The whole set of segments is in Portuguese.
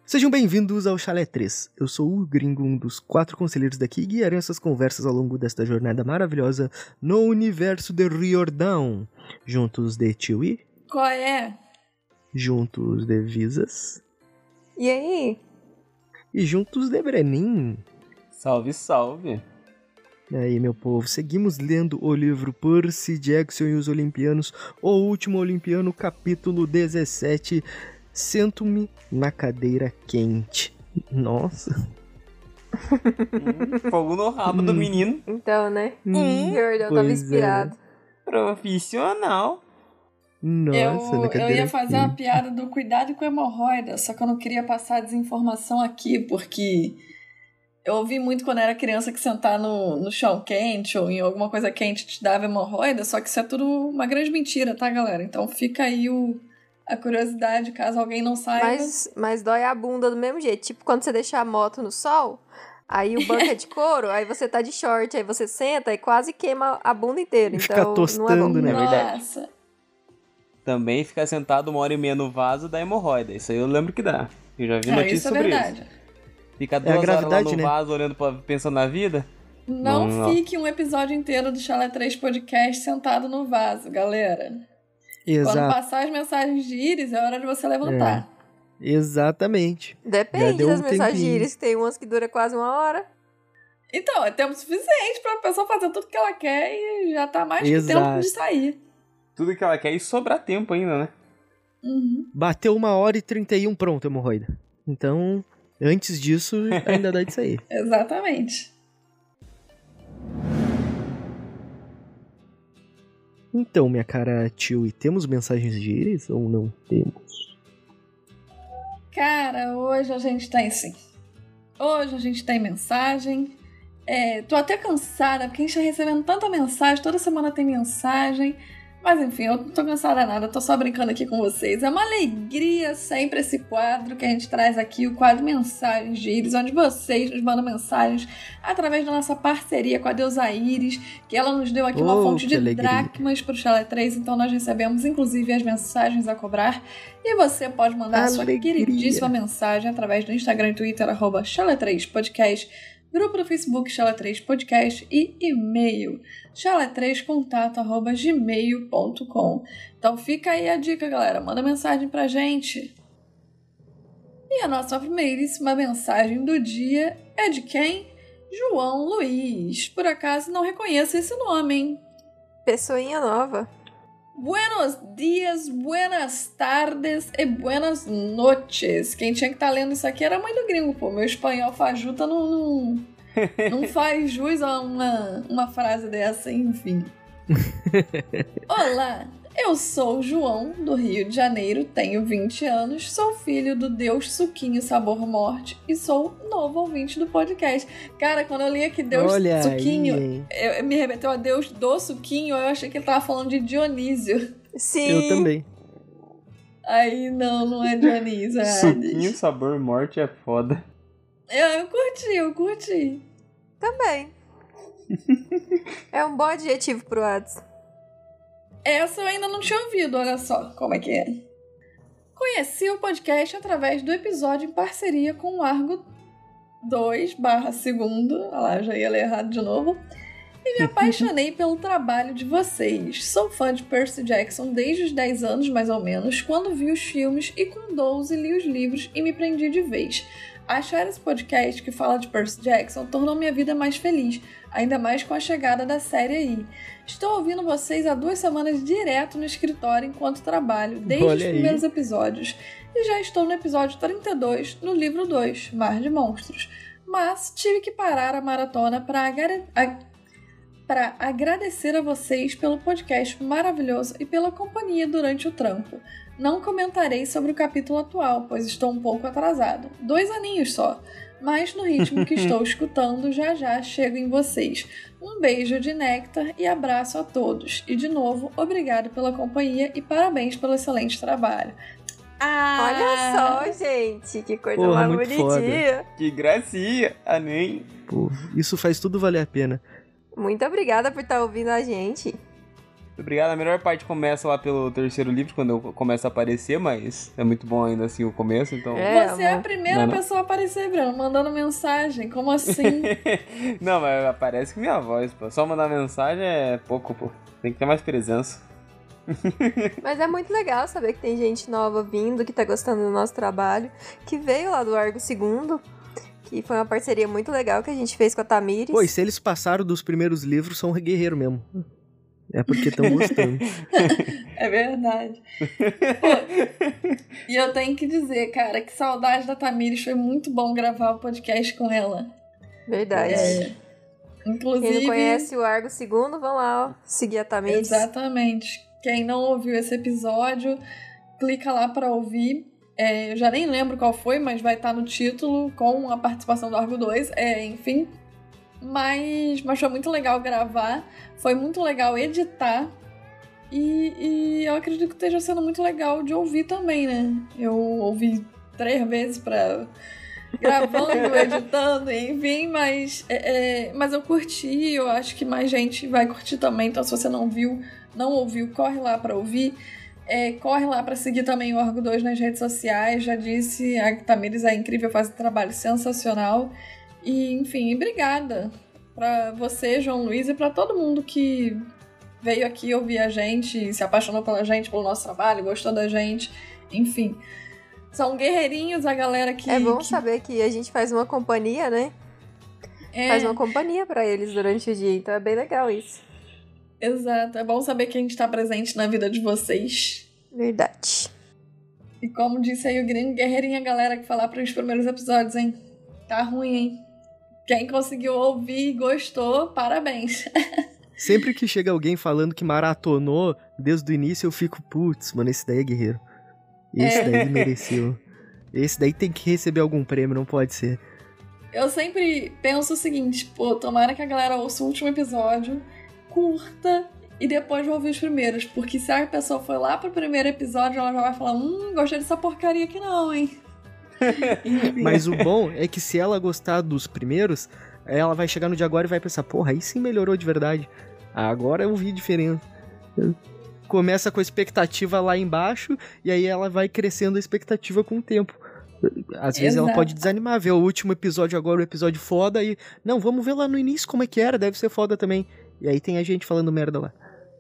Sejam bem-vindos ao Chalé 3. Eu sou o Gringo, um dos 4 conselheiros daqui, e guiarei essas conversas ao longo desta jornada maravilhosa no universo de Riordan. Juntos de Tiwi. Qual é? Juntos de Visas. E aí? E juntos de Brenin. Salve, salve. E aí, meu povo, seguimos lendo o livro Percy Jackson e os Olimpianos, o último Olimpiano, capítulo 17... Sento-me na cadeira quente. Nossa. Fogo no rabo do menino. Então, né? Riordan tava inspirado. Profissional. Nossa, na cadeira eu ia fazer quente. uma piada do cuidado com hemorroida, só que eu não queria passar desinformação aqui, porque eu ouvi muito quando era criança que sentar no chão quente ou em alguma coisa quente te dava hemorroida, só que isso é tudo uma grande mentira, tá, galera? Então fica aí a curiosidade, caso alguém não saiba. Mas dói a bunda do mesmo jeito. Tipo, quando você deixa a moto no sol, aí o banco é de couro, aí você tá de short, aí você senta e quase queima a bunda inteira. Fica Então, tostando, não é bom. né? Verdade. Nossa. Também ficar sentado 1h30 no vaso dá hemorroida. Isso aí eu lembro que dá. Eu já vi Isso notícia é sobre verdade. isso. Ficar a 2 horas lá gravidade, no né? vaso olhando pensando na vida. Não fique um episódio inteiro do Chalé 3 Podcast sentado no vaso, galera. Quando Exato. passar as mensagens de Iris, é hora de você levantar. Exatamente. Já Depende deu das um mensagens de tempinho. Iris, que tem umas que dura quase 1 hora. Então, é tempo suficiente pra pessoa fazer tudo que ela quer e já tá mais que Exato. tempo de sair. Tudo que ela quer e sobrar tempo ainda, né? Uhum. Bateu 1h31, pronto, hemorroida. Então, antes disso, ainda dá de sair. Exatamente. Então, minha cara Tiwi, temos mensagens de Iris ou não temos? Cara, hoje a gente tem sim. Hoje a gente tem mensagem. Tô até cansada, porque a gente tá recebendo tanta mensagem, toda semana tem mensagem. Mas enfim, eu não tô cansada nada, tô só brincando aqui com vocês. É uma alegria sempre esse quadro que a gente traz aqui, o quadro Mensagens de Iris, onde vocês nos mandam mensagens através da nossa parceria com a deusa Iris, que ela nos deu aqui uma fonte que de alegria. dracmas pro Chalé 3, então nós recebemos inclusive as mensagens a cobrar. E você pode mandar a sua Alegria. queridíssima mensagem através do Instagram e Twitter, @Chalé3podcast, grupo do Facebook Chalé 3 Podcast e e-mail chalé3contato@gmail.com. Então fica aí a dica, galera. Manda mensagem pra gente. E a nossa primeiríssima mensagem do dia é de quem? João Luiz. Por acaso não reconheço esse nome, hein? Pessoinha nova. Buenos dias, buenas tardes e buenas noches. Quem tinha que estar lendo isso aqui era a mãe do gringo, pô. Meu espanhol fajuta não faz jus a uma frase dessa, enfim. Olá, eu sou o João, do Rio de Janeiro, tenho 20 anos, sou filho do Deus Suquinho Sabor Morte e sou novo ouvinte do podcast. Cara, quando eu li aqui Deus Olha Suquinho, aí, hein? me remeteu a Deus do Suquinho, eu achei que ele tava falando de Dionísio. Sim. Eu também. Aí não é Dionísio. Suquinho, sabor, morte é foda. Eu curti. Também. É um bom adjetivo pro Hades. Essa eu ainda não tinha ouvido, olha só como é que é. Conheci o podcast através do episódio em parceria com o Argo 2/2, olha lá, já ia ler errado de novo, e me apaixonei pelo trabalho de vocês. Sou fã de Percy Jackson desde os 10 anos, mais ou menos, quando vi os filmes, e com 12 li os livros e me prendi de vez. Achar esse podcast que fala de Percy Jackson tornou minha vida mais feliz, ainda mais com a chegada da série aí. Estou ouvindo vocês há 2 semanas direto no escritório enquanto trabalho, desde Olha os aí. primeiros episódios. E já estou no episódio 32, no livro 2, Mar de Monstros. Mas tive que parar a maratona para agradecer a vocês pelo podcast maravilhoso e pela companhia durante o trampo. Não comentarei sobre o capítulo atual, pois estou um pouco atrasado. 2 aninhos só. Mas no ritmo que estou escutando, já chego em vocês. Um beijo de néctar e abraço a todos. E de novo, obrigado pela companhia e parabéns pelo excelente trabalho. Olha só, gente. Que coisa Porra, mais muito bonitinha. Que gracinha, nem. Pô, isso faz tudo valer a pena. Muito obrigada por estar ouvindo a gente. Obrigado. A melhor parte começa lá pelo terceiro livro, quando eu começo a aparecer, mas é muito bom ainda assim o começo, então... Você é a primeira pessoa a aparecer, Bruno, mandando mensagem. Como assim? Não, mas aparece com minha voz, pô. Só mandar mensagem é pouco, pô. Tem que ter mais presença. Mas é muito legal saber que tem gente nova vindo, que tá gostando do nosso trabalho, que veio lá do Argo II, que foi uma parceria muito legal que a gente fez com a Tamires. Pô, e se eles passaram dos primeiros livros, são guerreiro mesmo. É porque estão gostando. É verdade. Pô, e eu tenho que dizer, cara, que saudade da Tamires. Foi muito bom gravar o podcast com ela. Verdade. Inclusive... Quem não conhece o Argo II, vão lá, ó, seguir a Tamires. Exatamente. Quem não ouviu esse episódio, clica lá pra ouvir. Eu já nem lembro qual foi, mas vai estar no título com a participação do Argo 2. Enfim... Mas foi muito legal gravar, foi muito legal editar e eu acredito que esteja sendo muito legal de ouvir também, né? Eu ouvi 3 vezes gravando, editando, enfim, mas eu curti, eu acho que mais gente vai curtir também, então se você não ouviu, corre lá pra ouvir. Corre lá pra seguir também o Argo 2 nas redes sociais, já disse, a Tamires é incrível, faz um trabalho sensacional. E, enfim, obrigada pra você, João Luiz, e pra todo mundo que veio aqui ouvir a gente, se apaixonou pela gente, pelo nosso trabalho, gostou da gente, enfim. São guerreirinhos a galera que... É bom saber que a gente faz uma companhia, né? Faz uma companhia pra eles durante o dia, então é bem legal isso. Exato, é bom saber que a gente tá presente na vida de vocês. Verdade. E como disse aí o Gringo, guerreirinha a galera que falar pros primeiros episódios, hein? Tá ruim, hein? Quem conseguiu ouvir e gostou, parabéns. Sempre que chega alguém falando que maratonou desde o início, eu fico, putz, mano, esse daí é guerreiro. Esse daí mereceu. Esse daí tem que receber algum prêmio, não pode ser. Eu sempre penso o seguinte, pô, tomara que a galera ouça o último episódio, curta e depois vai ouvir os primeiros. Porque se a pessoa foi lá pro primeiro episódio, ela já vai falar, gostei dessa porcaria aqui não, hein? Mas o bom é que se ela gostar dos primeiros, ela vai chegar no de agora e vai pensar, porra, aí sim melhorou de verdade. Agora eu vi diferença. Começa com a expectativa lá embaixo e aí ela vai crescendo a expectativa com o tempo. Às vezes ela pode desanimar, ver o último episódio agora, o episódio foda, e não, vamos ver lá no início como é que era, deve ser foda também. E aí tem a gente falando merda lá.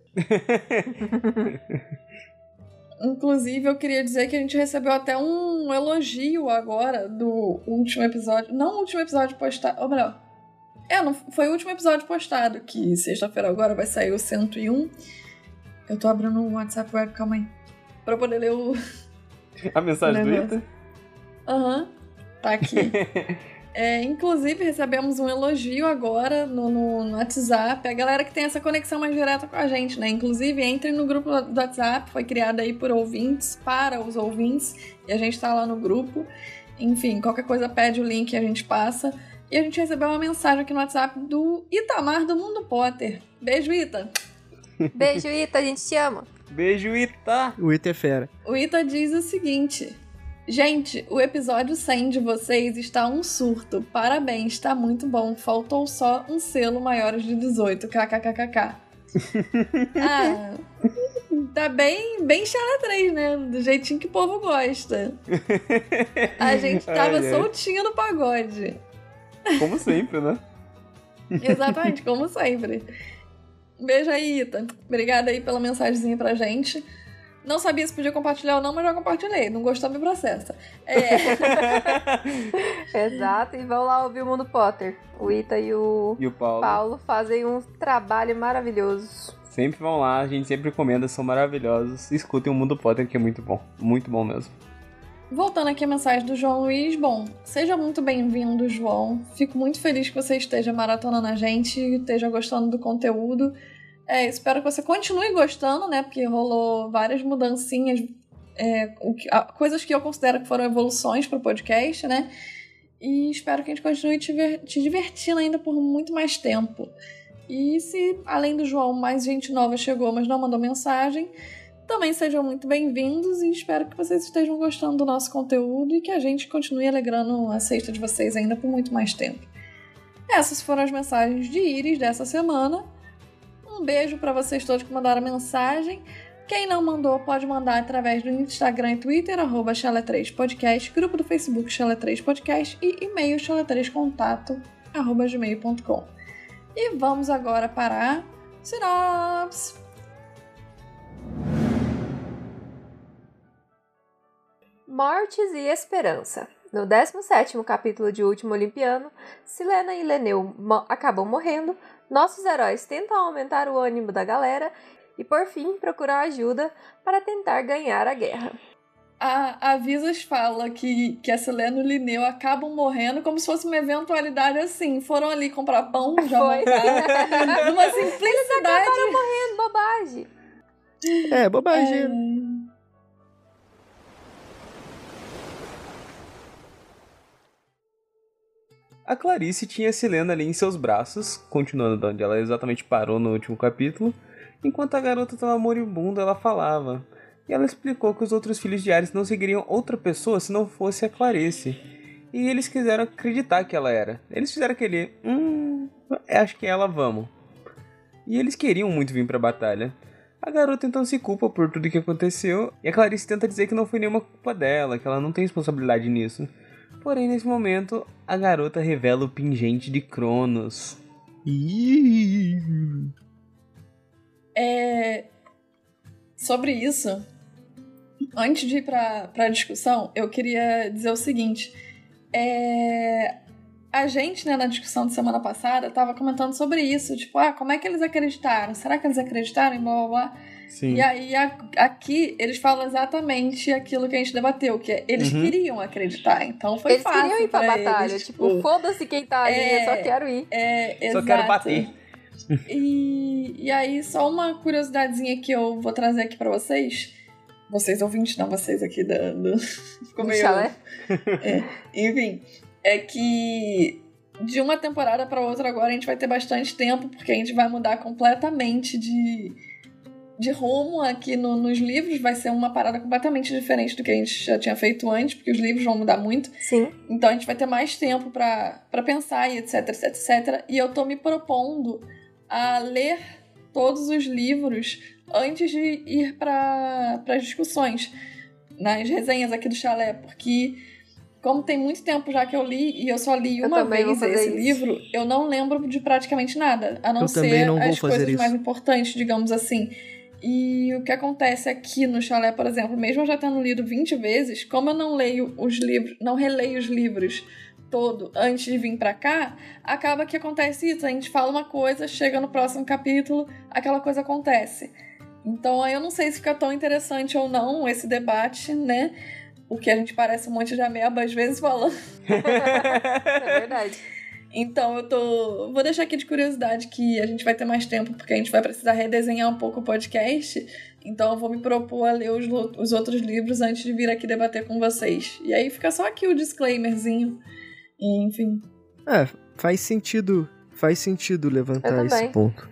Inclusive, eu queria dizer que a gente recebeu até um elogio agora do último episódio. Não o último episódio postado. Ou melhor, não foi o último episódio postado, que sexta-feira agora vai sair o 101. Eu tô abrindo o WhatsApp web, calma aí. Pra poder ler a mensagem do Ita? Aham, tá aqui. Inclusive, recebemos um elogio agora no WhatsApp. A galera que tem essa conexão mais direta com a gente, né? Inclusive, entrem no grupo do WhatsApp. Foi criado aí por ouvintes, para os ouvintes. E a gente tá lá no grupo. Enfim, qualquer coisa pede o link e a gente passa. E a gente recebeu uma mensagem aqui no WhatsApp do Itamar do Mundo Potter. Beijo, Ita! Beijo, Ita, a gente te ama. Beijo, Ita! O Ita é fera. O Ita diz o seguinte... Gente, o episódio 100 de vocês está um surto. Parabéns, tá muito bom. Faltou só um selo maiores de 18. KKKKK. Tá bem xalatrês, né? Do jeitinho que o povo gosta. A gente tava soltinho no pagode. Como sempre, né? Exatamente, como sempre. Beijo aí, Ita. Obrigada aí pela mensagenzinha pra gente. Não sabia se podia compartilhar ou não, mas já compartilhei. Não gostou, me processa. Exato, e vão lá ouvir o Mundo Potter. O Ita e o Paulo fazem um trabalho maravilhoso. Sempre vão lá, a gente sempre recomenda, são maravilhosos. Escutem o Mundo Potter, que é muito bom mesmo. Voltando aqui a mensagem do João Luiz. Bom, seja muito bem-vindo, João. Fico muito feliz que você esteja maratonando a gente, esteja gostando do conteúdo. Espero que você continue gostando, né? Porque rolou várias mudancinhas, coisas que eu considero que foram evoluções pro podcast, né? E espero que a gente continue te divertindo ainda por muito mais tempo. E se, além do João, mais gente nova chegou, mas não mandou mensagem, também sejam muito bem-vindos e espero que vocês estejam gostando do nosso conteúdo e que a gente continue alegrando a sexta de vocês ainda por muito mais tempo. Essas foram as mensagens de Iris dessa semana. Um beijo pra vocês todos que mandaram mensagem. Quem não mandou, pode mandar através do Instagram e Twitter, @chala3podcast, grupo do Facebook Chala3podcast e e-mail chala3contato@gmail.com. E vamos agora para a sinopse. Mortes e Esperança. No 17º capítulo de O Último Olimpiano, Silena e Leneu acabam morrendo, nossos heróis tentam aumentar o ânimo da galera e, por fim, procuram ajuda para tentar ganhar a guerra. A Visas fala que a Silena e o Lineu acabam morrendo como se fosse uma eventualidade assim. Foram ali comprar pão, já voltaram. Numa simplicidade. Eles acabaram morrendo, bobagem. É, bobagem. A Clarice tinha a Silena ali em seus braços, continuando de onde ela exatamente parou no último capítulo. Enquanto a garota estava moribunda, ela falava. E ela explicou que os outros filhos de Ares não seguiriam outra pessoa se não fosse a Clarice. E eles quiseram acreditar que ela era. Eles fizeram aquele... acho que é ela, vamos. E eles queriam muito vir pra batalha. A garota então se culpa por tudo que aconteceu. E a Clarice tenta dizer que não foi nenhuma culpa dela, que ela não tem responsabilidade nisso. Porém, nesse momento, a garota revela o pingente de Cronos. Sobre isso, antes de ir pra discussão, eu queria dizer o seguinte. A gente, né, na discussão de semana passada, tava comentando sobre isso. Tipo, como é que eles acreditaram? Será que eles acreditaram em blá blá blá? Sim. E aí, aqui, eles falam exatamente aquilo que a gente debateu, que é, eles queriam acreditar, então foi fácil. Eles queriam ir pra batalha, eles, tipo, foda-se quem tá ali, eu só quero ir. Só quero bater. E aí, só uma curiosidadezinha que eu vou trazer aqui pra vocês. Vocês ouvintes, não vocês aqui do ficou meio... Chalé? Enfim, é que de uma temporada pra outra agora a gente vai ter bastante tempo, porque a gente vai mudar completamente de rumo aqui nos livros. Vai ser uma parada completamente diferente do que a gente já tinha feito antes, porque os livros vão mudar muito. Sim. Então a gente vai ter mais tempo pra pensar e etc, etc, etc. E eu tô me propondo a ler todos os livros antes de ir para as discussões, nas resenhas aqui do Chalé, porque como tem muito tempo já que eu li, e eu só li uma vez esse livro, eu não lembro de praticamente nada, a não ser as coisas mais importantes, digamos assim. E o que acontece aqui no Chalé, por exemplo, mesmo eu já tendo lido 20 vezes, como eu não leio os livros, não releio os livros todo antes de vir pra cá, acaba que acontece isso. A gente fala uma coisa, chega no próximo capítulo, aquela coisa acontece. Então aí eu não sei se fica tão interessante ou não esse debate, né? Porque a gente parece um monte de ameba às vezes falando. É verdade. Então vou deixar aqui de curiosidade que a gente vai ter mais tempo, porque a gente vai precisar redesenhar um pouco o podcast. Então eu vou me propor a ler os outros livros antes de vir aqui debater com vocês. E aí fica só aqui o disclaimerzinho. E, enfim. Faz sentido levantar esse ponto.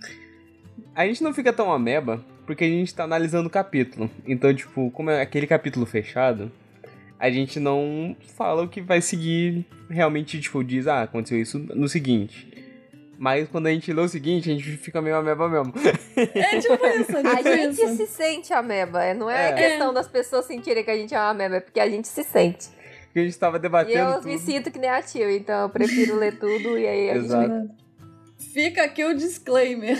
A gente não fica tão ameba porque a gente tá analisando o capítulo. Então, tipo, como é aquele capítulo fechado, a gente não fala o que vai seguir realmente, tipo, diz, aconteceu isso no seguinte. Mas quando a gente lê o seguinte, a gente fica meio ameba mesmo. É tipo isso, a gente se sente ameba. Não é questão das pessoas sentirem que a gente é uma ameba, é porque a gente se sente. Porque a gente tava debatendo. E eu me sinto que nem a Tio, então eu prefiro ler tudo e aí a gente... Fica aqui o disclaimer.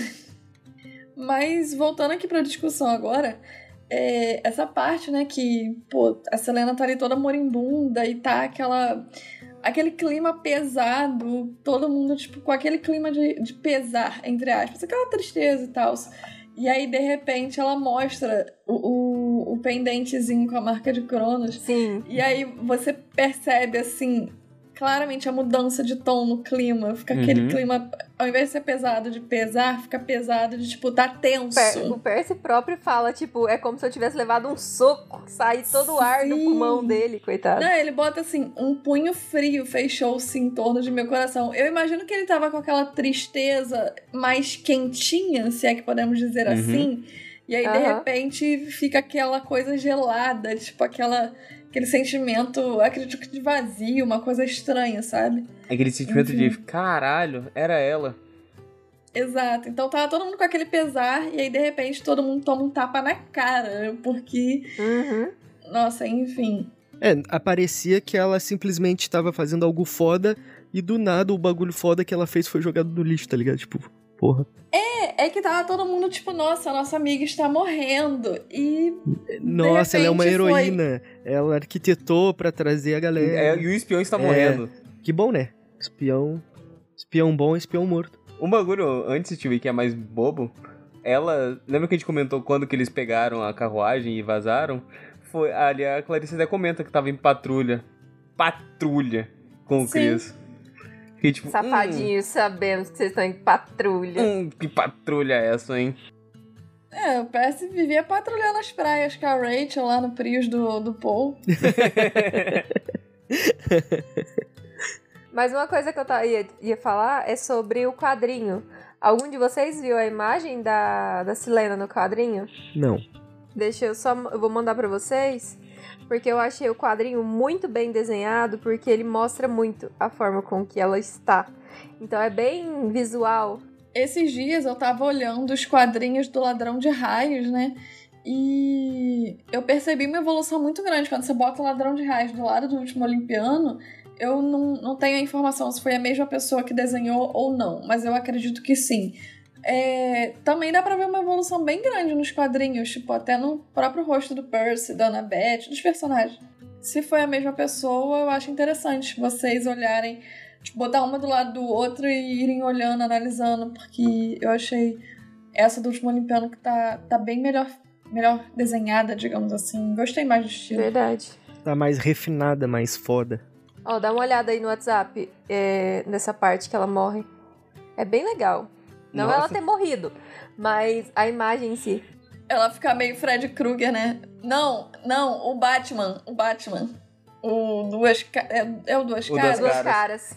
Mas voltando aqui pra discussão agora, essa parte, né, que, a Silena tá ali toda moribunda e tá aquele clima pesado, todo mundo, tipo, com aquele clima de pesar, entre aspas, aquela tristeza e tal. E aí, de repente, ela mostra o pendentezinho com a marca de Cronos. Sim. E aí você percebe, assim, claramente a mudança de tom no clima. Fica aquele clima, ao invés de ser pesado de pesar, fica pesado de, tipo, tá tenso. O Percy próprio fala, tipo, é como se eu tivesse levado um soco, sair todo o ar do pulmão dele, coitado. Não, ele bota, assim, um punho frio fechou-se em torno de meu coração. Eu imagino que ele tava com aquela tristeza mais quentinha, se é que podemos dizer assim. E aí, de repente, fica aquela coisa gelada, tipo, aquele sentimento, acredito que de vazio, uma coisa estranha, sabe? Aquele sentimento de, caralho, era ela. Exato. Então tava todo mundo com aquele pesar e aí, de repente, todo mundo toma um tapa na cara. Porque... Nossa, enfim. Parecia que ela simplesmente estava fazendo algo foda e do nada o bagulho foda que ela fez foi jogado no lixo, tá ligado? Tipo, porra. É que tava todo mundo tipo, nossa, nossa amiga está morrendo. E. Nossa, ela é uma heroína. Ela arquitetou pra trazer a galera. E o espião está morrendo. Que bom, né? Espião bom, espião morto. Um bagulho, antes, Steve, que é mais bobo, ela... Lembra que a gente comentou quando que eles pegaram a carruagem e vazaram? Foi ali, a Clarice até comenta que tava em patrulha com o Chris. Que, tipo, Safadinhos, sabemos que vocês estão em patrulha. Que patrulha é essa, hein? O Percy vivia patrulhando as praias com a Rachel lá no Prius do Paul. Mas uma coisa que eu ia falar é sobre o quadrinho. Algum de vocês viu a imagem da Silena no quadrinho? Não. Eu vou mandar pra vocês, porque eu achei o quadrinho muito bem desenhado, porque ele mostra muito a forma com que ela está. Então é bem visual. Esses dias eu tava olhando os quadrinhos do Ladrão de Raios, né? E eu percebi uma evolução muito grande. Quando você bota o Ladrão de Raios do lado do Último Olimpiano, eu não tenho a informação se foi a mesma pessoa que desenhou ou não, mas eu acredito que sim. Também dá pra ver uma evolução bem grande nos quadrinhos, tipo, até no próprio rosto do Percy, da Annabeth, dos personagens. Se foi a mesma pessoa, eu acho interessante vocês olharem, tipo, botar uma do lado do outro e irem olhando, analisando, porque eu achei essa do Último Olimpiano que tá bem melhor desenhada, digamos assim. Gostei mais do estilo. Verdade. Tá mais refinada, mais foda. Dá uma olhada aí no WhatsApp, nessa parte que ela morre. É bem legal. Não ela ter morrido, mas a imagem em si. Ela fica meio Fred Krueger, né? Não, o Batman. O Duas Caras. O Duas Caras.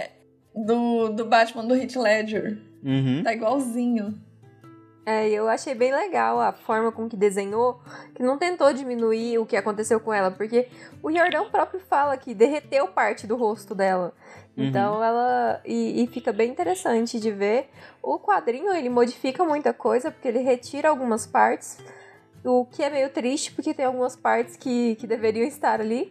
Do Batman do Heath Ledger. Tá igualzinho. Eu achei bem legal a forma com que desenhou, que não tentou diminuir o que aconteceu com ela, porque o Riordan próprio fala que derreteu parte do rosto dela. Então ela... E fica bem interessante de ver. O quadrinho, ele modifica muita coisa, porque ele retira algumas partes, o que é meio triste, porque tem algumas partes que deveriam estar ali,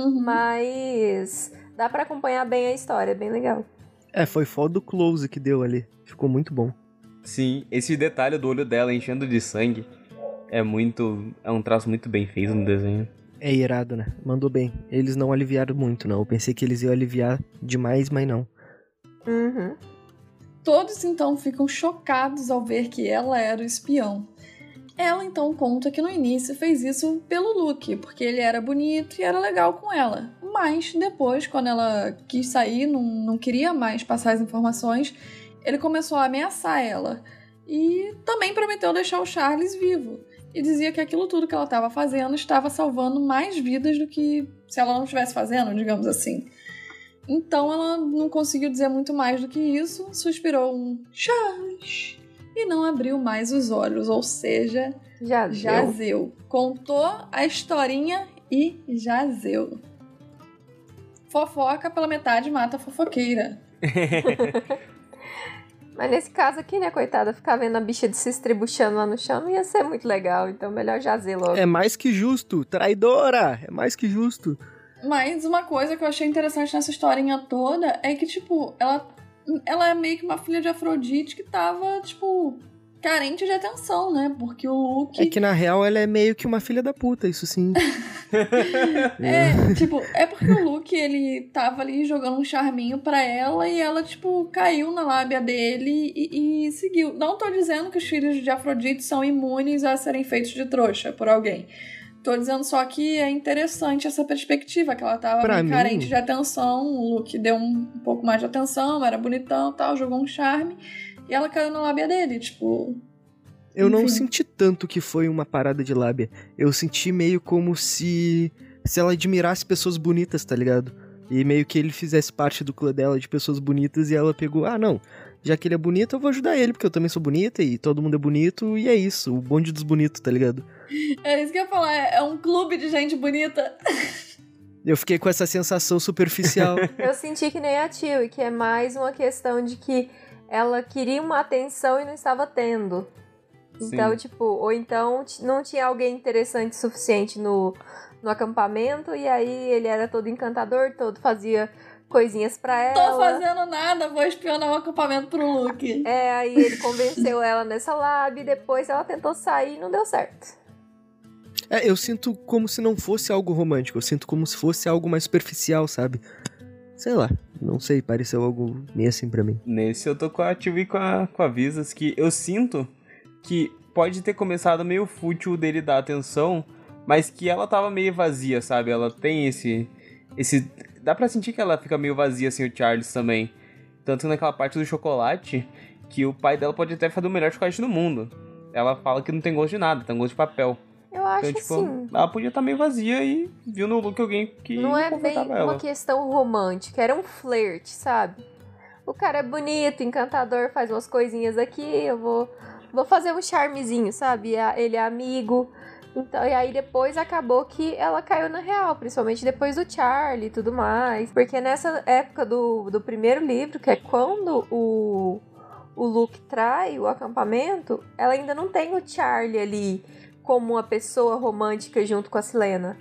mas dá pra acompanhar bem a história, é bem legal. Foi foda o close que deu ali, ficou muito bom. Sim, esse detalhe do olho dela enchendo de sangue é um traço muito bem feito no desenho. É irado, né? Mandou bem. Eles não aliviaram muito, não. Eu pensei que eles iam aliviar demais, mas não. Todos, então, ficam chocados ao ver que ela era o espião. Ela, então, conta que no início fez isso pelo Luke, porque ele era bonito e era legal com ela. Mas, depois, quando ela quis sair, não queria mais passar as informações, ele começou a ameaçar ela. E também prometeu deixar o Charles vivo. E dizia que aquilo tudo que ela estava fazendo estava salvando mais vidas do que se ela não estivesse fazendo, digamos assim. Então ela não conseguiu dizer muito mais do que isso, suspirou um Charles e não abriu mais os olhos, ou seja, jazeu. Contou a historinha e jazeu. Fofoca pela metade mata a fofoqueira. Mas nesse caso aqui, né, coitada, ficar vendo a bicha se estribuchando lá no chão não ia ser muito legal, então melhor jazer logo. É mais que justo, traidora, é mais que justo. Mas uma coisa que eu achei interessante nessa historinha toda é que, tipo, ela é meio que uma filha de Afrodite que tava, tipo, carente de atenção, né? Porque o Luke... É que na real ela é meio que uma filha da puta, isso sim. É porque o Luke, ele tava ali jogando um charminho pra ela e ela, tipo, caiu na lábia dele e seguiu. Não tô dizendo que os filhos de Afrodite são imunes a serem feitos de trouxa por alguém. Tô dizendo só que é interessante essa perspectiva, que ela tava bem carente de atenção, o Luke deu um pouco mais de atenção, era bonitão e tal, jogou um charme, e ela caiu na lábia dele, tipo... Eu não senti tanto que foi uma parada de lábia. Eu senti meio como se ela admirasse pessoas bonitas, tá ligado? E meio que ele fizesse parte do clã dela de pessoas bonitas e ela pegou, não, já que ele é bonito, eu vou ajudar ele, porque eu também sou bonita e todo mundo é bonito, e é isso, o bonde dos bonitos, tá ligado? É isso que eu ia falar, é um clube de gente bonita. Eu fiquei com essa sensação superficial. Eu senti que nem a Tio, e que é mais uma questão de que ela queria uma atenção e não estava tendo. Então, Sim. tipo, ou então não tinha alguém interessante o suficiente no acampamento, e aí ele era todo encantador, todo fazia coisinhas pra ela. Tô fazendo nada, vou espionar o acampamento pro Luke. Aí ele convenceu ela nessa lab, e depois ela tentou sair e não deu certo. Eu sinto como se não fosse algo romântico, eu sinto como se fosse algo mais superficial, sabe? Sei lá, não sei, pareceu algo meio assim pra mim. Nesse eu tô com a Tiv e com a Visas, que eu sinto que pode ter começado meio fútil dele dar atenção, mas que ela tava meio vazia, sabe? Ela tem esse... Dá pra sentir que ela fica meio vazia sem o Charles também. Tanto que naquela parte do chocolate, que o pai dela pode até fazer o melhor chocolate do mundo. Ela fala que não tem gosto de nada, tem gosto de papel. Eu acho Então, tipo, assim. ela podia estar meio vazia e viu no Luke alguém que Não é bem confortava ela. uma questão romântica, era um flerte, sabe? O cara é bonito, encantador, faz umas coisinhas aqui, eu vou fazer um charmezinho, sabe? Ele é amigo. Então, e aí depois acabou que ela caiu na real, principalmente depois do Charlie e tudo mais. Porque nessa época do primeiro livro, que é quando o Luke trai o acampamento, ela ainda não tem o Charlie ali como uma pessoa romântica junto com a Silena.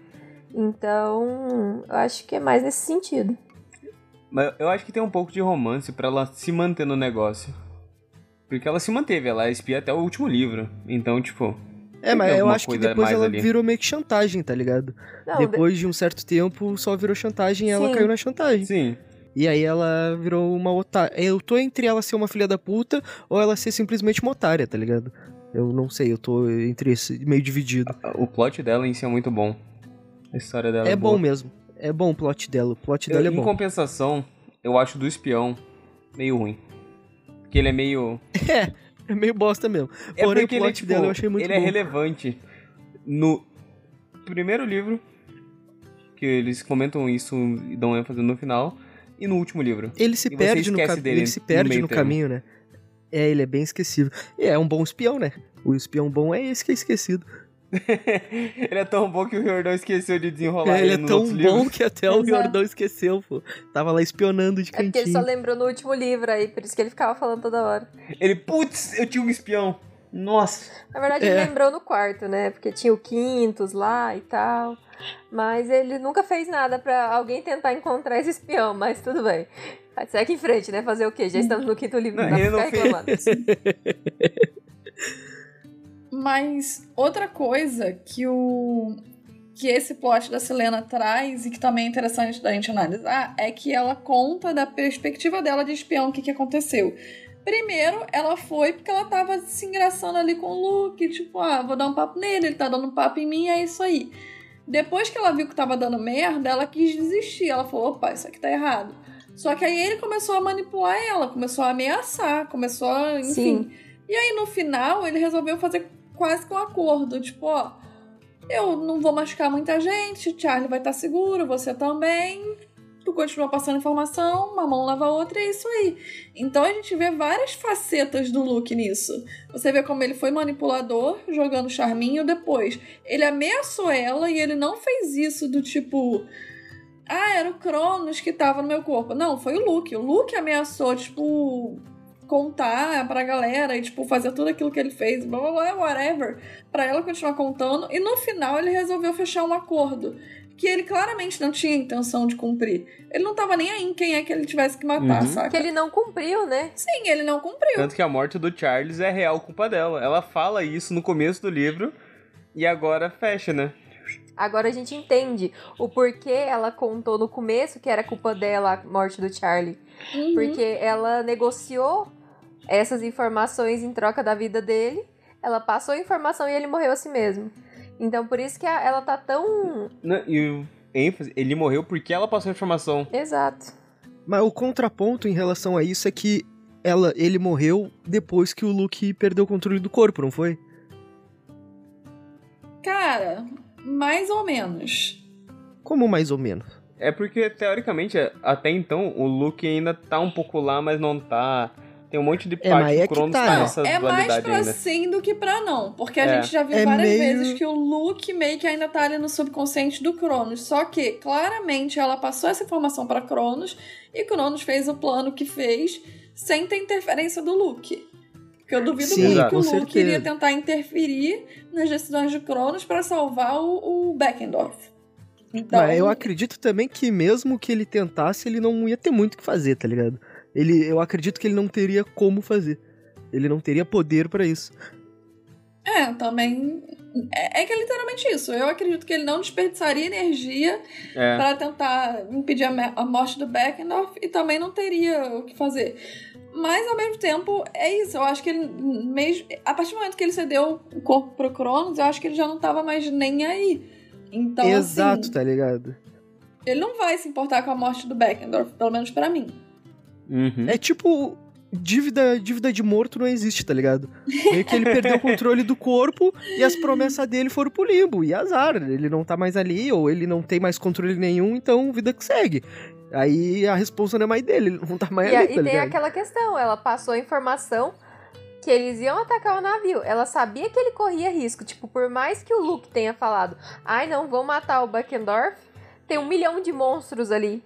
Então, eu acho que é mais nesse sentido. Mas eu acho que tem um pouco de romance pra ela se manter no negócio. Porque ela se manteve, ela é espia até o último livro. Então, tipo... Mas eu alguma acho que coisa depois mais ela ali. virou meio que chantagem, tá ligado? Não, Depois de um certo tempo, só virou chantagem e ela Sim. caiu na chantagem. Sim. E aí ela virou uma otária. Eu tô entre ela ser uma filha da puta ou ela ser simplesmente uma otária, tá ligado? Eu não sei, eu tô entre esse meio dividido. O plot dela em si é muito bom. A história dela É bom boa. mesmo. É bom o plot dela. O plot dela é Em bom. compensação, eu acho do espião meio ruim. Porque ele é meio... É meio bosta mesmo. É Porém, o porque plot ele, tipo, dela eu achei muito ele bom. é relevante no primeiro livro, que eles comentam isso e dão ênfase no final, e no último livro. Ele se E você perde no esquece dele ele se no perde meio no termo. caminho, né? Ele é bem esquecível. E é um bom espião, né? O espião bom é esse que é esquecido. Ele é tão bom que o Riordão esqueceu de desenrolar Ele é nos tão outros bom livros. que até o Exato. Riordão esqueceu, pô. Tava lá espionando de É porque ele cantinho. só lembrou no último livro aí, por isso que ele ficava falando toda hora. Ele, putz, eu tinha um espião. Nossa. Na verdade, ele lembrou no quarto, né? Porque tinha o Quintus lá e tal. Mas ele nunca fez nada pra alguém tentar encontrar esse espião, mas tudo bem. Aí segue em frente, né? Fazer o quê? Já estamos no quinto livro, Não, não dá ele pra não ficar fez. reclamando. Mas outra coisa que esse plot da Silena traz e que também é interessante da gente analisar é que ela conta da perspectiva dela de espião o que aconteceu. Primeiro, ela foi porque ela tava se engraçando ali com o Luke, tipo, vou dar um papo nele, ele tá dando um papo em mim, é isso aí. Depois que ela viu que tava dando merda, ela quis desistir, ela falou, opa, isso aqui tá errado. Só que aí ele começou a manipular ela, começou a ameaçar, começou a, enfim. Sim. E aí no final ele resolveu fazer quase que um acordo, tipo, eu não vou machucar muita gente, Charlie vai estar seguro, você também. Tu continua passando informação, uma mão lava a outra, é isso aí. Então a gente vê várias facetas do Luke nisso. Você vê como ele foi manipulador, jogando charminho, depois ele ameaçou ela e ele não fez isso do tipo... era o Cronos que tava no meu corpo. Não, foi o Luke. O Luke ameaçou, tipo... contar pra galera e, tipo, fazer tudo aquilo que ele fez, blá blá blá, whatever, pra ela continuar contando, e no final ele resolveu fechar um acordo que ele claramente não tinha intenção de cumprir. Ele não tava nem aí em quem é que ele tivesse que matar, saca? Que ele não cumpriu, né? Sim, ele não cumpriu. Tanto que a morte do Charles é real culpa dela. Ela fala isso no começo do livro e agora fecha, né? Agora a gente entende o porquê ela contou no começo que era culpa dela a morte do Charlie. Uhum. Porque ela negociou essas informações em troca da vida dele, ela passou a informação e ele morreu a si mesmo. Então por isso que ela tá tão... E o ênfase, ele morreu porque ela passou a informação. Exato. Mas o contraponto em relação a isso é que ele morreu depois que o Luke perdeu o controle do corpo, não foi? Cara, mais ou menos. Como mais ou menos? É porque, teoricamente, até então, o Luke ainda tá um pouco lá, mas não tá Tem um monte de mas parte é do que Cronos tá. tá Não, nessa É mais dualidade pra ainda. sim do que pra não. Porque a gente já viu É várias meio- vezes que o Luke meio que ainda tá ali no subconsciente do Cronos. Só que, claramente, ela passou essa informação pra Cronos e Cronos fez o plano que fez sem ter interferência do Luke. Porque eu duvido Sim, muito que com o Luke certeza. iria tentar interferir nas decisões de Cronos pra salvar o Beckendorf. Então, Mas eu acredito também que mesmo que ele tentasse, ele não ia ter muito o que fazer, tá ligado? Eu acredito que ele não teria como fazer. Ele não teria poder pra isso. também... É que é literalmente isso. Eu acredito que ele não desperdiçaria energia É. para tentar impedir a morte do Beckendorf e também não teria o que fazer. Mas, ao mesmo tempo, é isso. Eu acho que ele, mesmo, a partir do momento que ele cedeu o corpo pro Cronos, eu acho que ele já não tava mais nem aí. Então, Exato, assim, tá ligado? ele não vai se importar com a morte do Beckendorf, pelo menos pra mim. Uhum. É tipo, dívida de morto não existe, tá ligado? Meio que ele perdeu o controle do corpo e as promessas dele foram pro limbo. E azar, ele não tá mais ali, ou ele não tem mais controle nenhum, então vida que segue. Aí a responsa não é mais dele, ele não tá mais ali, tá E tem ligado? aquela questão, ela passou a informação que eles iam atacar o navio. Ela sabia que ele corria risco. Tipo, por mais que o Luke tenha falado, ai não, vão matar o Beckendorf, tem 1 milhão de monstros ali.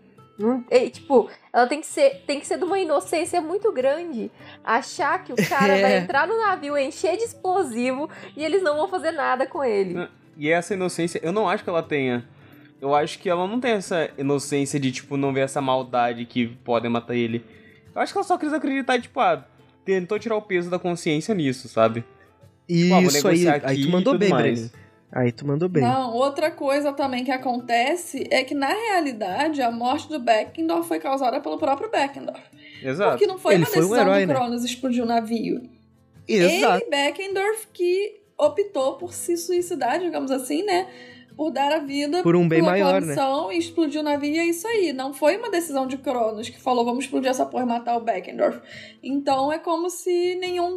E, tipo, ela tem que ser de uma inocência muito grande. Achar que o cara vai entrar no navio, encher de explosivo e eles não vão fazer nada com ele. E essa inocência, eu não acho que ela tenha. Eu acho que ela não tem essa inocência de, tipo, não ver essa maldade que podem matar ele. Eu acho que ela só quis acreditar, tipo, tentou tirar o peso da consciência nisso, sabe? Vou Isso aí, negociar aí aqui tu mandou e tudo bem, mais. Brenin. Aí tu mandou bem. Não, outra coisa também que acontece é que, na realidade, a morte do Beckendorf foi causada pelo próprio Beckendorf. Exato. Porque não foi Ele uma foi um decisão herói, do né? Cronos explodir o navio. Exato. Ele, Beckendorf, que optou por se suicidar, digamos assim, né? Por dar a vida Por um bem pela maior, né? coalição e explodir o navio, e é isso aí. Não foi uma decisão de Cronos que falou, vamos explodir essa porra e matar o Beckendorf. Então é como se nenhum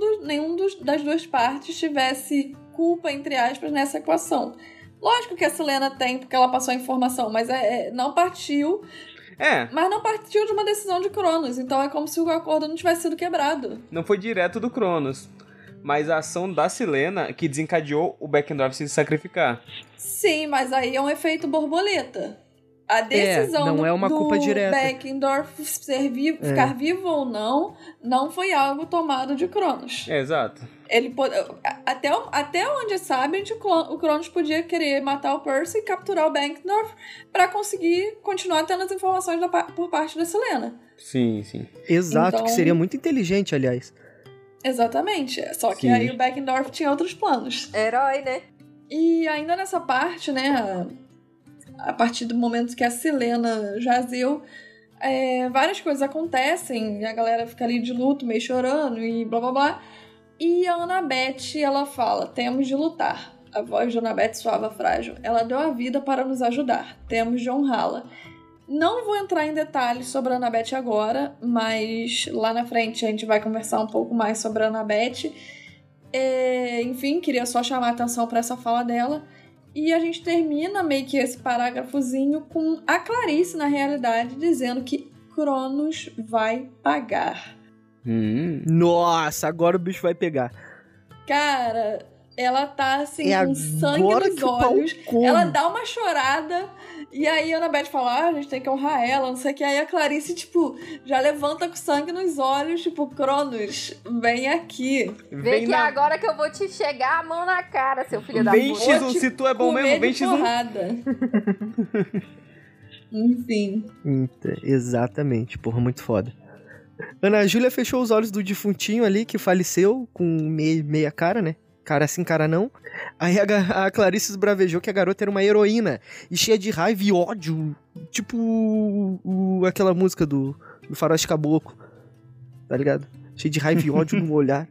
das duas partes tivesse culpa, entre aspas, nessa equação. Lógico que a Silena tem, porque ela passou a informação, mas não partiu. Mas não partiu de uma decisão de Cronos. Então é como se o acordo não tivesse sido quebrado. Não foi direto do Cronos. Mas a ação da Silena que desencadeou o Beckendorf se sacrificar. Sim, mas aí é um efeito borboleta. A decisão não é uma culpa direta. Beckendorf ficar vivo ou não foi algo tomado de Cronos. Exato. Ele até onde sabe, o Cronos podia querer matar o Percy e capturar o Beckendorf pra conseguir continuar tendo as informações por parte da Silena. Sim, sim. Exato, Então- que seria muito inteligente, aliás. Exatamente. Só que Sim. aí o Beckendorf tinha outros planos. Herói, né? E ainda nessa parte, né, a partir do momento que a Silena jazeu, várias coisas acontecem, e a galera fica ali de luto, meio chorando e blá blá blá. E a Annabeth, ela fala, temos de lutar. A voz de Annabeth soava frágil. Ela deu a vida para nos ajudar. Temos de honrá-la. Não vou entrar em detalhes sobre a Annabeth agora, mas lá na frente a gente vai conversar um pouco mais sobre a Annabeth. Enfim, queria só chamar a atenção para essa fala dela. E a gente termina meio que esse parágrafozinho com a Clarice, na realidade, dizendo que Cronos vai pagar. Nossa, agora o bicho vai pegar. Cara, ela tá assim, É com sangue agora nos que o pau olhos. come. Ela dá uma chorada. E aí a Annabeth fala, a gente tem que honrar ela, não sei o que. Aí a Clarice, tipo, já levanta com sangue nos olhos, tipo, Cronos, vem aqui. Vem que agora que eu vou te chegar a mão na cara, seu filho da Vem, puta. X1, se tu é bom Comer mesmo, vem, de X1. porrada. Enfim. Exatamente, porra, muito foda. Ana Júlia fechou os olhos do defuntinho ali, que faleceu, com meia cara, né? Cara sim, cara não. Aí a Clarice esbravejou que a garota era uma heroína e cheia de raiva e ódio. Tipo aquela música do Faroeste Caboclo. Tá ligado? Cheia de raiva e ódio no olhar.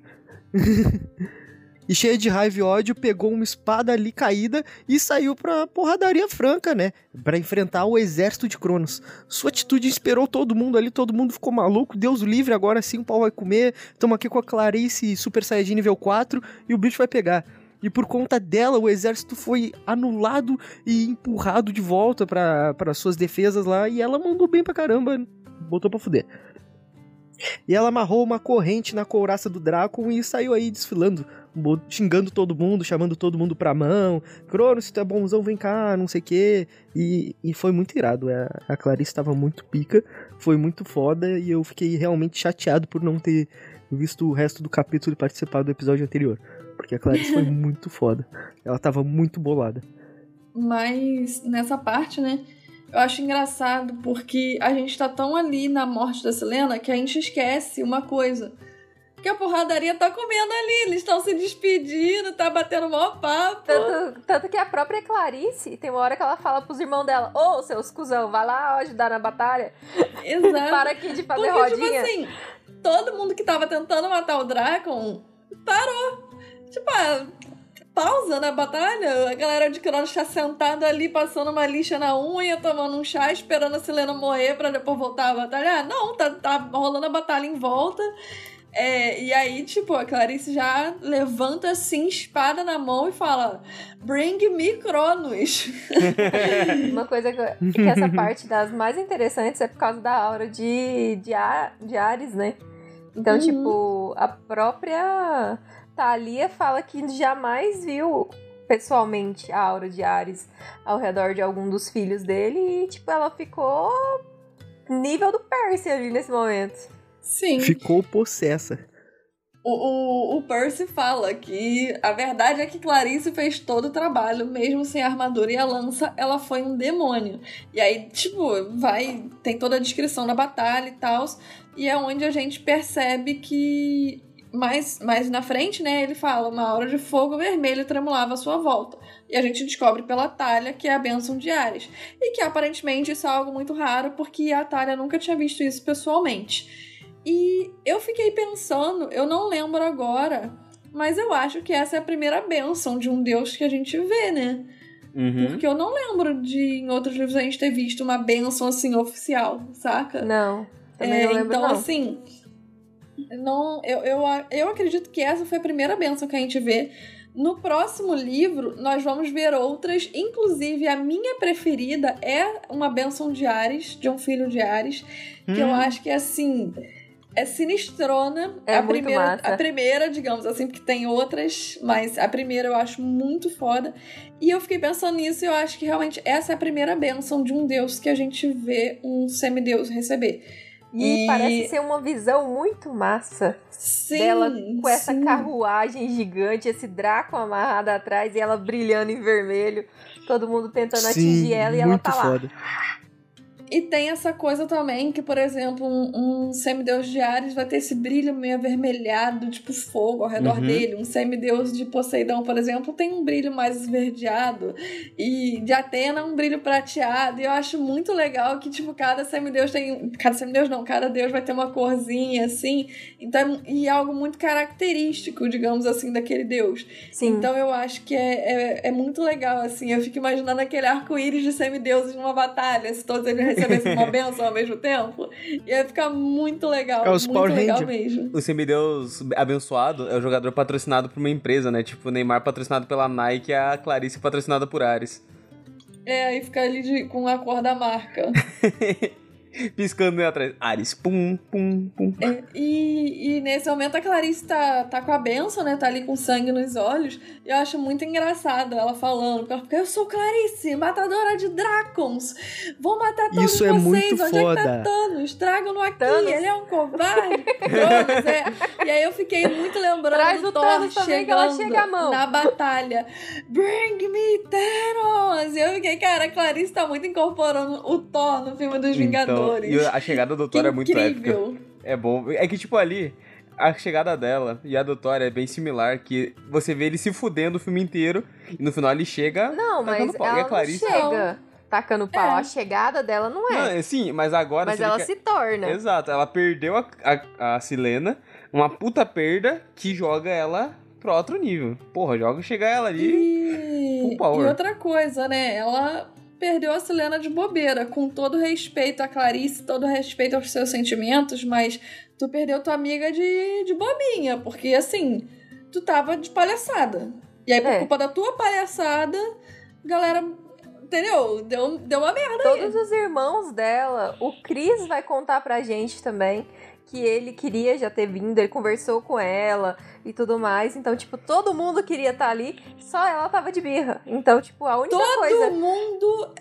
E cheia de raiva e ódio, pegou uma espada ali caída e saiu pra porradaria franca, né? Pra enfrentar o exército de Cronos. Sua atitude inspirou todo mundo ali, todo mundo ficou maluco. Deus o livre, agora sim o pau vai comer. Tamo aqui com a Clarice Super Saiyajin nível 4 e o bicho vai pegar. E por conta dela, o exército foi anulado e empurrado de volta pra suas defesas lá. E ela mandou bem pra caramba, botou pra fuder. E ela amarrou uma corrente na couraça do Drácon e saiu aí desfilando, xingando todo mundo, chamando todo mundo pra mão. Cronos, se tu é bonzão, vem cá, não sei o quê. E foi muito irado. A Clarice tava muito pica, foi muito foda e eu fiquei realmente chateado por não ter visto o resto do capítulo e participado do episódio anterior. Porque a Clarice foi muito foda. Ela tava muito bolada. Mas nessa parte, né, eu acho engraçado porque a gente tá tão ali na morte da Celaena que a gente esquece uma coisa. Que a porradaria tá comendo ali, eles estão se despedindo, tá batendo o maior papo. Tanto que a própria Clarice, tem uma hora que ela fala pros irmãos dela, ô, seus cuzão, vai lá ajudar na batalha. Exato. Para aqui de fazer porque, rodinha. Tipo assim, todo mundo que tava tentando matar o Drácon parou. Tipo, pausa na batalha, a galera de Cronos tá sentada ali, passando uma lixa na unha, tomando um chá, esperando a Celaena morrer pra depois voltar a batalhar. Não, tá rolando a batalha em volta. E aí, tipo, a Clarice já levanta assim, espada na mão e fala: Bring me Cronos. Uma coisa que essa parte das mais interessantes é por causa da aura de Ares, né? Então, tipo, a própria Thalia fala que jamais viu pessoalmente a aura de Ares ao redor de algum dos filhos dele e, tipo, ela ficou nível do Percy ali nesse momento. Sim. Ficou possessa. O Percy fala que a verdade é que Clarice fez todo o trabalho, mesmo sem a armadura e a lança, ela foi um demônio. E aí, tipo, tem toda a descrição da batalha e tal, e é onde a gente percebe que mais na frente, né, ele fala, uma aura de fogo vermelho tremulava à sua volta. E a gente descobre pela Thalia que é a bênção de Ares. E que aparentemente isso é algo muito raro, porque a Thalia nunca tinha visto isso pessoalmente. E eu fiquei pensando, eu não lembro agora, mas eu acho que essa é a primeira bênção de um deus que a gente vê, né? Uhum. Porque eu não lembro de em outros livros a gente ter visto uma bênção assim oficial, saca? Não, também não lembro então, não. Assim, não, eu acredito que essa foi a primeira bênção que a gente vê. No próximo livro, nós vamos ver outras, inclusive a minha preferida é uma bênção de Ares, de um filho de Ares, que eu acho que é assim, é sinistrona. É a primeira, digamos assim, porque tem outras, mas a primeira eu acho muito foda. E eu fiquei pensando nisso e eu acho que realmente essa é a primeira bênção de um deus que a gente vê um semideus receber. E parece ser uma visão muito massa. Sim, dela com essa carruagem gigante, esse Drácon amarrado atrás e ela brilhando em vermelho. Todo mundo tentando atingir ela e ela tá lá. Foda. E tem essa coisa também que, por exemplo, um semideus de Ares vai ter esse brilho meio avermelhado, tipo fogo ao redor dele. Um semideus de Poseidon, por exemplo, tem um brilho mais esverdeado. E de Atena, um brilho prateado. E eu acho muito legal que, tipo, cada deus vai ter uma corzinha, assim. Então, e é algo muito característico, digamos assim, daquele deus. Sim. Então eu acho que é muito legal, assim. Eu fico imaginando aquele arco-íris de semideuses numa batalha, se todos eles recebessem uma bênção ao mesmo tempo. Ia ficar muito legal. É os muito Power legal Ranger. mesmo. O semideus abençoado é o jogador patrocinado por uma empresa, né? Tipo, o Neymar patrocinado pela Nike e a Clarice patrocinada por Ares. Aí fica ali com a cor da marca. Piscando atrás. Ares, pum, pum, pum. E nesse momento a Clarice tá com a bênção, né? Tá ali com sangue nos olhos. E eu acho muito engraçado ela falando. Porque ela fica, eu sou Clarice, matadora de Drácons. Vou matar todos Isso vocês. é muito Onde foda. é que tá Thanos? Tragam-no aqui. Thanos. Ele é um covarde. Cronos, E aí eu fiquei muito lembrando Traz do o Thor Thanos também, que ela chegando chega a mão. na batalha. Bring me Thanos! E eu fiquei, cara, a Clarice tá muito incorporando o Thor no filme dos Vingadores. E a chegada do Thor é muito épica. Incrível. É bom. É que, tipo, ali, a chegada dela e a do Thor é bem similar, que você vê ele se fudendo o filme inteiro e no final ele chega Não, mas pau. ela E a Clarice, não chega tacando pau. A chegada dela não é. Não, sim, mas agora... Mas ela se torna. Exato, ela perdeu a Celaena, uma puta perda que joga ela pro outro nível. Porra, chega ela ali full power. E outra coisa, né? Ela perdeu a Celaena de bobeira, com todo respeito a Clarice, todo respeito aos seus sentimentos, mas tu perdeu tua amiga de bobinha, porque assim, tu tava de palhaçada. E aí, por culpa da tua palhaçada, galera, entendeu? Deu uma merda. Todos os irmãos dela, o Chris vai contar pra gente também que ele queria já ter vindo, ele conversou com ela e tudo mais. Então, tipo, todo mundo queria estar ali, só ela tava de birra. Então, tipo, a única coisa... Todo mundo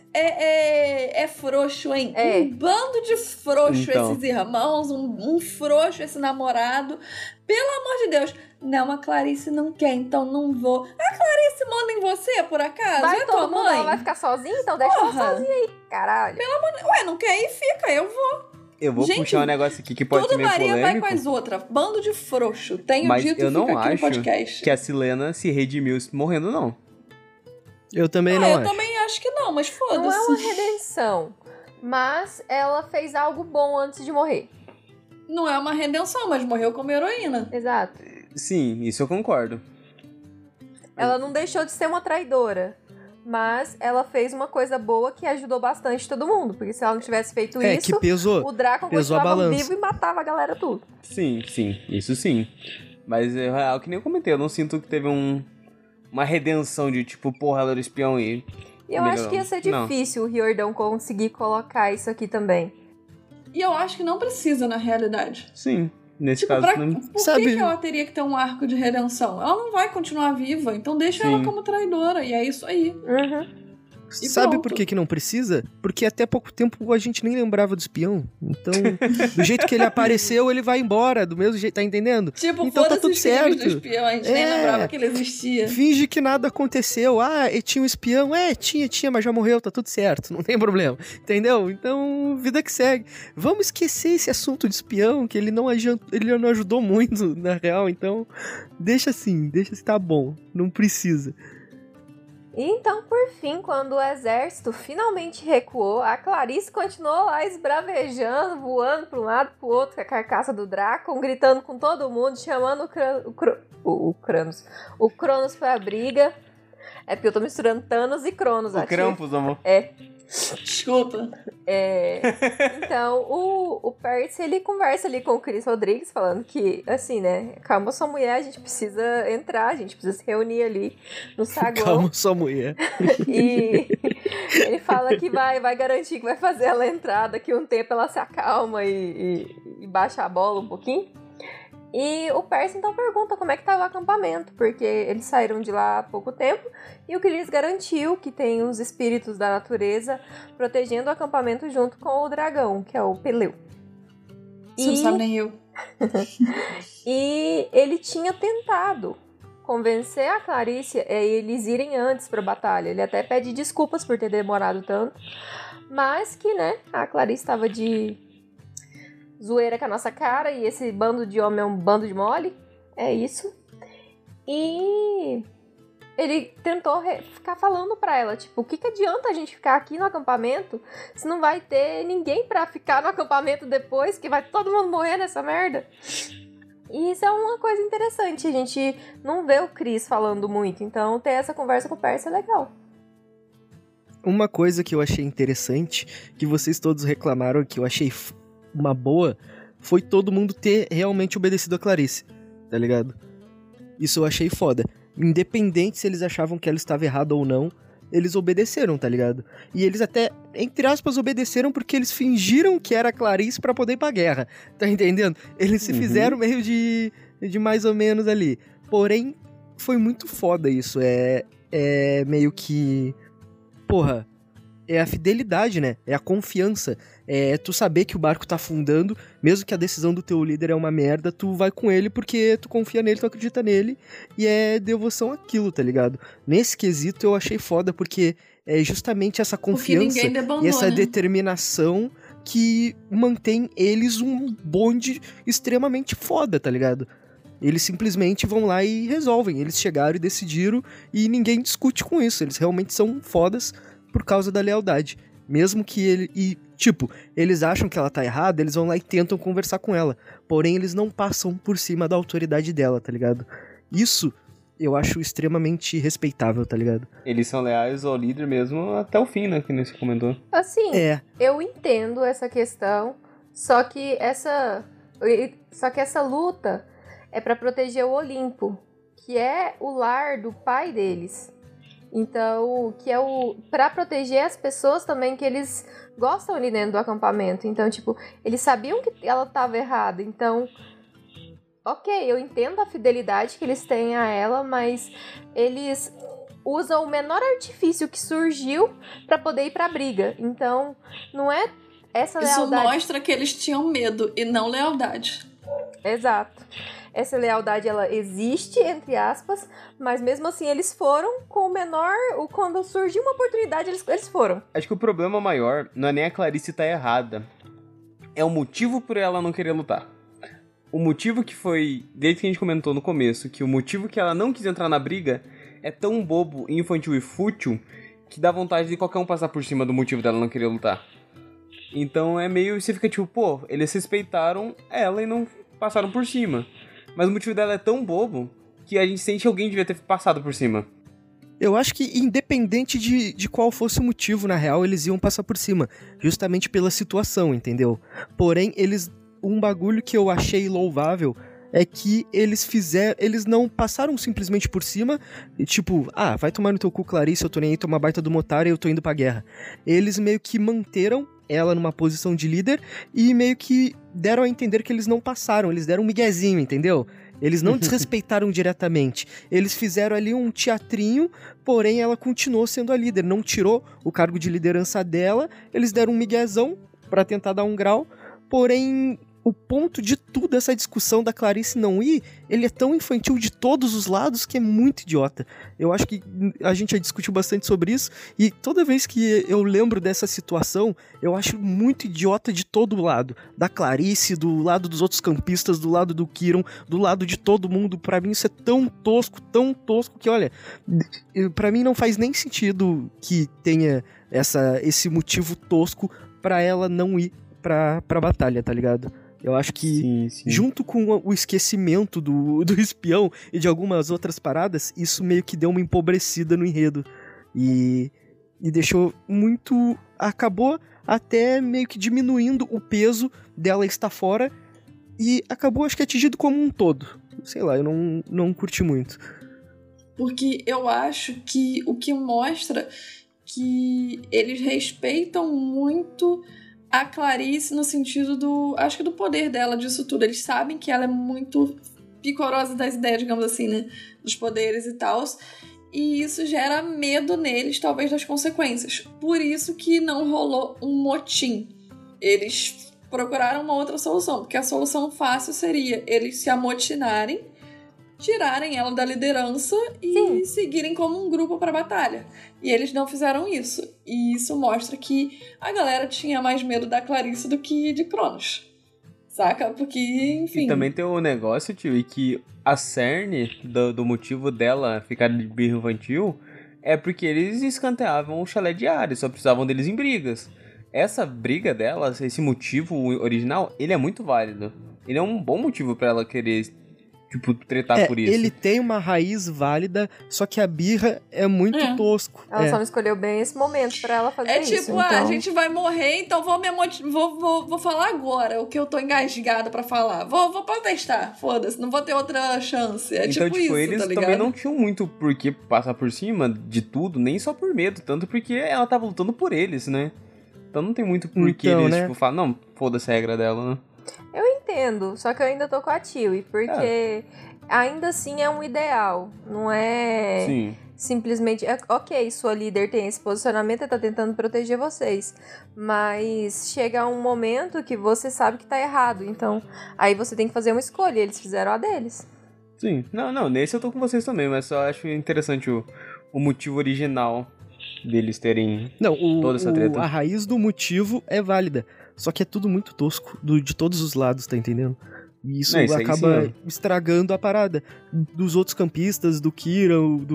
é frouxo, hein? É. Um bando de frouxo Então. esses irmãos, um frouxo esse namorado. Pelo amor de Deus. Não, a Clarice não quer, então não vou. A Clarice manda em você, por acaso? Vai é todo tua mundo, mãe? ela vai ficar sozinha? Então deixa ela Porra. sozinha aí, caralho. Ué, não quer ir? Fica, eu vou. Eu vou Gente, puxar um negócio aqui que pode ser Tudo meio Maria vai polêmico, com as outras. Bando de frouxo. Tenho mas dito eu e não fica aqui no acho podcast. que a Silena se redimiu morrendo, não. Eu também não eu acho. também acho que não, mas Não é uma foda-se. redenção, mas ela fez algo bom antes de morrer. Não é uma redenção, mas morreu como heroína. Exato. Sim, isso eu concordo. Ela não deixou de ser uma traidora, mas ela fez uma coisa boa que ajudou bastante todo mundo. Porque se ela não tivesse feito É, isso, que pesou. o Draco pesou a continuava balança. vivo e matava a galera tudo. Sim, isso sim. Mas é real que nem eu comentei, eu não sinto que teve uma redenção de tipo, porra, ela era espião e... E eu acho que ia ser Não. difícil o Riordan conseguir colocar isso aqui também. E eu acho que não precisa, na realidade. Sim, nesse Tipo, caso... pra... não... por Sabe- que ela teria que ter um arco de redenção? Ela não vai continuar viva, então deixa Sim. ela como traidora. E é isso aí. Uhum. E Sabe pronto. por que não precisa? Porque até pouco tempo a gente nem lembrava do espião. Então, do jeito que ele apareceu, ele vai embora. Do mesmo jeito, tá entendendo? Tipo, Então tá foda-se tudo os filmes certo. do espião, a gente nem É. lembrava que ele existia. Finge que nada aconteceu. Ah, e tinha um espião. É, tinha, mas já morreu, tá tudo certo. Não tem problema. Entendeu? Então, vida que segue. Vamos esquecer esse assunto de espião, que ele não ajudou muito, na real. Então, deixa assim, tá bom. Não precisa. E então, por fim, quando o exército finalmente recuou, a Clarice continuou lá esbravejando, voando para um lado pro outro com a carcaça do Draco, gritando com todo mundo, chamando o Cronos pra briga. É porque eu tô misturando Thanos e Cronos. O Krampus, amor. É. Desculpa. Então, o Percy, ele conversa ali com o Chris Rodrigues, falando que, assim, né, calma sua mulher, a gente precisa entrar, a gente precisa se reunir ali no saguão. Calma, sua mulher. E ele fala que vai garantir que vai fazer ela entrar, daqui a um tempo ela se acalma e baixa a bola um pouquinho. E o Percy então pergunta como é que tava o acampamento, porque eles saíram de lá há pouco tempo e o Chris garantiu que tem uns espíritos da natureza protegendo o acampamento junto com o dragão, que é o Peleu. Você não sabe nem eu. E ele tinha tentado convencer a Clarice a eles irem antes pra batalha. Ele até pede desculpas por ter demorado tanto, mas que, né, a Clarice estava de zoeira com a nossa cara e esse bando de homem é um bando de mole. É isso. E ele tentou ficar falando pra ela, tipo, o que adianta a gente ficar aqui no acampamento se não vai ter ninguém pra ficar no acampamento depois, que vai todo mundo morrer nessa merda? E isso é uma coisa interessante, a gente não vê o Chris falando muito, então ter essa conversa com o Percy é legal. Uma coisa que eu achei interessante, que vocês todos reclamaram, que eu achei uma boa, foi todo mundo ter realmente obedecido a Clarice, tá ligado? Isso eu achei foda. Independente se eles achavam que ela estava errada ou não, eles obedeceram, tá ligado? E eles até, entre aspas, obedeceram porque eles fingiram que era a Clarice pra poder ir pra guerra, tá entendendo? Eles se fizeram meio de mais ou menos ali. Porém, foi muito foda isso. É meio que... Porra, é a fidelidade, né? É a confiança. É tu saber que o barco tá afundando, mesmo que a decisão do teu líder é uma merda, tu vai com ele porque tu confia nele, tu acredita nele, e é devoção àquilo, tá ligado? Nesse quesito eu achei foda, porque é justamente essa confiança e essa determinação que mantém eles um bonde extremamente foda, tá ligado? Eles simplesmente vão lá e resolvem. Eles chegaram e decidiram e ninguém discute com isso. Eles realmente são fodas por causa da lealdade. Mesmo que ele... E, tipo, eles acham que ela tá errada, eles vão lá e tentam conversar com ela. Porém, eles não passam por cima da autoridade dela, tá ligado? Isso eu acho extremamente respeitável, tá ligado? Eles são leais ao líder mesmo até o fim, né? Que nem você comentou. Assim, eu entendo essa questão, só que essa luta é pra proteger o Olimpo, que é o lar do pai deles. Então, que é pra proteger as pessoas também que eles gostam ali dentro do acampamento. Então, tipo, eles sabiam que ela tava errada. Então, ok, eu entendo a fidelidade que eles têm a ela, mas eles usam o menor artifício que surgiu pra poder ir pra briga. Então, não é essa lealdade. Isso mostra que eles tinham medo e não lealdade. Exato. Essa lealdade, ela existe, entre aspas, mas mesmo assim eles foram com o menor... Quando surgiu uma oportunidade, eles foram. Acho que o problema maior não é nem a Clarice estar errada. É o motivo por ela não querer lutar. O motivo que foi, desde que a gente comentou no começo, que o motivo que ela não quis entrar na briga é tão bobo, infantil e fútil que dá vontade de qualquer um passar por cima do motivo dela não querer lutar. Então é meio... Você fica tipo, pô, eles respeitaram ela e não passaram por cima. Mas o motivo dela é tão bobo que a gente sente que alguém devia ter passado por cima. Eu acho que independente de qual fosse o motivo, na real, eles iam passar por cima. Justamente pela situação, entendeu? Porém, um bagulho que eu achei louvável é que eles não passaram simplesmente por cima, e tipo, vai tomar no teu cu, Clarice, eu tô nem aí, tô uma baita do motário e eu tô indo pra guerra. Eles meio que manteram ela numa posição de líder e meio que deram a entender que eles não passaram, eles deram um miguezinho, entendeu? Eles não desrespeitaram diretamente. Eles fizeram ali um teatrinho, porém ela continuou sendo a líder, não tirou o cargo de liderança dela, eles deram um miguezão pra tentar dar um grau, porém o ponto de tudo, essa discussão da Clarice não ir, ele é tão infantil de todos os lados que é muito idiota. Eu acho que a gente já discutiu bastante sobre isso, e toda vez que eu lembro dessa situação, eu acho muito idiota de todo lado. Da Clarice, do lado dos outros campistas, do lado do Kiron, do lado de todo mundo. Pra mim isso é tão tosco, que olha, pra mim não faz nem sentido que tenha esse motivo tosco pra ela não ir pra batalha, tá ligado? Eu acho que, sim. Junto com o esquecimento do espião e de algumas outras paradas, isso meio que deu uma empobrecida no enredo. E deixou muito... Acabou até meio que diminuindo o peso dela estar fora e acabou, acho que, atingido como um todo. Sei lá, eu não curti muito. Porque eu acho que o que mostra que eles respeitam muito a Clarice no sentido acho que do poder dela disso tudo. Eles sabem que ela é muito picorosa das ideias, digamos assim, né? Dos poderes e tal. E isso gera medo neles, talvez, das consequências. Por isso que não rolou um motim. Eles procuraram uma outra solução, porque a solução fácil seria eles se amotinarem, tirarem ela da liderança e seguirem como um grupo pra batalha. E eles não fizeram isso. E isso mostra que a galera tinha mais medo da Clarice do que de Cronos. Saca? Porque, enfim... E também tem o negócio, tio, e que a cerne do motivo dela ficar de birra infantil é porque eles escanteavam o chalé de Ares, só precisavam deles em brigas. Essa briga dela, esse motivo original, ele é muito válido. Ele é um bom motivo pra ela querer... tipo, tretar por isso. Ele tem uma raiz válida, só que a birra é muito tosco. Ela só não escolheu bem esse momento pra ela fazer isso. É tipo, a gente vai morrer, então vou falar agora o que eu tô engasgada pra falar. Vou protestar, foda-se, não vou ter outra chance. É então, tipo isso, eles tá ligado? também não tinham muito por que passar por cima de tudo, nem só por medo, tanto porque ela tava lutando por eles, né? Então não tem muito por que eles, tipo, falar, não, foda-se a regra dela, né? Eu entendo, só que eu ainda tô com a Tilly, porque ainda assim é um ideal, não é simplesmente... Ok, sua líder tem esse posicionamento e tá tentando proteger vocês, mas chega um momento que você sabe que tá errado, então aí você tem que fazer uma escolha, e eles fizeram a deles. Sim, não, nesse eu tô com vocês também, mas só acho interessante o motivo original deles terem toda essa treta. A raiz do motivo é válida. Só que é tudo muito tosco, de todos os lados, tá entendendo? E isso acaba estragando a parada dos outros campistas, do Kira,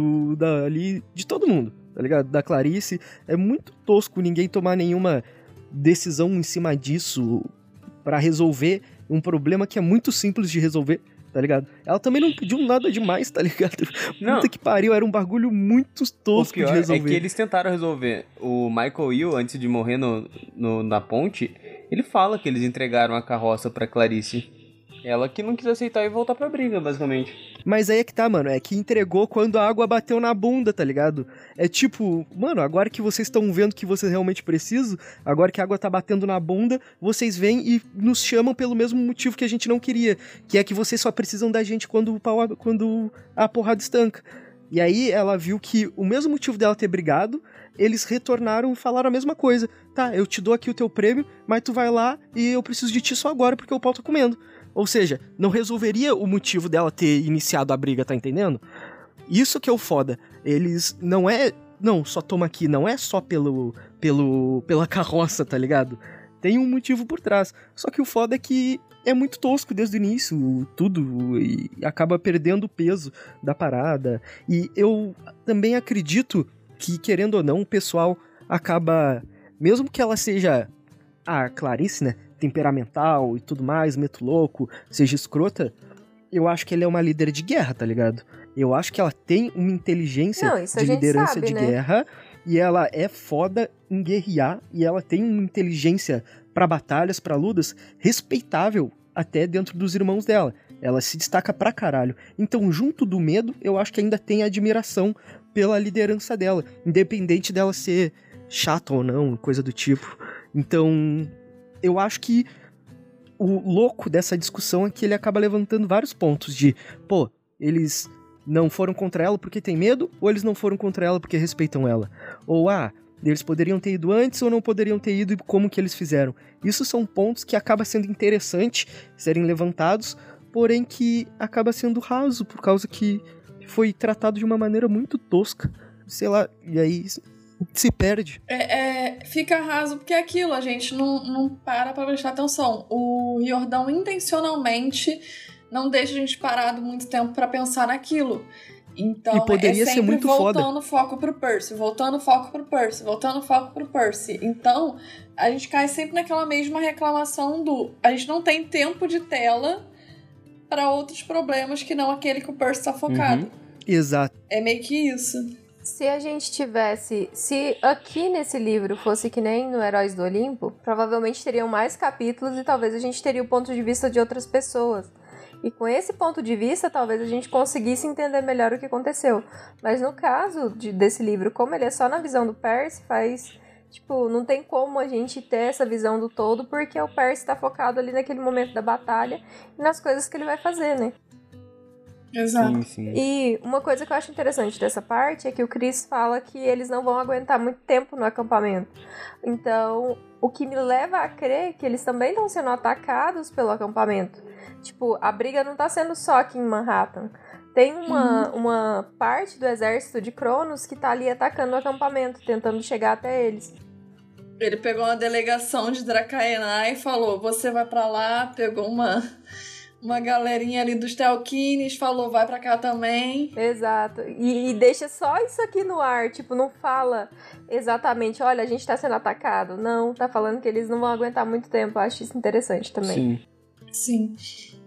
de todo mundo, tá ligado? Da Clarice. É muito tosco ninguém tomar nenhuma decisão em cima disso pra resolver um problema que é muito simples de resolver, tá ligado? Ela também não pediu nada demais, tá ligado? Puta que pariu, era um bagulho muito tosco de resolver. É que eles tentaram resolver. O Michael Hill, antes de morrer na ponte, ele fala que eles entregaram a carroça pra Clarice. Ela que não quis aceitar e voltar pra briga, basicamente. Mas aí é que tá, mano. É que entregou quando a água bateu na bunda, tá ligado? É tipo, mano, agora que vocês estão vendo que vocês realmente precisam, agora que a água tá batendo na bunda, vocês vêm e nos chamam pelo mesmo motivo que a gente não queria. Que é que vocês só precisam da gente quando a porrada estanca. E aí ela viu que o mesmo motivo dela ter brigado, eles retornaram e falaram a mesma coisa. Tá, eu te dou aqui o teu prêmio, mas tu vai lá e eu preciso de ti só agora porque o pau tá comendo. Ou seja, não resolveria o motivo dela ter iniciado a briga, tá entendendo? Isso que é o foda. Eles não é... Não, só toma aqui. Não é só pela carroça, tá ligado? Tem um motivo por trás. Só que o foda é que é muito tosco desde o início, tudo, e acaba perdendo o peso da parada. E eu também acredito que, querendo ou não, o pessoal acaba... Mesmo que ela seja a Clarice, né? Temperamental e tudo mais, meto louco, seja escrota, eu acho que ela é uma líder de guerra, tá ligado? Eu acho que ela tem uma inteligência de liderança de guerra, e ela é foda em guerrear, e ela tem uma inteligência pra batalhas, pra lutas, respeitável até dentro dos irmãos dela. Ela se destaca pra caralho. Então, junto do medo, eu acho que ainda tem admiração pela liderança dela, independente dela ser chata ou não, coisa do tipo. Então... eu acho que o louco dessa discussão é que ele acaba levantando vários pontos de, pô, eles não foram contra ela porque tem medo, ou eles não foram contra ela porque respeitam ela. Ou, eles poderiam ter ido antes ou não poderiam ter ido e como que eles fizeram. Isso são pontos que acaba sendo interessante serem levantados, porém que acaba sendo raso, por causa que foi tratado de uma maneira muito tosca. Sei lá, e aí... se perde. Fica raso porque é aquilo, a gente não para pra prestar atenção. O Riordan intencionalmente não deixa a gente parado muito tempo pra pensar naquilo. Então e poderia ser muito voltando foda. Foco pro Percy, voltando foco pro Percy, voltando foco pro Percy. Então, a gente cai sempre naquela mesma reclamação a gente não tem tempo de tela pra outros problemas que não aquele que o Percy tá focado. Exato. É meio que isso. Se a gente tivesse... Se aqui nesse livro fosse que nem no Heróis do Olimpo, provavelmente teriam mais capítulos e talvez a gente teria o ponto de vista de outras pessoas. E com esse ponto de vista, talvez a gente conseguisse entender melhor o que aconteceu. Mas no caso desse livro, como ele é só na visão do Percy, tipo, não tem como a gente ter essa visão do todo, porque o Percy tá focado ali naquele momento da batalha e nas coisas que ele vai fazer, né? Exato. Sim. E uma coisa que eu acho interessante dessa parte é que o Chris fala que eles não vão aguentar muito tempo no acampamento. Então, o que me leva a crer que eles também estão sendo atacados pelo acampamento. Tipo, a briga não tá sendo só aqui em Manhattan. Tem uma parte do exército de Cronos que tá ali atacando o acampamento, tentando chegar até eles. Ele pegou uma delegação de Dracaena e falou, você vai pra lá, pegou uma galerinha ali dos Telkines, falou, vai pra cá também. Exato. E deixa só isso aqui no ar, tipo, não fala exatamente, olha, a gente tá sendo atacado. Não, tá falando que eles não vão aguentar muito tempo. Eu acho isso interessante também. Sim.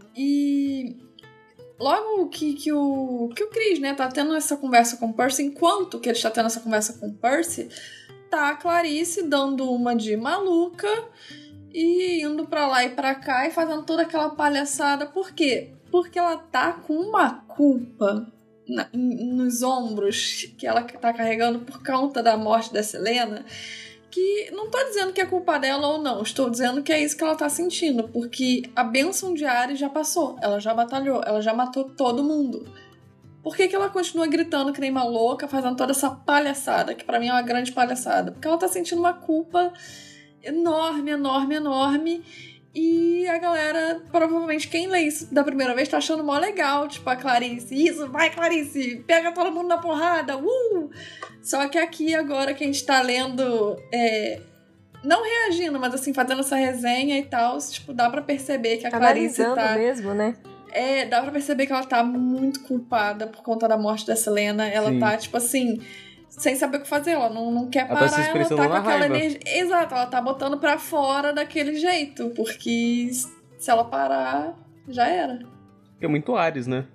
E logo que o Chris, né, tá tendo essa conversa com o Percy, enquanto que ele está tendo essa conversa com o Percy, tá a Clarice dando uma de maluca e indo pra lá e pra cá e fazendo toda aquela palhaçada. Por quê? Porque ela tá com uma culpa nos ombros que ela tá carregando por conta da morte da Selena, que não tô dizendo que é culpa dela ou não, estou dizendo que é isso que ela tá sentindo, porque a bênção de Ares já passou, ela já batalhou, ela já matou todo mundo. Por que ela continua gritando que nem uma louca, fazendo toda essa palhaçada, que pra mim é uma grande palhaçada? Porque ela tá sentindo uma culpa enorme, enorme, enorme. E a galera, provavelmente, quem lê isso da primeira vez tá achando mó legal, tipo a Clarice. Isso, vai Clarice, pega todo mundo na porrada, Só que aqui agora que a gente tá lendo, não reagindo, mas assim, fazendo essa resenha e tal, tipo, dá pra perceber que a Clarice tá... mesmo, né? Dá pra perceber que ela tá muito culpada por conta da morte da Selena. Ela tá, tipo assim... sem saber o que fazer, ela não quer parar, ela tá com aquela energia. Exato, ela tá botando pra fora daquele jeito, porque se ela parar, já era. É muito Ares, né?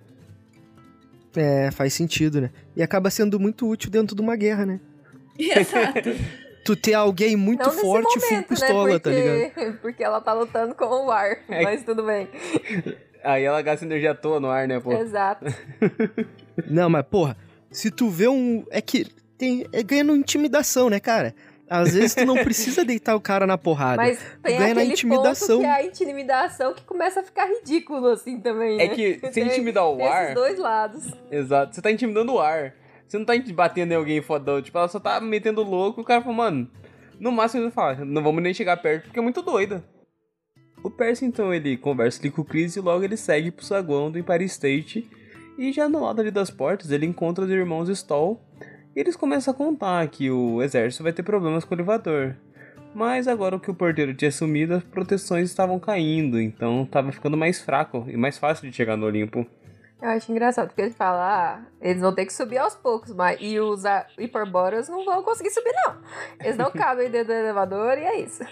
Faz sentido, né? E acaba sendo muito útil dentro de uma guerra, né? Exato. Tu ter alguém muito não forte, full pistola, né? tá ligado? Porque ela tá lutando com o ar, mas tudo bem. Aí ela gasta energia à toa no ar, né, pô? Exato. Não, mas porra, se tu vê um... É que é ganhando intimidação, né, cara? Às vezes tu não precisa deitar o cara na porrada. Mas tem ganha na aquele intimidação. ponto que é a intimidação que começa a ficar ridículo, assim, também, né? É que você intimidar o ar... Esses dois lados. Exato, você tá intimidando o ar. Você não tá batendo em alguém fodão. Tipo, ela só tá metendo louco. O cara fala, mano, no máximo ele fala, não vamos nem chegar perto porque é muito doida. O Percy, então, ele conversa ali com o Chris e logo ele segue pro saguão do Empire State. E já no lado ali das portas, ele encontra os irmãos Stoll. E eles começam a contar que o exército vai ter problemas com o elevador. Mas agora que o porteiro tinha sumido, as proteções estavam caindo. Então tava ficando mais fraco e mais fácil de chegar no Olimpo. Eu acho engraçado, porque ele fala, eles vão ter que subir aos poucos, mas e os hiperboras não vão conseguir subir, não. Eles não cabem dentro do elevador e é isso.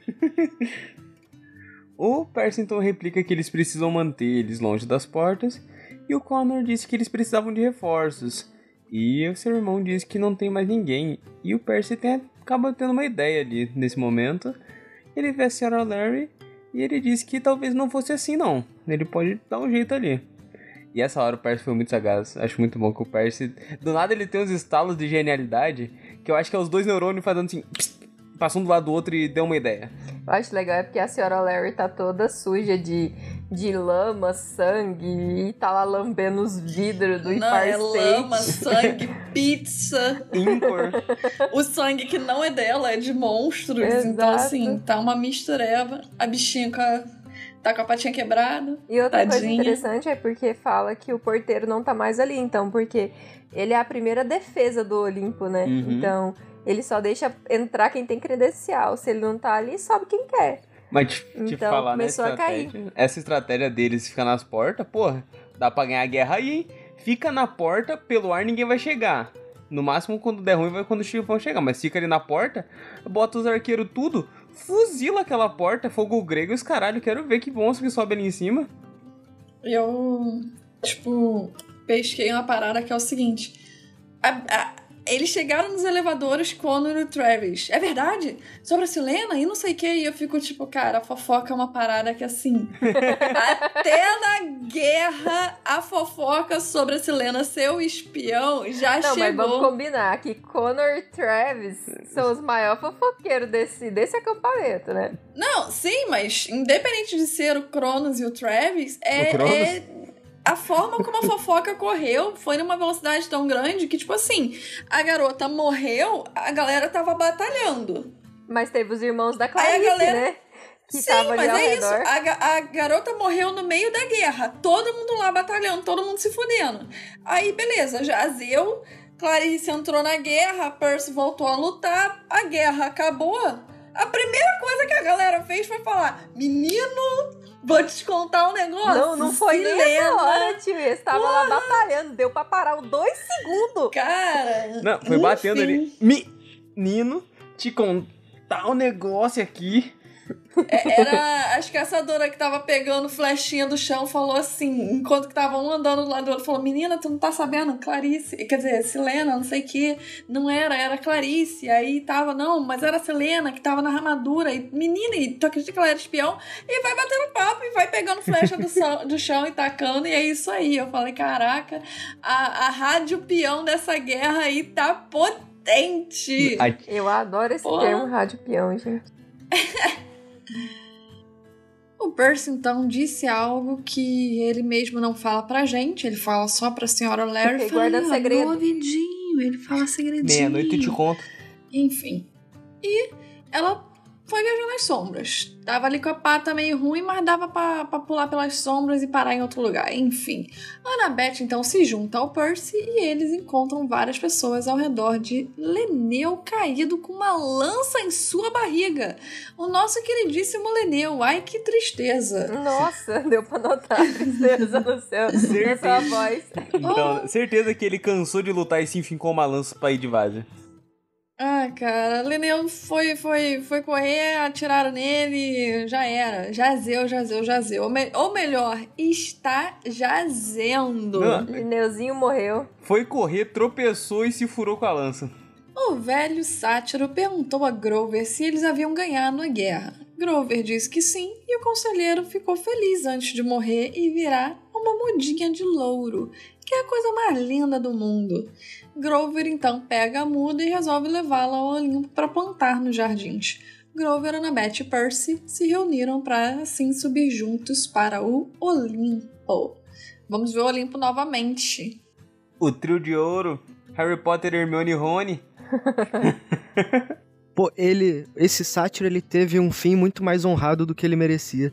O Percy então replica que eles precisam manter eles longe das portas. E o Connor disse que eles precisavam de reforços. E o seu irmão diz que não tem mais ninguém. E o Percy acaba tendo uma ideia ali nesse momento. Ele vê a Sra. Larry e ele diz que talvez não fosse assim não. Ele pode dar um jeito ali. E essa hora o Percy foi muito sagaz. Acho muito bom que o Percy... Do nada ele tem uns estalos de genialidade. Que eu acho que é os dois neurônios fazendo assim... Passam um do lado do outro e deu uma ideia. Eu acho legal é porque a Sra. Larry tá toda suja de lama, sangue, e tá lá lambendo os vidros do Empire State. Lama, sangue, pizza. Ímpar. O sangue que não é dela, é de monstros. Exato. Então, assim, tá uma mistureba. A bichinha tá com a patinha quebrada. E outra coisa tadinha. interessante é porque fala que o porteiro não tá mais ali, então, porque ele é a primeira defesa do Olimpo, né? Uhum. Então, ele só deixa entrar quem tem credencial. Se ele não tá ali, sobe quem quer. Mas te Então, falar, né, começou a cair. essa estratégia deles ficar nas portas, porra, dá pra ganhar a guerra aí, hein? Fica na porta, pelo ar ninguém vai chegar. No máximo, quando der ruim, vai quando os chifões chegar. Mas fica ali na porta, bota os arqueiros tudo, fuzila aquela porta, fogo grego e os caralho. Quero ver que monstro que sobe ali em cima. Eu, pesquei uma parada que é o seguinte. Eles chegaram nos elevadores Connor e Travis. É verdade? Sobre a Silena e não sei o que. E eu fico tipo, cara, a fofoca é uma parada que assim... até na guerra, a fofoca sobre a Silena ser o espião já chegou. Não, mas vamos combinar que Connor e Travis são os maiores fofoqueiros desse acampamento, né? Não, sim, mas independente de ser o Cronos e o Travis, a forma como a fofoca correu foi numa velocidade tão grande que, tipo assim, a garota morreu, a galera tava batalhando. Mas teve os irmãos da Clarice, né? Que sim, mas é isso. A garota morreu no meio da guerra. Todo mundo lá batalhando, todo mundo se fudendo. Aí, beleza, Jazeu, Clarice entrou na guerra, Percy voltou a lutar, a guerra acabou. A primeira coisa que a galera fez foi falar, menino... Vou te contar um negócio. Não foi nessa hora, tio. Eles estavam lá batalhando. Deu pra parar 2 segundos. Cara... Não, foi batendo ali. Menino, te contar um negócio aqui. Era as caçadoras que tava pegando flechinha do chão, falou assim, enquanto que tava um andando do lado do outro, falou, menina, tu não tá sabendo? Clarice, quer dizer, Silena, não sei o que, não era Clarice, aí tava, não, mas era Silena que tava na armadura, e menina, e tu acredita que ela era espião? E vai batendo papo, e vai pegando flecha do chão e tacando, e é isso aí. Eu falei, caraca, a rádio peão dessa guerra aí tá potente. Eu adoro esse termo rádio peão, gente. O Percy, então, disse algo que ele mesmo não fala pra gente. Ele fala só pra Sra. Larry. Ele guarda segredo. No ouvidinho, ele fala segredinho. Meia-noite eu te conto. Enfim. E ela foi viajar nas sombras. Tava ali com a pata meio ruim, mas dava pra pular pelas sombras e parar em outro lugar. Enfim. Annabeth, então, se junta ao Percy e eles encontram várias pessoas ao redor de Leneu caído com uma lança em sua barriga. O nosso queridíssimo Leneu. Ai, que tristeza. Nossa, deu pra notar a tristeza no na sua voz. Então, certeza que ele cansou de lutar e se enfincou uma lança pra ir de vaza. Ah, cara, Leneu foi correr, atiraram nele, já era. Jazeu. Ou melhor, está jazendo. Leneuzinho morreu. Foi correr, tropeçou e se furou com a lança. O velho sátiro perguntou a Grover se eles haviam ganhado a guerra. Grover disse que sim e o conselheiro ficou feliz antes de morrer e virar uma mudinha de louro, que é a coisa mais linda do mundo. Grover então pega a muda e resolve levá-la ao Olimpo para plantar nos jardins. Grover, Annabeth e Percy se reuniram para assim subir juntos para o Olimpo. Vamos ver o Olimpo novamente. O trio de ouro, Harry Potter, Hermione e Rony. Pô, esse sátiro, ele teve um fim muito mais honrado do que ele merecia.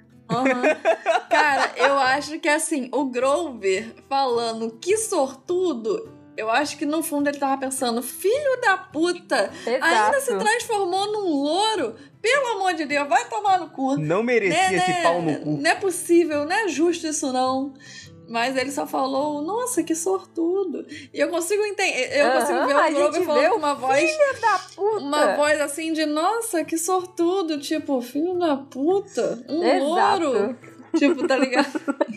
Uhum. Cara, eu acho que assim, o Grover falando que sortudo, eu acho que no fundo ele tava pensando, filho da puta, Exato. ainda se transformou num louro? Pelo amor de Deus, vai tomar no cu. Não merecia esse pau no cu. Não é possível, não é justo isso não. Mas ele só falou, nossa, que sortudo. E eu consigo entender, eu consigo ver o Grover falando com uma voz... Filho da puta! Uma voz assim de, nossa, que sortudo. Tipo, filho da puta, louro. Tipo, tá ligado?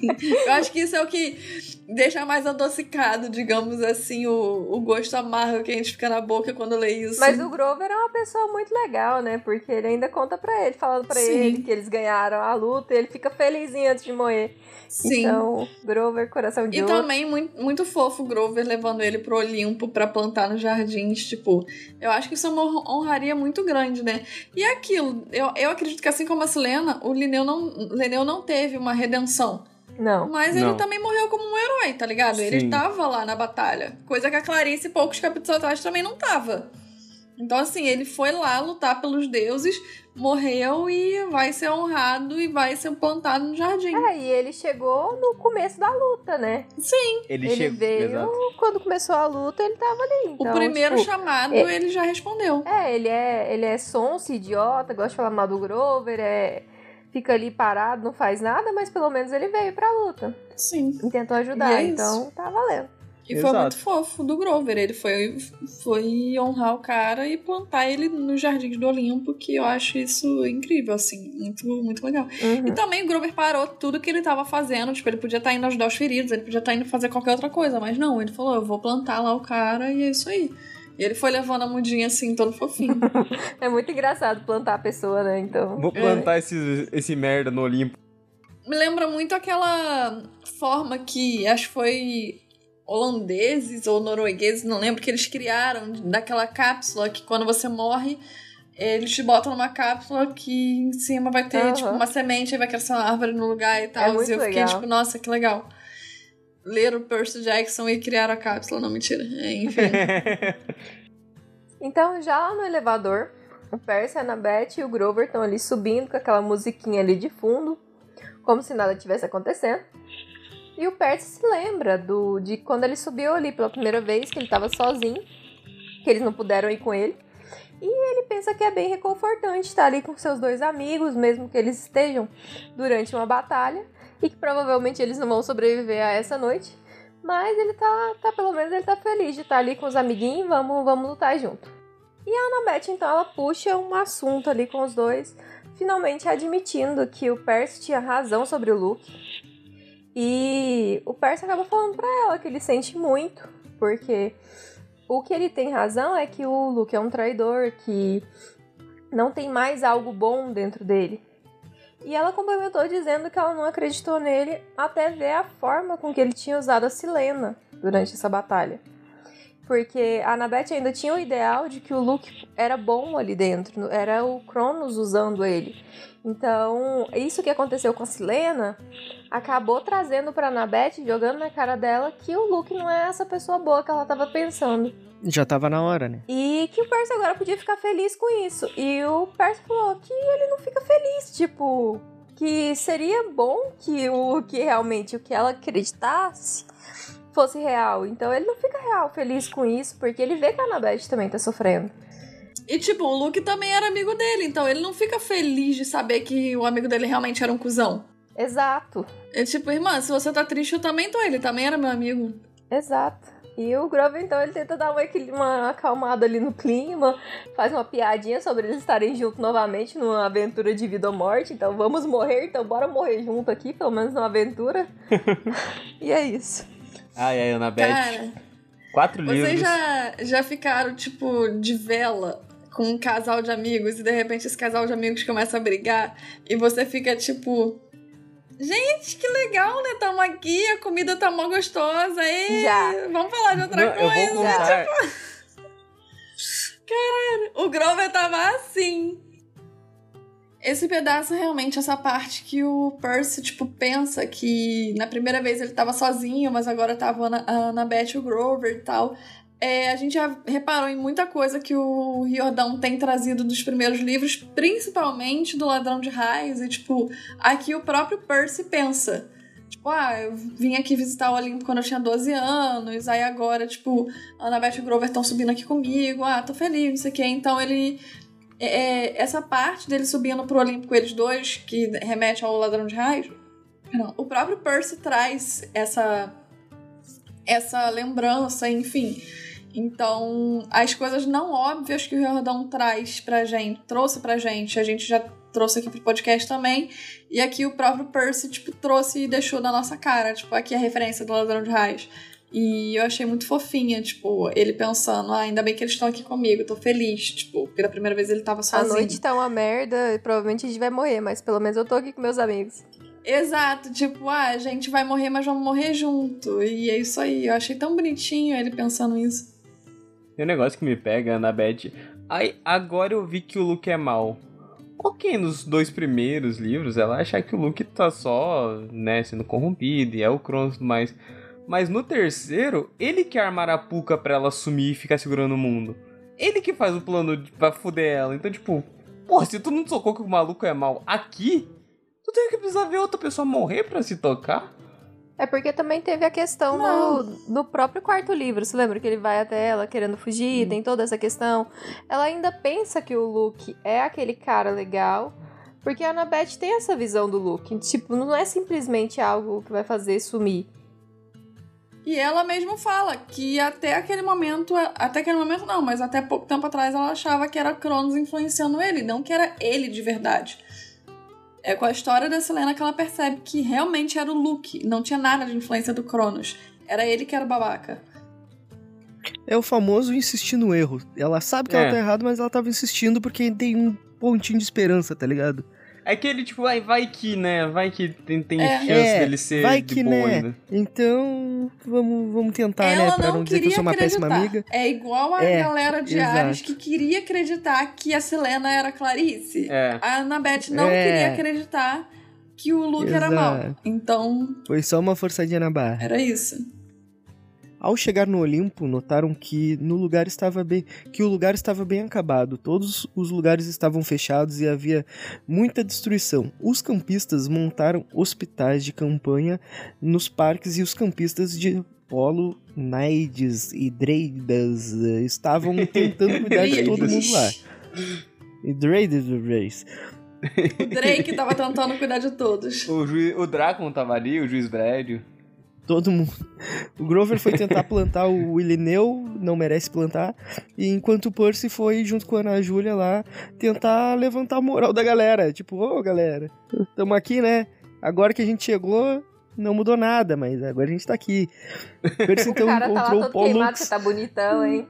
Eu acho que isso é o que deixa mais adocicado, digamos assim, o gosto amargo que a gente fica na boca quando lê isso. Mas o Grover é uma pessoa muito legal, né? Porque ele ainda conta pra ele, falando pra ele que eles ganharam a luta e ele fica felizinho antes de morrer. Sim. Então, Grover, coração de ouro. E também muito, muito fofo o Grover levando ele pro Olimpo pra plantar nos jardins, tipo, eu acho que isso é uma honraria muito grande, né? E é aquilo, eu acredito que assim como a Silena, o Linneu não teve uma redenção. Não. Mas ele também morreu como um herói, tá ligado? Sim. Ele tava lá na batalha, coisa que a Clarice poucos capítulos atrás também não tava. Então, assim, ele foi lá lutar pelos deuses, morreu e vai ser honrado e vai ser plantado no jardim. E ele chegou no começo da luta, né? Sim. Ele veio, exato. Quando começou a luta, ele tava ali. Então, o primeiro chamado, ele já respondeu. Ele é sonso, idiota, gosta de falar mal do Grover, fica ali parado, não faz nada, mas pelo menos ele veio pra luta. Sim. E tentou ajudar, então tá valendo. E foi muito fofo do Grover. Ele foi honrar o cara e plantar ele nos jardins do Olimpo, que eu acho isso incrível, assim. Muito, muito legal. Uhum. E também o Grover parou tudo que ele tava fazendo. Tipo, ele podia estar indo ajudar os feridos, ele podia estar indo fazer qualquer outra coisa. Mas não, ele falou, eu vou plantar lá o cara e é isso aí. E ele foi levando a mudinha assim, todo fofinho. É muito engraçado plantar a pessoa, né? Então... Vou plantar esse merda no Olimpo. Me lembra muito aquela forma que, acho que foi... holandeses ou noruegueses, não lembro, que eles criaram daquela cápsula que quando você morre, eles te botam numa cápsula que em cima vai ter, tipo, uma semente, aí vai crescer uma árvore no lugar e tal. Muito e eu fiquei, legal. tipo, nossa, que legal. Ler o Percy Jackson e criar a cápsula, não, mentira. Enfim. Então, já lá no elevador, o Percy, a Annabeth e o Grover estão ali subindo com aquela musiquinha ali de fundo, como se nada tivesse acontecendo. E o Percy se lembra de quando ele subiu ali pela primeira vez, que ele estava sozinho, que eles não puderam ir com ele. E ele pensa que é bem reconfortante estar ali com seus dois amigos, mesmo que eles estejam durante uma batalha, e que provavelmente eles não vão sobreviver a essa noite. Mas ele pelo menos ele tá feliz de estar ali com os amiguinhos, vamos lutar junto. E a Annabeth, então, ela puxa um assunto ali com os dois, finalmente admitindo que o Percy tinha razão sobre o Luke. E o Percy acaba falando pra ela que ele sente muito, porque o que ele tem razão é que o Luke é um traidor, que não tem mais algo bom dentro dele. E ela complementou dizendo que ela não acreditou nele até ver a forma com que ele tinha usado a Silena durante essa batalha. Porque a Annabeth ainda tinha o ideal de que o Luke era bom ali dentro, era o Cronos usando ele. Então, isso que aconteceu com a Silena acabou trazendo pra Annabeth, jogando na cara dela, que o Luke não é essa pessoa boa que ela tava pensando. Já tava na hora, né? E que o Percy agora podia ficar feliz com isso. E o Percy falou que ele não fica feliz, tipo, que seria bom que realmente o que ela acreditasse fosse real. Então ele não fica feliz com isso, porque ele vê que a Annabeth também tá sofrendo. E, tipo, o Luke também era amigo dele, então ele não fica feliz de saber que o amigo dele realmente era um cuzão. Exato. É tipo, irmã, se você tá triste, eu também tô. Ele também era meu amigo. Exato. E o Grover, então, ele tenta dar uma acalmada ali no clima, faz uma piadinha sobre eles estarem juntos novamente numa aventura de vida ou morte. Então, vamos morrer, então bora morrer junto aqui, pelo menos numa aventura. E é isso. Ai, Annabeth. Cara, 4 livros. vocês já ficaram, tipo, de vela com um casal de amigos e de repente esse casal de amigos começa a brigar e você fica tipo... Gente, que legal, né? Tamo aqui, a comida tá mó gostosa. Já. Vamos falar de outra coisa. Eu vou contar. Caralho, o Grover tava assim. Esse pedaço, realmente, essa parte que o Percy, tipo, pensa que na primeira vez ele tava sozinho, mas agora tava a Annabeth e o Grover e tal. A gente já reparou em muita coisa que o Riordan tem trazido dos primeiros livros, principalmente do Ladrão de Raios, e, tipo, aqui o próprio Percy pensa. Tipo, eu vim aqui visitar o Olimpo quando eu tinha 12 anos, aí agora, tipo, a Annabeth e o Grover estão subindo aqui comigo, tô feliz, não sei o quê. Então ele... essa parte dele subindo pro Olimpo com eles dois, que remete ao Ladrão de Raios, não, o próprio Percy traz essa lembrança, enfim... Então, as coisas não óbvias que o Riordan trouxe pra gente, a gente já trouxe aqui pro podcast também, e aqui o próprio Percy, tipo, trouxe e deixou na nossa cara, tipo, aqui a referência do Ladrão de Raios. E eu achei muito fofinha, tipo, ele pensando, ainda bem que eles estão aqui comigo, tô feliz, tipo, pela primeira vez ele tava sozinho. A noite tá uma merda, e provavelmente a gente vai morrer, mas pelo menos eu tô aqui com meus amigos. Exato, tipo, a gente vai morrer, mas vamos morrer junto, e é isso aí, eu achei tão bonitinho ele pensando isso. Tem um negócio que me pega, Annabeth. Agora eu vi que o Luke é mau. Ok, nos 2 primeiros livros, ela acha que o Luke tá só, né, sendo corrompido, e é o Cronos e tudo mais. Mas no terceiro, ele que arma a arapuca pra ela sumir e ficar segurando o mundo. Ele que faz o plano pra fuder ela. Então, tipo, porra, se tu não tocou que o maluco é mau aqui, tu tem que precisar ver outra pessoa morrer pra se tocar? É porque também teve a questão no próprio quarto livro. Você lembra que ele vai até ela querendo fugir? Tem toda essa questão. Ela ainda pensa que o Luke é aquele cara legal, porque a Annabeth tem essa visão do Luke. Tipo, não é simplesmente algo que vai fazer sumir. E ela mesma fala que até aquele momento não, mas até pouco tempo atrás ela achava que era Cronos influenciando ele, não que era ele de verdade. É com a história da Selena que ela percebe que realmente era o Luke, não tinha nada de influência do Cronos. Era ele que era o babaca. É o famoso insistir no erro. Ela sabe que ela tá errada, mas ela tava insistindo porque tem um pontinho de esperança, tá ligado? É que ele, tipo, vai que, né? Vai que tem chance dele ser vai de que, boa né? ainda. Então, vamos tentar, ela né? Pra não dizer que eu sou uma péssima amiga. É igual a galera de Ares que queria acreditar que a Selena era Clarice. A Annabeth não queria acreditar que o Luke era mau. Então... foi só uma forçadinha na barra. Era isso. Ao chegar no Olimpo, notaram que o lugar estava bem acabado. Todos os lugares estavam fechados e havia muita destruição. Os campistas montaram hospitais de campanha nos parques e os campistas de polo, naides e dreidas estavam tentando cuidar de todo mundo lá. E dreidas. O Drake tava tentando cuidar de todos. O Drácula tava ali, o Juiz Brédio. Todo mundo. O Grover foi tentar plantar o Ilineu, não merece plantar. E enquanto o Percy foi, junto com a Ana Júlia lá, tentar levantar a moral da galera. Tipo, galera, tamo aqui, né? Agora que a gente chegou, não mudou nada, mas agora a gente tá aqui. Percy então encontrou tá lá todo queimado, você tá bonitão, hein?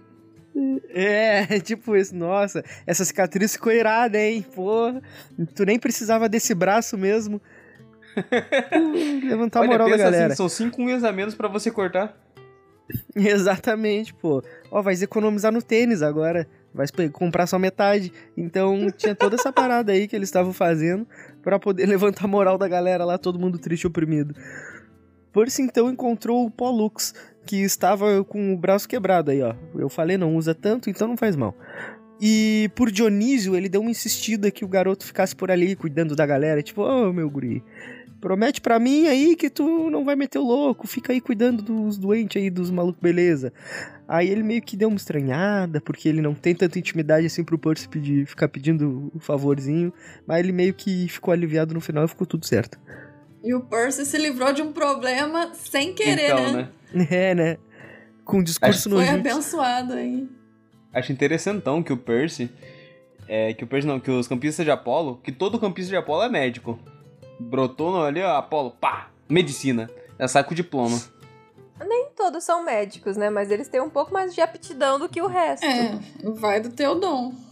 Tipo isso, nossa, essa cicatriz ficou irada, hein? Pô, tu nem precisava desse braço mesmo. Levantar a moral da galera. Assim, são 5 unhas a menos pra você cortar. Exatamente, pô. Vai economizar no tênis agora. Vai comprar só metade. Então tinha toda essa parada aí que eles estavam fazendo pra poder levantar a moral da galera lá, todo mundo triste e oprimido. Percy então encontrou o Pollux, que estava com o braço quebrado aí, ó. Eu falei, não usa tanto, então não faz mal. E por Dionísio, ele deu uma insistida que o garoto ficasse por ali, cuidando da galera. Tipo, meu guri, promete pra mim aí que tu não vai meter o louco, fica aí cuidando dos doentes aí, dos malucos, beleza. Aí ele meio que deu uma estranhada, porque ele não tem tanta intimidade assim pro Percy ficar pedindo o favorzinho. Mas ele meio que ficou aliviado no final e ficou tudo certo. E o Percy se livrou de um problema sem querer, então, né? Né? Com um discurso nojento. Foi abençoado aí. Acho interessantão que o Percy... que os campistas de Apolo... Que todo campista de Apolo é médico. Brotou ali, ó, Apolo, pá! Medicina. Já sai com o diploma. Nem todos são médicos, né? Mas eles têm um pouco mais de aptidão do que o resto. Vai do teu dom.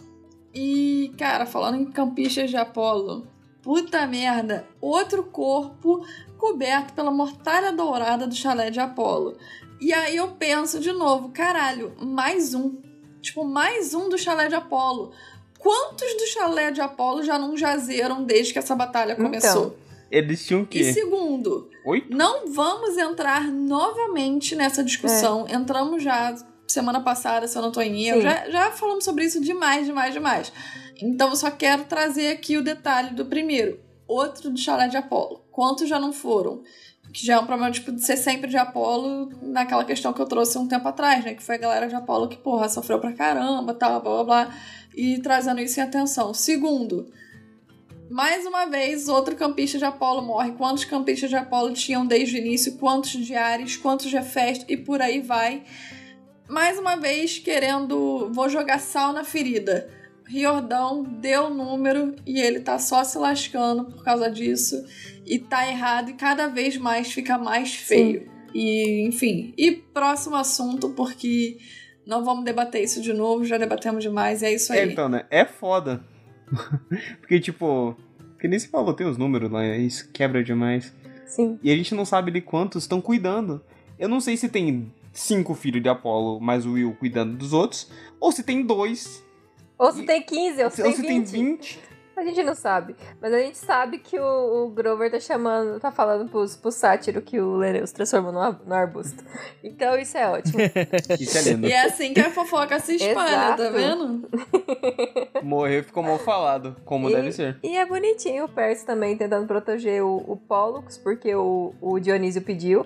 E, cara, falando em campistas de Apolo, puta merda, outro corpo coberto pela mortalha dourada do chalé de Apolo. E aí eu penso de novo, caralho, mais um. Tipo, mais um do chalé de Apolo. Quantos do chalé de Apolo já não jazeram desde que essa batalha começou? Então, eles tinham o quê? E segundo, 8? não vamos entrar novamente nessa discussão. Entramos já semana passada, se eu não tô em erro. Já falamos sobre isso demais. Então eu só quero trazer aqui o detalhe do primeiro. Outro do chalé de Apolo. Quantos já não foram? Que já é um problema, tipo, de ser sempre de Apolo, naquela questão que eu trouxe um tempo atrás, né? Que foi a galera de Apolo que, porra, sofreu pra caramba, tal, blá, blá, blá. E trazendo isso em atenção. Segundo, mais uma vez, outro campista de Apolo morre. Quantos campistas de Apolo tinham desde o início? Quantos de Ares? Quantos de Hefesto? E por aí vai. Mais uma vez, vou jogar sal na ferida. Riordão deu número e ele tá só se lascando por causa disso. E tá errado e cada vez mais fica mais feio. Sim. E, enfim. E próximo assunto, porque não vamos debater isso de novo, já debatemos demais, é isso aí. Então, né? É foda. Porque, tipo, que nem se falou, tem os números lá, isso quebra demais. Sim. E a gente não sabe de quantos estão cuidando. Eu não sei se tem 5 filhos de Apolo, mais o Will cuidando dos outros, ou se tem 2. Ou se tem 15, ou se tem 20. A gente não sabe. Mas a gente sabe que o Grover tá falando pro sátiro que o Leneu se transformou no arbusto. Então isso é ótimo. Isso é lindo. E é assim que a fofoca se espalha, tá vendo? Morreu e ficou mal falado, como deve ser. E é bonitinho o Percy também tentando proteger o Pollux, porque o Dionísio pediu.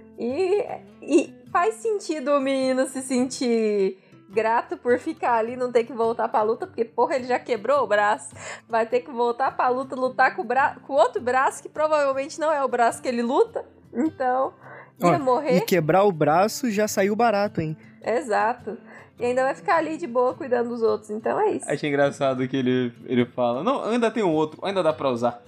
E faz sentido o menino se sentir grato por ficar ali, não ter que voltar pra luta, porque, porra, ele já quebrou o braço. Vai ter que voltar pra luta, lutar com o outro braço, que provavelmente não é o braço que ele luta. Então, ia morrer. E quebrar o braço já saiu barato, hein? Exato. E ainda vai ficar ali de boa cuidando dos outros, então é isso. Achei engraçado que ele fala, não, ainda tem um outro, ainda dá pra usar.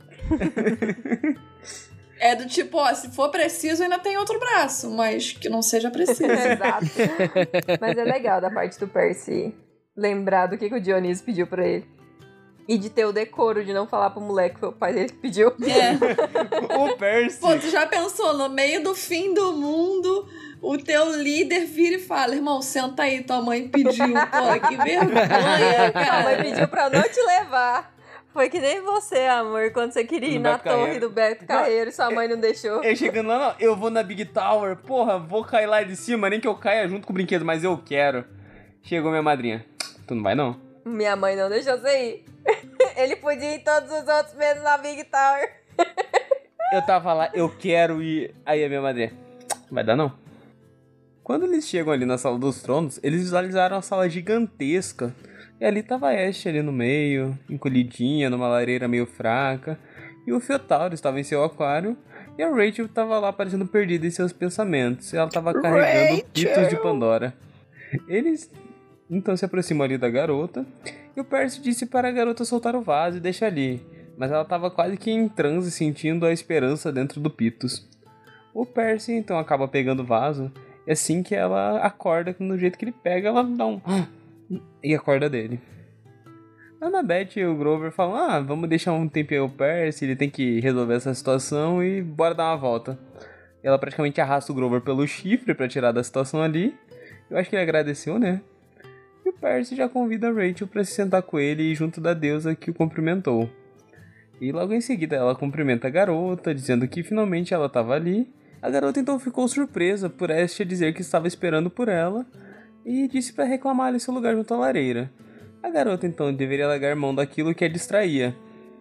É do tipo, ó, se for preciso, ainda tem outro braço, mas que não seja preciso. Exato. Mas é legal da parte do Percy lembrar do que o Dionísio pediu pra ele. E de ter o decoro de não falar pro moleque que foi o pai dele que pediu. O Percy. Pô, tu já pensou, no meio do fim do mundo, o teu líder vira e fala, irmão, senta aí, tua mãe pediu. Pô, que vergonha, cara. Tua mãe pediu pra não te levar. Foi que nem você, amor, quando você queria ir na torre do Beto Carreiro e sua mãe não deixou. Eu chegando lá, não, eu vou na Big Tower, porra, vou cair lá de cima, nem que eu caia junto com o brinquedo, mas eu quero. Chegou minha madrinha, tu não vai não? Minha mãe não deixou você ir. Ele podia ir em todos os outros, menos na Big Tower. Eu tava lá, eu quero ir, aí a minha madrinha, vai dar não? Quando eles chegam ali na Sala dos Tronos, eles visualizaram uma sala gigantesca. E ali tava a Ashe ali no meio, encolhidinha, numa lareira meio fraca. E o Fiotauro estava em seu aquário. E a Rachel tava lá parecendo perdida em seus pensamentos. E ela tava carregando pitos de Pandora. Eles então se aproximam ali da garota. E o Percy disse para a garota soltar o vaso e deixar ali. Mas ela tava quase que em transe, sentindo a esperança dentro do Pitos. O Percy então acaba pegando o vaso. E assim que ela acorda, no jeito que ele pega, ela dá um... e acorda dele. A Annabeth e o Grover falam, vamos deixar um tempinho o Percy, ele tem que resolver essa situação e bora dar uma volta. Ela praticamente arrasta o Grover pelo chifre pra tirar da situação ali. Eu acho que ele agradeceu, né? E o Percy já convida a Rachel pra se sentar com ele junto da deusa que o cumprimentou. E logo em seguida ela cumprimenta a garota, dizendo que finalmente ela estava ali. A garota então ficou surpresa por Ashe dizer que estava esperando por ela e disse para reclamar ali seu lugar junto à lareira. A garota então deveria largar mão daquilo que a distraía.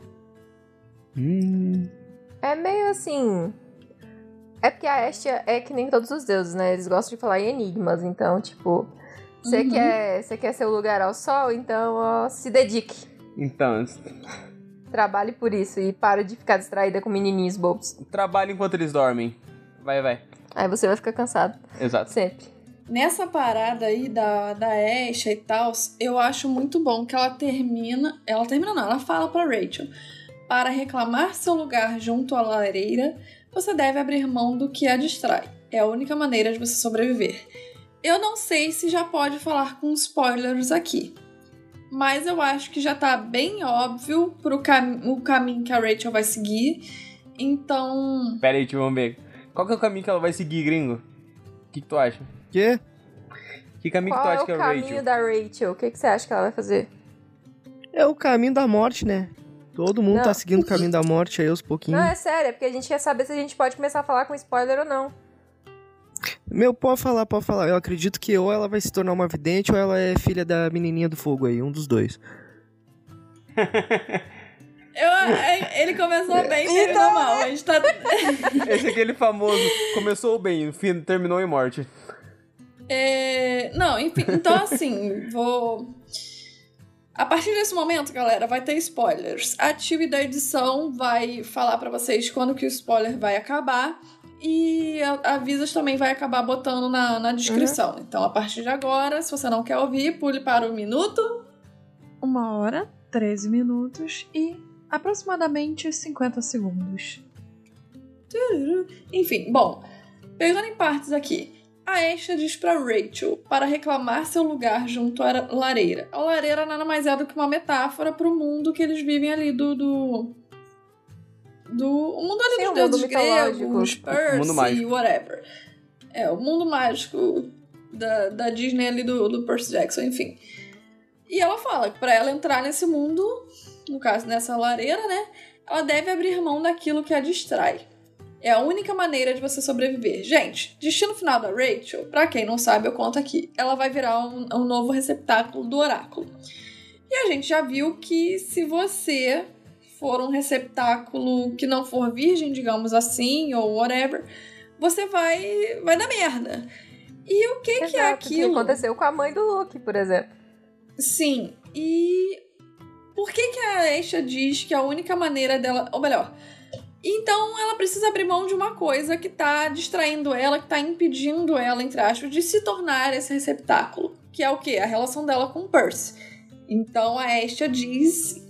É meio assim... É porque a Ashe é que nem todos os deuses, né? Eles gostam de falar em enigmas, então, tipo... Você quer seu lugar ao sol, então, ó, se dedique. Então... Trabalhe por isso e para de ficar distraída com menininhos bobos. Trabalhe enquanto eles dormem. Vai. Aí você vai ficar cansado. Exato. Sempre. Nessa parada aí da Ashe e tal, eu acho muito bom que ela termina... Ela fala pra Rachel. Para reclamar seu lugar junto à lareira, você deve abrir mão do que a distrai. É a única maneira de você sobreviver. Eu não sei se já pode falar com spoilers aqui. mas eu acho que já tá bem óbvio o caminho que a Rachel vai seguir. Então... Pera aí, vamos ver. Qual que é o caminho que ela vai seguir, gringo? O que tu acha? Quê? Que caminho que tu acha que é o Rachel? Qual é o caminho da Rachel? O que você acha que ela vai fazer? É o caminho da morte, né? Todo mundo Não. tá seguindo o caminho da morte aí aos pouquinhos. Não, é sério, é porque a gente quer saber se a gente pode começar a falar com spoiler ou não. Pode falar. Eu acredito que ou ela vai se tornar uma vidente ou ela é filha da menininha do fogo aí, um dos dois. Ele começou bem e terminou mal. A gente tá... Esse é aquele famoso, começou bem, terminou em morte. Não, enfim, então assim, A partir desse momento, galera, vai ter spoilers. A time da edição vai falar pra vocês quando que o spoiler vai acabar. E a Visas também vai acabar botando na descrição. Então, a partir de agora, se você não quer ouvir, pule para 1 minuto. 1 hora, 13 minutos e aproximadamente 50 segundos. Enfim, bom, pegando em partes aqui. A Asha diz pra Rachel para reclamar seu lugar junto à lareira. A lareira nada mais é do que uma metáfora pro mundo que eles vivem ali o mundo ali dos deuses gregos, Percy, whatever. O mundo mágico da Disney ali do Percy Jackson, enfim. E ela fala que pra ela entrar nesse mundo, no caso nessa lareira, né, ela deve abrir mão daquilo que a distrai. É a única maneira de você sobreviver. Gente, destino final da Rachel, pra quem não sabe, eu conto aqui. Ela vai virar um novo receptáculo do oráculo. E a gente já viu que se você for um receptáculo que não for virgem, digamos assim, ou whatever, você vai dar merda. E o que é aquilo? O que aconteceu com a mãe do Luke, por exemplo. Sim, e por que a Asha diz que a única maneira dela... Ou melhor... Então, ela precisa abrir mão de uma coisa que tá distraindo ela, que tá impedindo ela, entre aspas, de se tornar esse receptáculo. Que é o quê? A relação dela com o Percy. Então, a Asha diz,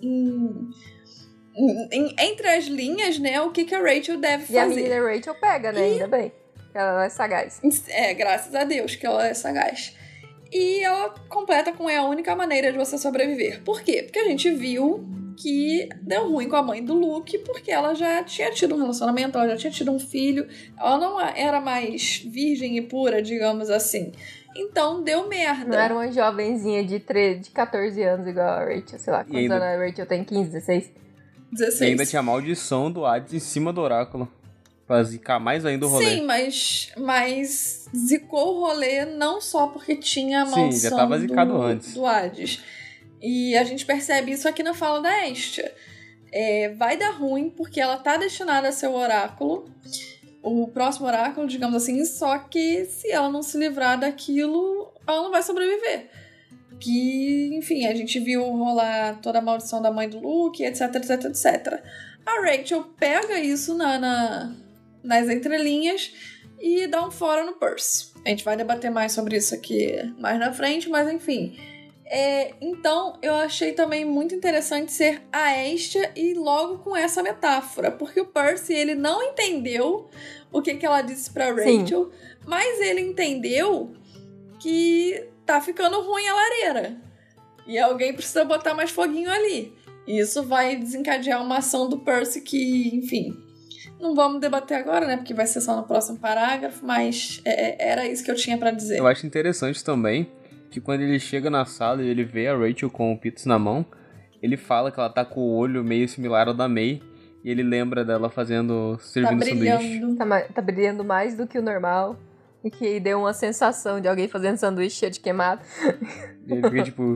entre as linhas, né, o que a Rachel deve fazer. E a menina Rachel pega, né? Ainda bem. Ela é sagaz. Graças a Deus que ela é sagaz. E ela completa com é a única maneira de você sobreviver. Por quê? Porque a gente viu que deu ruim com a mãe do Luke, porque ela já tinha tido um relacionamento, ela já tinha tido um filho, ela não era mais virgem e pura, digamos assim. Então, deu merda. Não era uma jovenzinha de 14 anos igual a Rachel, sei lá. Quantos anos a Rachel tem? 15, 16? 16. E ainda tinha a maldição do Hades em cima do oráculo. Pra zicar mais ainda o rolê. Sim, mas zicou o rolê não só porque tinha a maldição. Sim, já tava zicado antes. Do Hades. E a gente percebe isso aqui na fala da Asha. Vai dar ruim porque ela tá destinada a ser o oráculo, o próximo oráculo, digamos assim, só que se ela não se livrar daquilo, ela não vai sobreviver. Que, enfim, a gente viu rolar toda a maldição da mãe do Luke, etc, etc, etc. A Rachel pega isso nas entrelinhas e dá um fora no Percy. A gente vai debater mais sobre isso aqui mais na frente, mas enfim... Então, eu achei também muito interessante ser a Asha e logo com essa metáfora, porque o Percy, ele não entendeu o que ela disse pra Rachel, mas ele entendeu que tá ficando ruim a lareira e alguém precisa botar mais foguinho ali. E isso vai desencadear uma ação do Percy que, enfim, não vamos debater agora, né, porque vai ser só no próximo parágrafo, mas era isso que eu tinha pra dizer. Eu acho interessante também que quando ele chega na sala e ele vê a Rachel com o Pitos na mão, ele fala que ela tá com o olho meio similar ao da May, e ele lembra dela servindo sanduíche. Tá brilhando mais do que o normal, e que deu uma sensação de alguém fazendo sanduíche cheio de queimado. E ele fica tipo...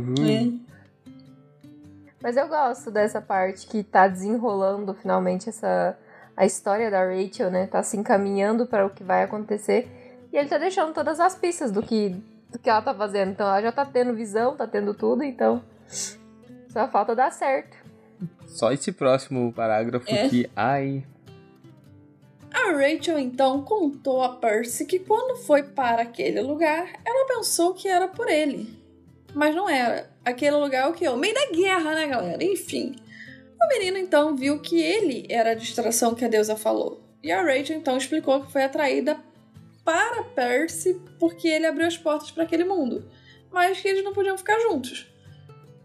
Mas eu gosto dessa parte que tá desenrolando finalmente a história da Rachel, né? Tá se encaminhando para o que vai acontecer, e ele tá deixando todas as pistas do que ela tá fazendo. Então ela já tá tendo visão, tá tendo tudo, então só falta dar certo. Só esse próximo parágrafo que... Ai... A Rachel então contou a Percy que quando foi para aquele lugar, ela pensou que era por ele. Mas não era. Aquele lugar é o quê? O meio da guerra, né, galera? Enfim. O menino então viu que ele era a distração que a deusa falou. E a Rachel então explicou que foi atraída para Percy porque ele abriu as portas para aquele mundo, mas que eles não podiam ficar juntos.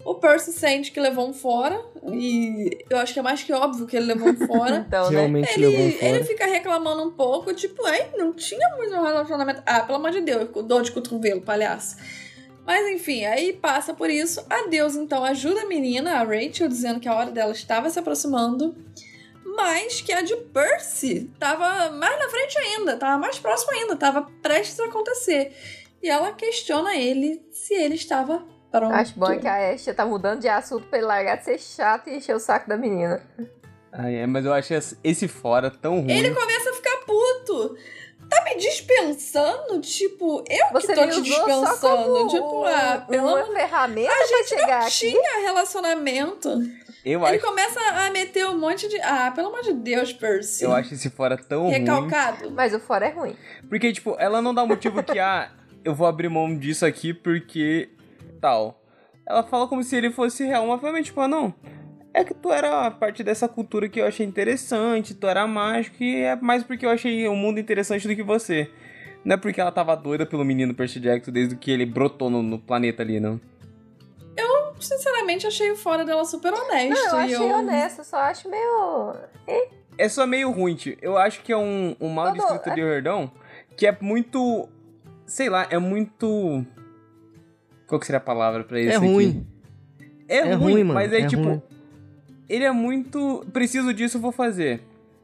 O Percy sente que levou um fora, e eu acho que é mais que óbvio que ele levou um fora. Então, né? Realmente levou um fora. Ele fica reclamando um pouco, tipo, não tinha muito relacionamento. Ah, pelo amor de Deus, dor de cotovelo, palhaço. Mas enfim, aí passa por isso. A Deus, então, ajuda a menina, a Rachel, dizendo que a hora dela estava se aproximando, mas que a de Percy tava mais na frente ainda, tava mais próxima ainda, tava prestes a acontecer. E ela questiona ele se ele estava pronto. Acho bom que a Asha tá mudando de assunto pra ele largar de ser chato e encher o saco da menina. Mas eu acho esse fora tão ruim. Ele começa a ficar puto. Tá me dispensando? Tipo, eu Você que tô me te usou só dispensando. como Tipo, uma ferramenta a pra gente chegar não aqui. tinha relacionamento. Ele começa a meter um monte de... Ah, pelo amor de Deus, Percy. Eu acho esse fora tão Recalcado. ruim. Mas o fora é ruim. Porque, tipo, ela não dá motivo que, eu vou abrir mão disso aqui porque tal. Ela fala como se ele fosse real, mas realmente, tipo, não. É que tu era parte dessa cultura que eu achei interessante, tu era mágico, e é mais porque eu achei o mundo interessante do que você. Não é porque ela tava doida pelo menino Percy Jackson desde que ele brotou no planeta ali, não. Eu, sinceramente, achei o fora dela super honesto. Não, eu achei honesto, só acho meio... É só meio ruim, tio. Eu acho que é um mal de escrita de Herdão que é muito... Sei lá, é muito... Qual que seria a palavra pra isso É aqui? ruim. É ruim, mano. mas é tipo... Ruim. Ele é muito... Preciso disso, vou fazer.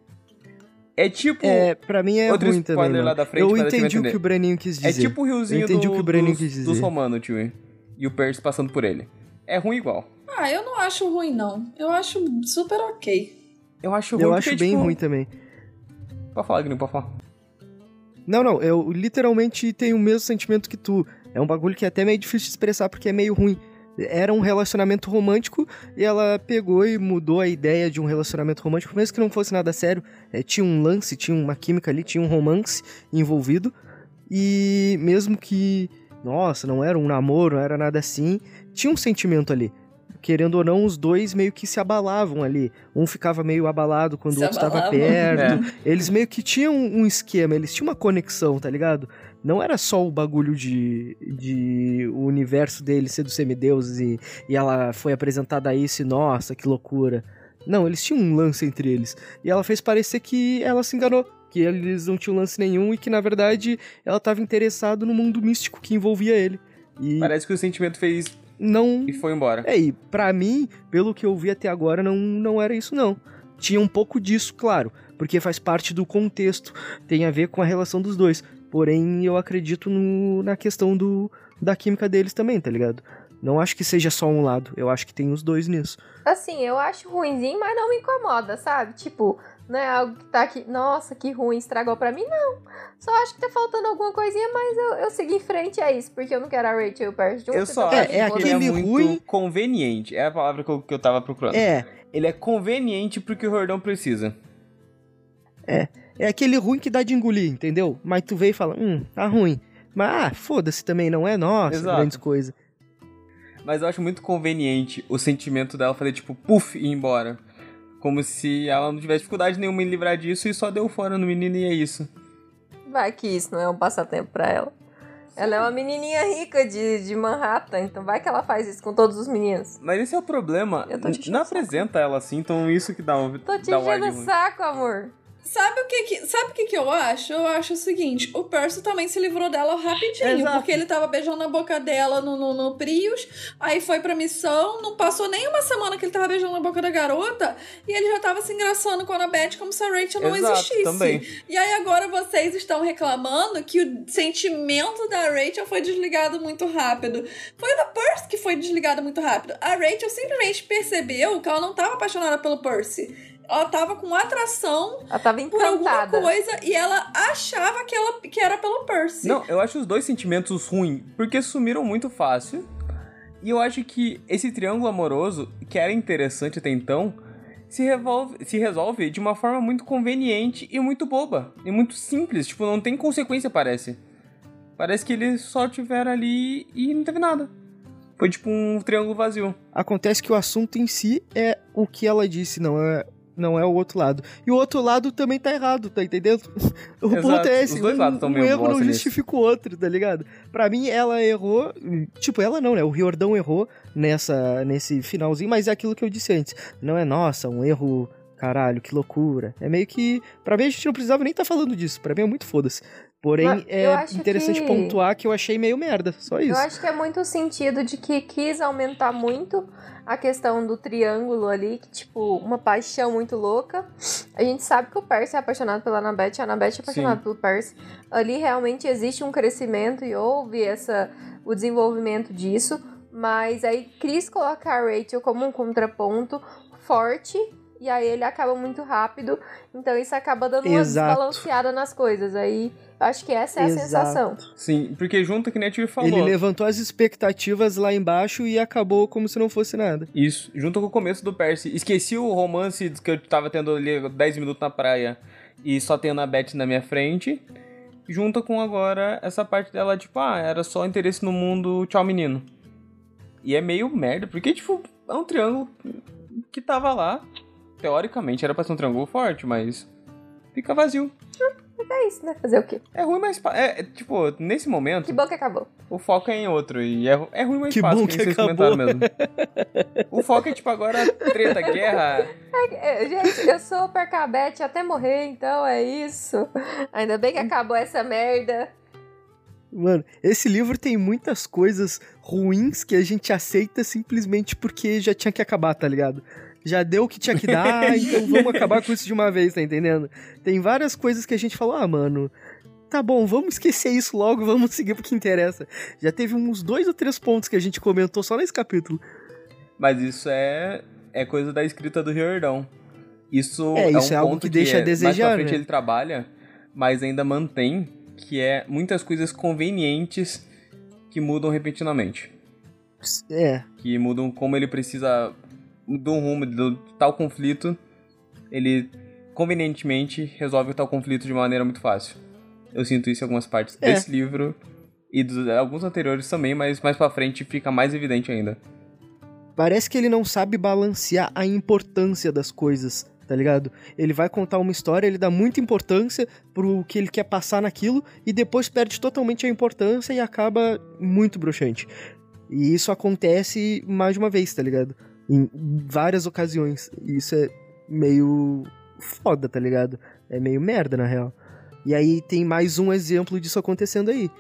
É tipo... Pra mim é outro ruim spoiler também, lá mano. da frente, Eu mas você vai entendi o entender. que o Breninho quis dizer. É tipo o riozinho dos dizer. romanos, tio. E o Percy passando por ele. É ruim igual. Ah, eu não acho ruim, não. Eu acho super ok. Eu acho ruim Eu porque, acho bem tipo... ruim também. Pode falar, Grinho, pode falar. Não, eu literalmente tenho o mesmo sentimento que tu. É um bagulho que é até meio difícil de expressar porque é meio ruim. Era um relacionamento romântico e ela pegou e mudou a ideia de um relacionamento romântico, mesmo que não fosse nada sério. Tinha um lance, tinha uma química ali, tinha um romance envolvido. E mesmo que, nossa, não era um namoro, não era nada assim, tinha um sentimento ali. Querendo ou não, os dois meio que se abalavam ali. Um ficava meio abalado quando o outro estava perto. Eles meio que tinham um esquema, eles tinham uma conexão, tá ligado? Não era só o bagulho de o universo dele ser dos semideuses e ela foi apresentada a isso e, nossa, que loucura. Não, eles tinham um lance entre eles. E ela fez parecer que ela se enganou, que eles não tinham lance nenhum e que, na verdade, ela estava interessada no mundo místico que envolvia ele. E parece que o sentimento fez... não... E foi embora. E pra mim, pelo que eu vi até agora, não era isso, não. Tinha um pouco disso, claro, porque faz parte do contexto, tem a ver com a relação dos dois. Porém, eu acredito na questão da química deles também, tá ligado? Não acho que seja só um lado, eu acho que tem os dois nisso. Assim, eu acho ruinzinho, mas não me incomoda, sabe? Tipo, não é algo que tá aqui, nossa, que ruim, estragou pra mim, não. Só acho que tá faltando alguma coisinha, mas eu segui em frente a isso, porque eu não quero a Rachel e o Percy juntos. Eu só então acho que aquele ele é muito ruim... conveniente. É a palavra que eu tava procurando. Ele é conveniente porque o Herdão precisa. É aquele ruim que dá de engolir, entendeu? Mas tu vê e fala, tá ruim. Mas, foda-se também, não é nossa, Exato. Grandes coisas. Mas eu acho muito conveniente o sentimento dela fazer, tipo, puff, e ir embora. Como se ela não tivesse dificuldade nenhuma em livrar disso e só deu fora no menino e é isso. Vai que isso não é um passatempo pra ela. Ela é uma menininha rica de Manhattan, então vai que ela faz isso com todos os meninos. Mas esse é o problema. Eu tô te enchendo Não o saco. apresenta ela assim, então isso que dá um Tô te dá um ar de enchendo o ruim. saco, amor. Sabe o que eu acho? Eu acho o seguinte, o Percy também se livrou dela rapidinho, Exato. porque ele tava beijando a boca dela no Prius, aí foi pra missão, não passou nem uma semana que ele tava beijando a boca da garota, e ele já tava se engraçando com a Annabeth como se a Rachel não Exato, existisse. também. E aí agora vocês estão reclamando que o sentimento da Rachel foi desligado muito rápido. Foi o da Percy que foi desligado muito rápido. A Rachel simplesmente percebeu que ela não tava apaixonada pelo Percy. Ela tava com atração Ela tava por alguma encantada. coisa e ela achava que era pelo Percy. Não, eu acho os dois sentimentos ruins, porque sumiram muito fácil. E eu acho que esse triângulo amoroso, que era interessante até então, se resolve de uma forma muito conveniente e muito boba. E muito simples, tipo, não tem consequência, parece. Parece que eles só tiveram ali e não teve nada. Foi tipo um triângulo vazio. Acontece que o assunto em si é o que ela disse, não é não é o outro lado. E o outro lado também tá errado, tá entendendo? O Exato. ponto é esse, Os dois lados tão um meio erro não bosta justifica o outro, tá ligado? Pra mim, ela errou, tipo, ela não, né? O Riordão errou nesse finalzinho, mas é aquilo que eu disse antes. Não é, nossa, um erro, caralho, que loucura. É meio que, pra mim, a gente não precisava nem estar falando disso. Pra mim é muito foda-se. Porém, é interessante pontuar que eu achei meio merda, só isso. Eu acho que é muito o sentido de que quis aumentar muito a questão do triângulo ali, que, tipo, uma paixão muito louca. A gente sabe que o Percy é apaixonado pela Annabeth, a Annabeth é apaixonada pelo Percy. Ali realmente existe um crescimento e houve o desenvolvimento disso, mas aí quis colocar a Rachel como um contraponto forte, e aí ele acaba muito rápido, então isso acaba dando uma desbalanceada nas coisas. Aí eu acho que essa é a sensação. Sim, porque junto que nem a Tia falou. Ele levantou as expectativas lá embaixo e acabou como se não fosse nada. Isso, junto com o começo do Percy. Esqueci o romance que eu tava tendo ali 10 minutos na praia e só tendo a Beth na minha frente. Junto com agora essa parte dela, tipo, era só interesse no mundo, tchau menino. E é meio merda, porque, tipo, é um triângulo que tava lá. Teoricamente era pra ser um triângulo forte, mas fica vazio. Mas é isso, né? Fazer o quê? É ruim, mas tipo, nesse momento... Que bom que acabou. O foco é em outro, e é ruim, mas que fácil, bom que que vocês acabou. comentaram mesmo. O foco é, tipo, agora treta, guerra... Gente, eu sou Percabete até morrer, então é isso. Ainda bem que acabou essa merda. Mano, esse livro tem muitas coisas ruins que a gente aceita simplesmente porque já tinha que acabar, tá ligado? Já deu o que tinha que dar, então vamos acabar com isso de uma vez, tá entendendo? Tem várias coisas que a gente falou, mano, tá bom, vamos esquecer isso logo, vamos seguir pro que interessa. Já teve uns 2 ou 3 pontos que a gente comentou só nesse capítulo. Mas isso é coisa da escrita do Riordão. Isso é um algo ponto que deixa a desejar, mais pra frente né? ele trabalha, mas ainda mantém que é muitas coisas convenientes que mudam repentinamente. Que mudam como ele precisa do rumo, do tal conflito, ele convenientemente resolve o tal conflito de maneira muito fácil. Eu sinto isso em algumas partes desse livro e dos alguns anteriores também, mas mais pra frente fica mais evidente ainda. Parece que ele não sabe balancear a importância das coisas, tá ligado? Ele vai contar uma história, ele dá muita importância pro que ele quer passar naquilo e depois perde totalmente a importância e acaba muito broxante. E isso acontece mais de uma vez, tá ligado? Em várias ocasiões. E isso é meio foda, tá ligado? É meio merda, na real. E aí tem mais um exemplo disso acontecendo aí.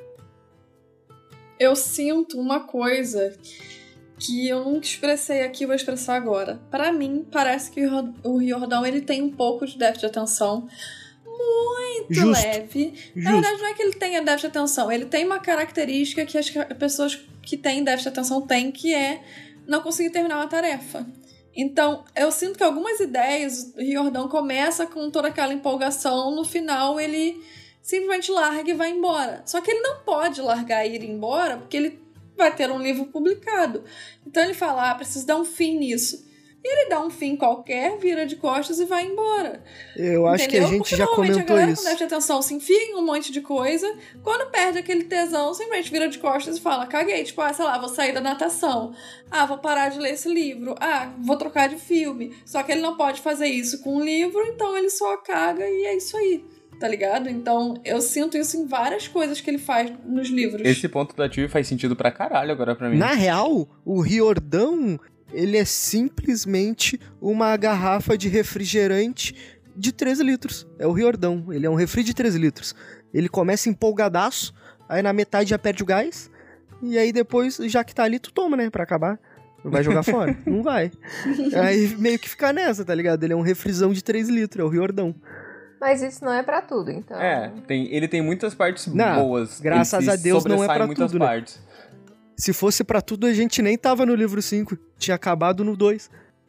Eu sinto uma coisa que eu nunca expressei aqui, vou expressar agora. Pra mim, parece que o Riordão, ele tem um pouco de déficit de atenção muito leve. Na verdade, não é que ele tenha déficit de atenção. Ele tem uma característica que as pessoas que têm déficit de atenção têm, que é não conseguir terminar uma tarefa. Então, eu sinto que algumas ideias, o Riordão começa com toda aquela empolgação, no final ele simplesmente larga e vai embora. Só que ele não pode largar e ir embora, porque ele vai ter um livro publicado. Então ele fala, preciso dar um fim nisso. E ele dá um fim qualquer, vira de costas e vai embora. Eu acho que a gente porque já comentou a galera isso. Com déficit de atenção se enfia em um monte de coisa, quando perde aquele tesão, simplesmente vira de costas e fala, caguei, tipo, sei lá, vou sair da natação, vou parar de ler esse livro, vou trocar de filme. Só que ele não pode fazer isso com um livro, então ele só caga e é isso aí, tá ligado? Então eu sinto isso em várias coisas que ele faz nos livros. Esse ponto da Tia faz sentido pra caralho agora pra mim. Na real, o Riordão, ele é simplesmente uma garrafa de refrigerante de 13 litros. É o Riordão. Ele é um refri de 13 litros. Ele começa empolgadaço, aí na metade já perde o gás, e aí depois, já que tá ali, tu toma, né, pra acabar. Não vai jogar fora? Não vai. Aí meio que fica nessa, tá ligado? Ele é um refrizão de 3 litros, é o Riordão. Mas isso não é pra tudo, então... Ele tem muitas partes boas. Graças a Deus não é pra muitas tudo, partes. Né? Se fosse pra tudo, a gente nem tava no livro 5. Tinha acabado no 2.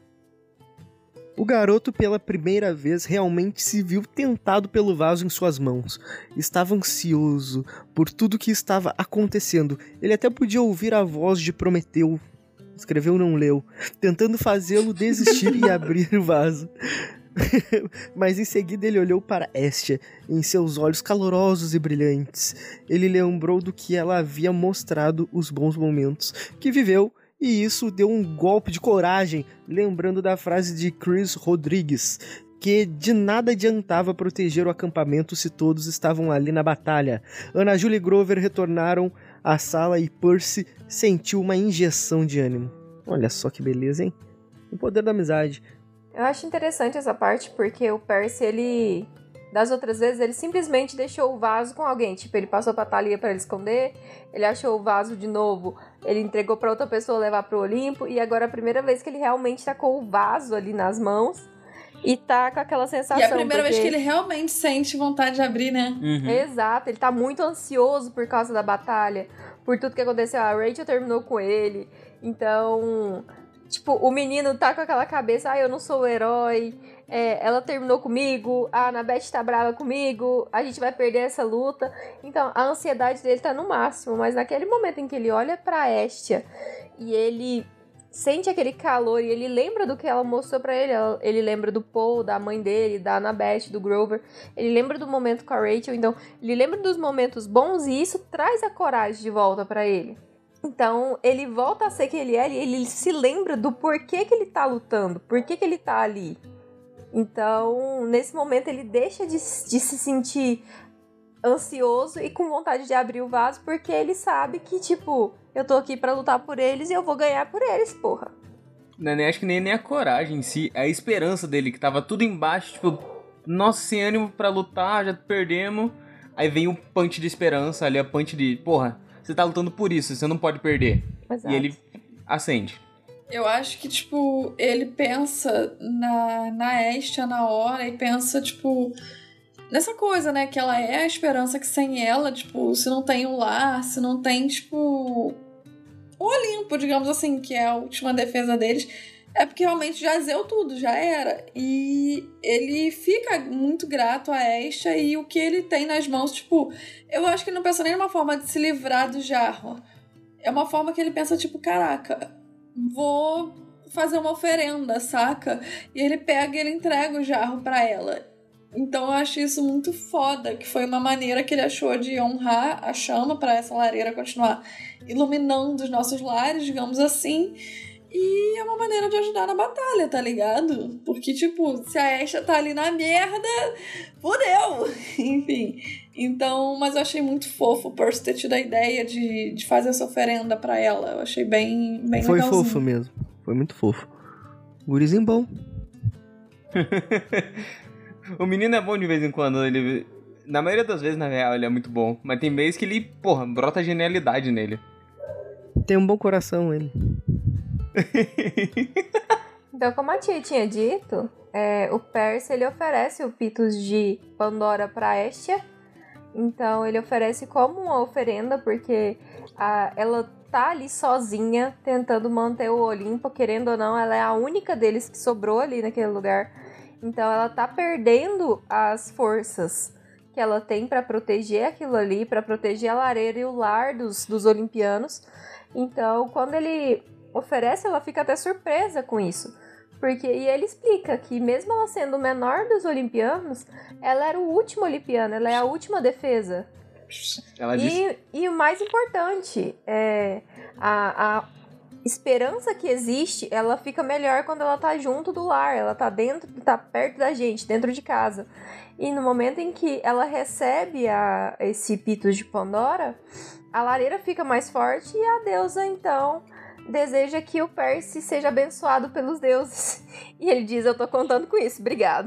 O garoto, pela primeira vez, realmente se viu tentado pelo vaso em suas mãos. Estava ansioso por tudo que estava acontecendo. Ele até podia ouvir a voz de Prometeu. Escreveu, não leu. Tentando fazê-lo desistir e abrir o vaso. Mas em seguida ele olhou para Estia, em seus olhos calorosos e brilhantes. Ele lembrou do que ela havia mostrado, os bons momentos que viveu, e isso deu um golpe de coragem, lembrando da frase de Chris Rodrigues, que de nada adiantava proteger o acampamento se todos estavam ali na batalha. Ana Júlia e Grover retornaram à sala e Percy sentiu uma injeção de ânimo. Olha só que beleza, hein? O poder da amizade. Eu acho interessante essa parte, porque o Percy, ele... Das outras vezes, ele simplesmente deixou o vaso com alguém. Tipo, ele passou pra Thalia pra ele esconder, ele achou o vaso de novo, ele entregou pra outra pessoa levar pro Olimpo, e agora é a primeira vez que ele realmente tá com o vaso ali nas mãos e tá com aquela sensação. E é a primeira vez que ele realmente sente vontade de abrir, né? Uhum. Exato, ele tá muito ansioso por causa da batalha, por tudo que aconteceu. A Rachel terminou com ele, então... Tipo, o menino tá com aquela cabeça, eu não sou o herói, ela terminou comigo, a Annabeth tá brava comigo, a gente vai perder essa luta. Então, a ansiedade dele tá no máximo, mas naquele momento em que ele olha pra Estia e ele sente aquele calor e ele lembra do que ela mostrou pra ele, ele lembra do Paul, da mãe dele, da Annabeth, do Grover, ele lembra do momento com a Rachel, então ele lembra dos momentos bons e isso traz a coragem de volta pra ele. Então, ele volta a ser quem ele é e ele se lembra do porquê que ele tá lutando, porquê que ele tá ali. Então, nesse momento, ele deixa de se sentir ansioso e com vontade de abrir o vaso, porque ele sabe que, tipo, eu tô aqui pra lutar por eles e eu vou ganhar por eles, porra. Não, acho que nem a coragem em si, é a esperança dele, que tava tudo embaixo, tipo, nossa, sem ânimo pra lutar, já perdemos. Aí vem o punch de esperança ali, a punch de, porra, você tá lutando por isso, você não pode perder. Exato. E ele acende. Eu acho que, tipo, ele pensa na Estia na hora e pensa, tipo, nessa coisa, né? Que ela é a esperança, que sem ela, tipo, se não tem o lar, se não tem, tipo, o Olimpo, digamos assim, que é a última defesa deles, é porque realmente já zeu tudo, já era. E ele fica muito grato a Estia e o que ele tem nas mãos, tipo, eu acho que ele não pensa nem numa forma de se livrar do jarro. É uma forma que ele pensa, tipo, caraca, vou fazer uma oferenda, saca? E ele pega e ele entrega o jarro pra ela. Então eu acho isso muito foda, que foi uma maneira que ele achou de honrar a chama pra essa lareira continuar iluminando os nossos lares, digamos assim. E é uma maneira de ajudar na batalha, tá ligado? Porque, tipo, se a Estia tá ali na merda, fudeu! Enfim. Então, mas eu achei muito fofo o Percy ter tido a ideia de fazer essa oferenda pra ela. Eu achei bem Foi legalzinho. fofo mesmo. Foi muito fofo. Gurizinho bom. O menino é bom de vez em quando, ele... Na maioria das vezes, na real, ele é muito bom. Mas tem vezes que ele, porra, brota genialidade nele. Tem um bom coração, ele. Então, como a tia tinha dito, o Percy, ele oferece o Pitos de Pandora pra Estia. Então, ele oferece como uma oferenda, porque ela tá ali sozinha, tentando manter o Olimpo, querendo ou não, ela é a única deles que sobrou ali naquele lugar. Então, ela tá perdendo as forças que ela tem pra proteger aquilo ali, pra proteger a lareira e o lar dos olimpianos. Então, quando ele oferece, ela fica até surpresa com isso. E ele explica que mesmo ela sendo o menor dos olimpianos, ela era o último olimpiano, ela é a última defesa. Ela disse... E o mais importante, a esperança que existe, ela fica melhor quando ela tá junto do lar, ela tá perto da gente, dentro de casa. E no momento em que ela recebe esse Pitos de Pandora, a lareira fica mais forte e a deusa, então, deseja que o Percy seja abençoado pelos deuses. E ele diz, eu tô contando com isso, obrigado.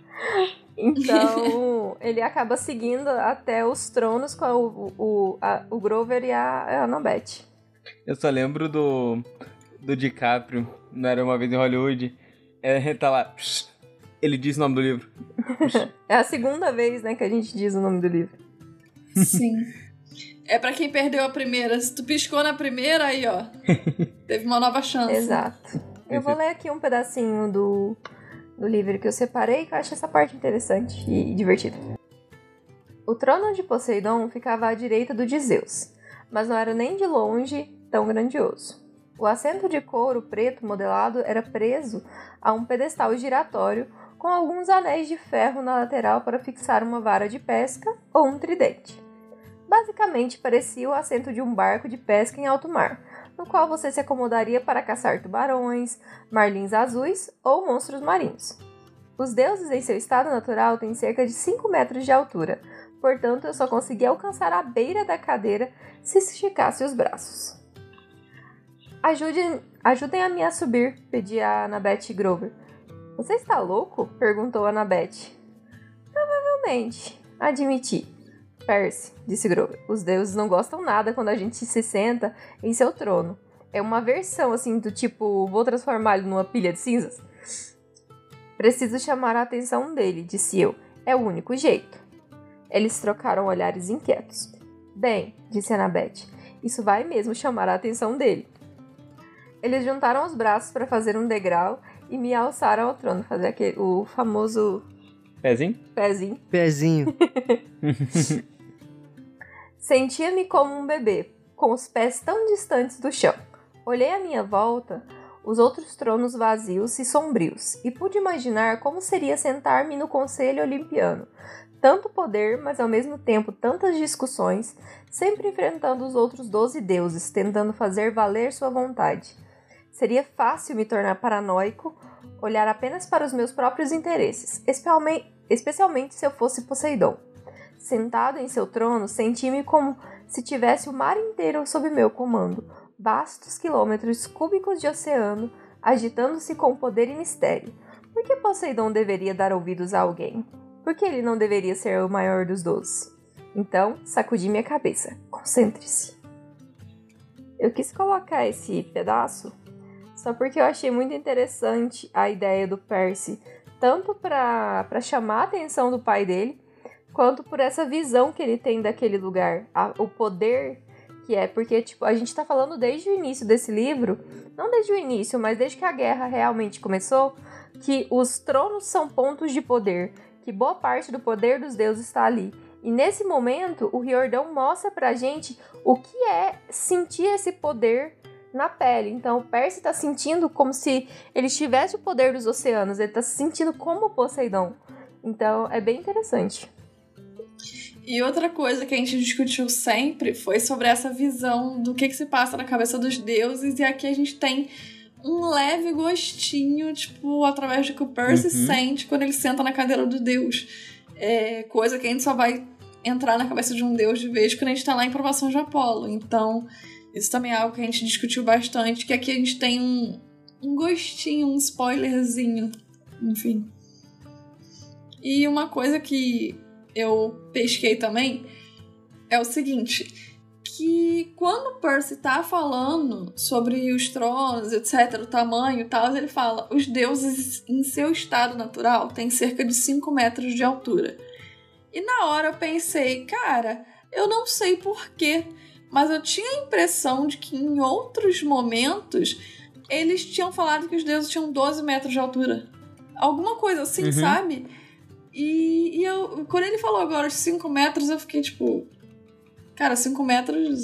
Então, ele acaba seguindo até os tronos com o Grover e a Annabeth. Eu só lembro do DiCaprio, não Era Uma Vez em Hollywood. Tá lá, ele diz o nome do livro. É a segunda vez, né, que a gente diz o nome do livro. Sim. É pra quem perdeu a primeira. Se tu piscou na primeira, aí, ó, teve uma nova chance. Exato. Eu vou ler aqui um pedacinho do livro que eu separei, que eu acho essa parte interessante e divertida. O trono de Poseidon ficava à direita do de Zeus, mas não era nem de longe tão grandioso. O assento de couro preto modelado era preso a um pedestal giratório com alguns anéis de ferro na lateral para fixar uma vara de pesca ou um tridente. Basicamente parecia o assento de um barco de pesca em alto mar, no qual você se acomodaria para caçar tubarões, marlins azuis ou monstros marinhos. Os deuses em seu estado natural têm cerca de 5 metros de altura, portanto eu só consegui alcançar a beira da cadeira se esticasse os braços. Ajudem a mim a subir, pedi a Annabeth Grover. Você está louco? Perguntou Annabeth. Provavelmente, admiti. Percy, disse Grover, os deuses não gostam nada quando a gente se senta em seu trono. É uma versão assim do tipo, vou transformá-lo numa pilha de cinzas. Preciso chamar a atenção dele, disse eu. É o único jeito. Eles trocaram olhares inquietos. Bem, disse Annabeth, isso vai mesmo chamar a atenção dele. Eles juntaram os braços para fazer um degrau e me alçaram ao trono, fazer o famoso... Pezinho. Sentia-me como um bebê, com os pés tão distantes do chão. Olhei à minha volta, os outros tronos vazios e sombrios, e pude imaginar como seria sentar-me no Conselho Olimpiano. Tanto poder, mas ao mesmo tempo tantas discussões, sempre enfrentando os outros 12 deuses, tentando fazer valer sua vontade. Seria fácil me tornar paranoico, olhar apenas para os meus próprios interesses, especialmente se eu fosse Poseidon. Sentado em seu trono, senti-me como se tivesse o mar inteiro sob meu comando, vastos quilômetros cúbicos de oceano, agitando-se com poder e mistério. Por que Poseidon deveria dar ouvidos a alguém? Por que ele não deveria ser o maior dos 12? Então, sacudi minha cabeça. Concentre-se. Eu quis colocar esse pedaço só porque eu achei muito interessante a ideia do Percy, tanto para chamar a atenção do pai dele, quanto por essa visão que ele tem daquele lugar, o poder que é, porque tipo, a gente tá falando desde o início desse livro, não desde o início, mas desde que a guerra realmente começou, que os tronos são pontos de poder, que boa parte do poder dos deuses está ali. E nesse momento, o Riordão mostra pra gente o que é sentir esse poder na pele. Então o Percy tá sentindo como se ele tivesse o poder dos oceanos, ele tá se sentindo como Poseidon. Então é bem interessante. E outra coisa que a gente discutiu sempre foi sobre essa visão do que se passa na cabeça dos deuses, e aqui a gente tem um leve gostinho, tipo, através do que o Percy sente quando ele senta na cadeira do deus. É coisa que a gente só vai entrar na cabeça de um deus de vez quando a gente tá lá em Provação de Apolo. Então, isso também é algo que a gente discutiu bastante, que aqui a gente tem um gostinho, um spoilerzinho, enfim. E uma coisa que eu pesquei também é o seguinte, que quando o Percy tá falando sobre os tronos, etc, o tamanho e tal, ele fala, os deuses em seu estado natural têm cerca de 5 metros de altura. E na hora eu pensei, cara, eu não sei porquê, mas eu tinha a impressão de que em outros momentos eles tinham falado que os deuses tinham 12 metros de altura. Alguma coisa assim, sabe? E eu, quando ele falou agora os 5 metros, eu fiquei tipo... Cara, 5 metros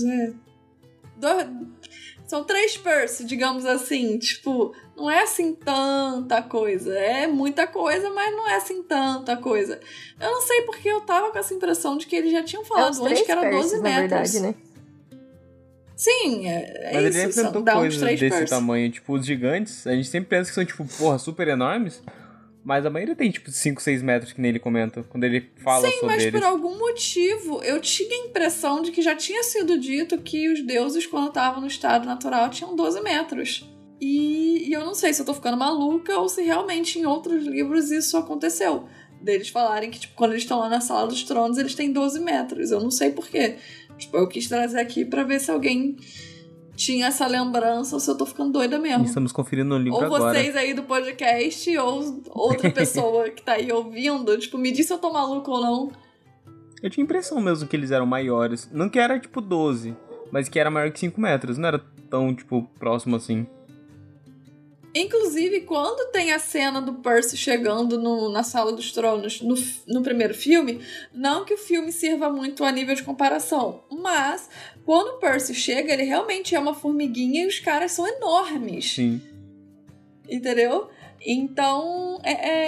são 3 Percy, digamos assim. Tipo, não é assim tanta coisa. É muita coisa, mas não é assim tanta coisa. Eu não sei porque eu tava com essa impressão de que eles já tinham falado antes que era 12 metros. Na verdade, né? Sim, é mas isso. Mas ele enfrentou coisas desse Percy. Tamanho. Tipo, os gigantes, a gente sempre pensa que são, tipo, porra, super enormes. Mas a maioria tem, tipo, 5, 6 metros que nem ele comenta, quando ele fala sobre eles. Sim, mas por algum motivo, eu tinha a impressão de que já tinha sido dito que os deuses, quando estavam no estado natural, tinham 12 metros. E eu não sei se eu tô ficando maluca ou se realmente em outros livros isso aconteceu. Deles falarem que, tipo, quando eles estão lá na Sala dos Tronos, eles têm 12 metros. Eu não sei porquê. Tipo, eu quis trazer aqui pra ver se alguém tinha essa lembrança ou se eu tô ficando doida mesmo. Estamos conferindo no livro agora. Ou vocês aí do podcast, ou outra pessoa que tá aí ouvindo, tipo, me diz se eu tô maluco ou não. Eu tinha a impressão mesmo que eles eram maiores. Não que era, tipo, 12, mas que era maior que 5 metros. Não era tão, tipo, próximo assim. Inclusive, quando tem a cena do Percy chegando na Sala dos Tronos no primeiro filme, não que o filme sirva muito a nível de comparação, mas quando o Percy chega, ele realmente é uma formiguinha e os caras são enormes. Sim. Entendeu? Então,